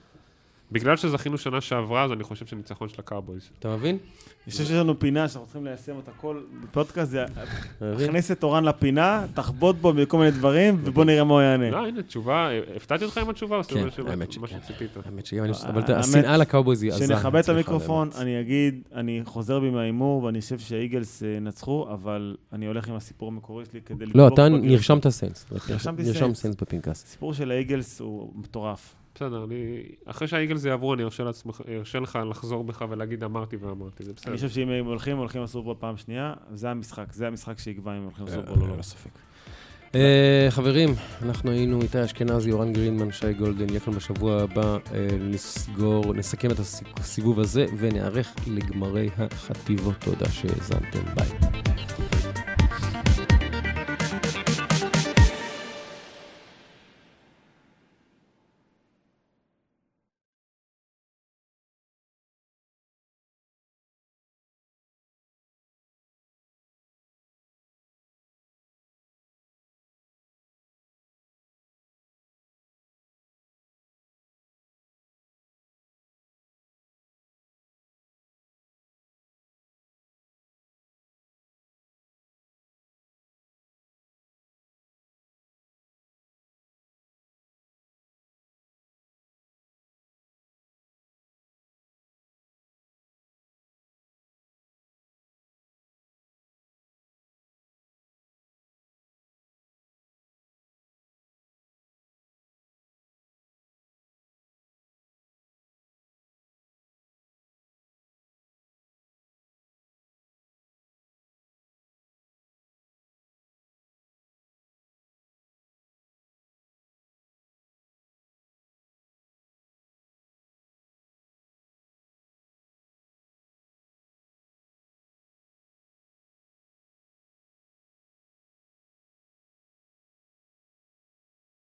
בגלל שזכינו שנה שעברה, אז אני חושב שניצחון של הקאובויז. אתה מבין? אני חושב שיש לנו פינה שאנחנו צריכים ליישם אותה כל בפודקאסט, זה הכנס את אורן לפינה, תחבוט בו בכל מיני דברים, ובוא נראה מה הוא יענה. לא, הנה, תשובה, הפתעתי אותך עם התשובה, כן, האמת שציפית. אבל השנאה לקאובויז היא עזה. שנכבד את המיקרופון, אני אגיד, אני חוזר בי מהאימור, ואני חושב שהאיגלס נצחו, אבל אני הולך עם הסיפור המקורי שלי כדי... לא, אתה נרשמת סיינס. נרשם סיינס בפנקס. הסיפור של האיגלס הוא מטורף. בסדר, אני... אחרי שהאיגלס יעברו, אני ארשה לך לחזור בך ולהגיד אמרתי ואמרתי, זה בסדר. אני חושב שאם הם הולכים, הולכים לסופרבול פעם שנייה, זה המשחק, זה המשחק שיקבע אם הולכים לסופרבול או לא. ספק. חברים, אנחנו היינו איתי אשכנזי, אורן גרינמן, שי גולדן, יהיה כאן בשבוע הבא לסגור, נסכם את הסיבוב הזה ונערך לגמרי החטיבות. תודה שהזנתם, ביי.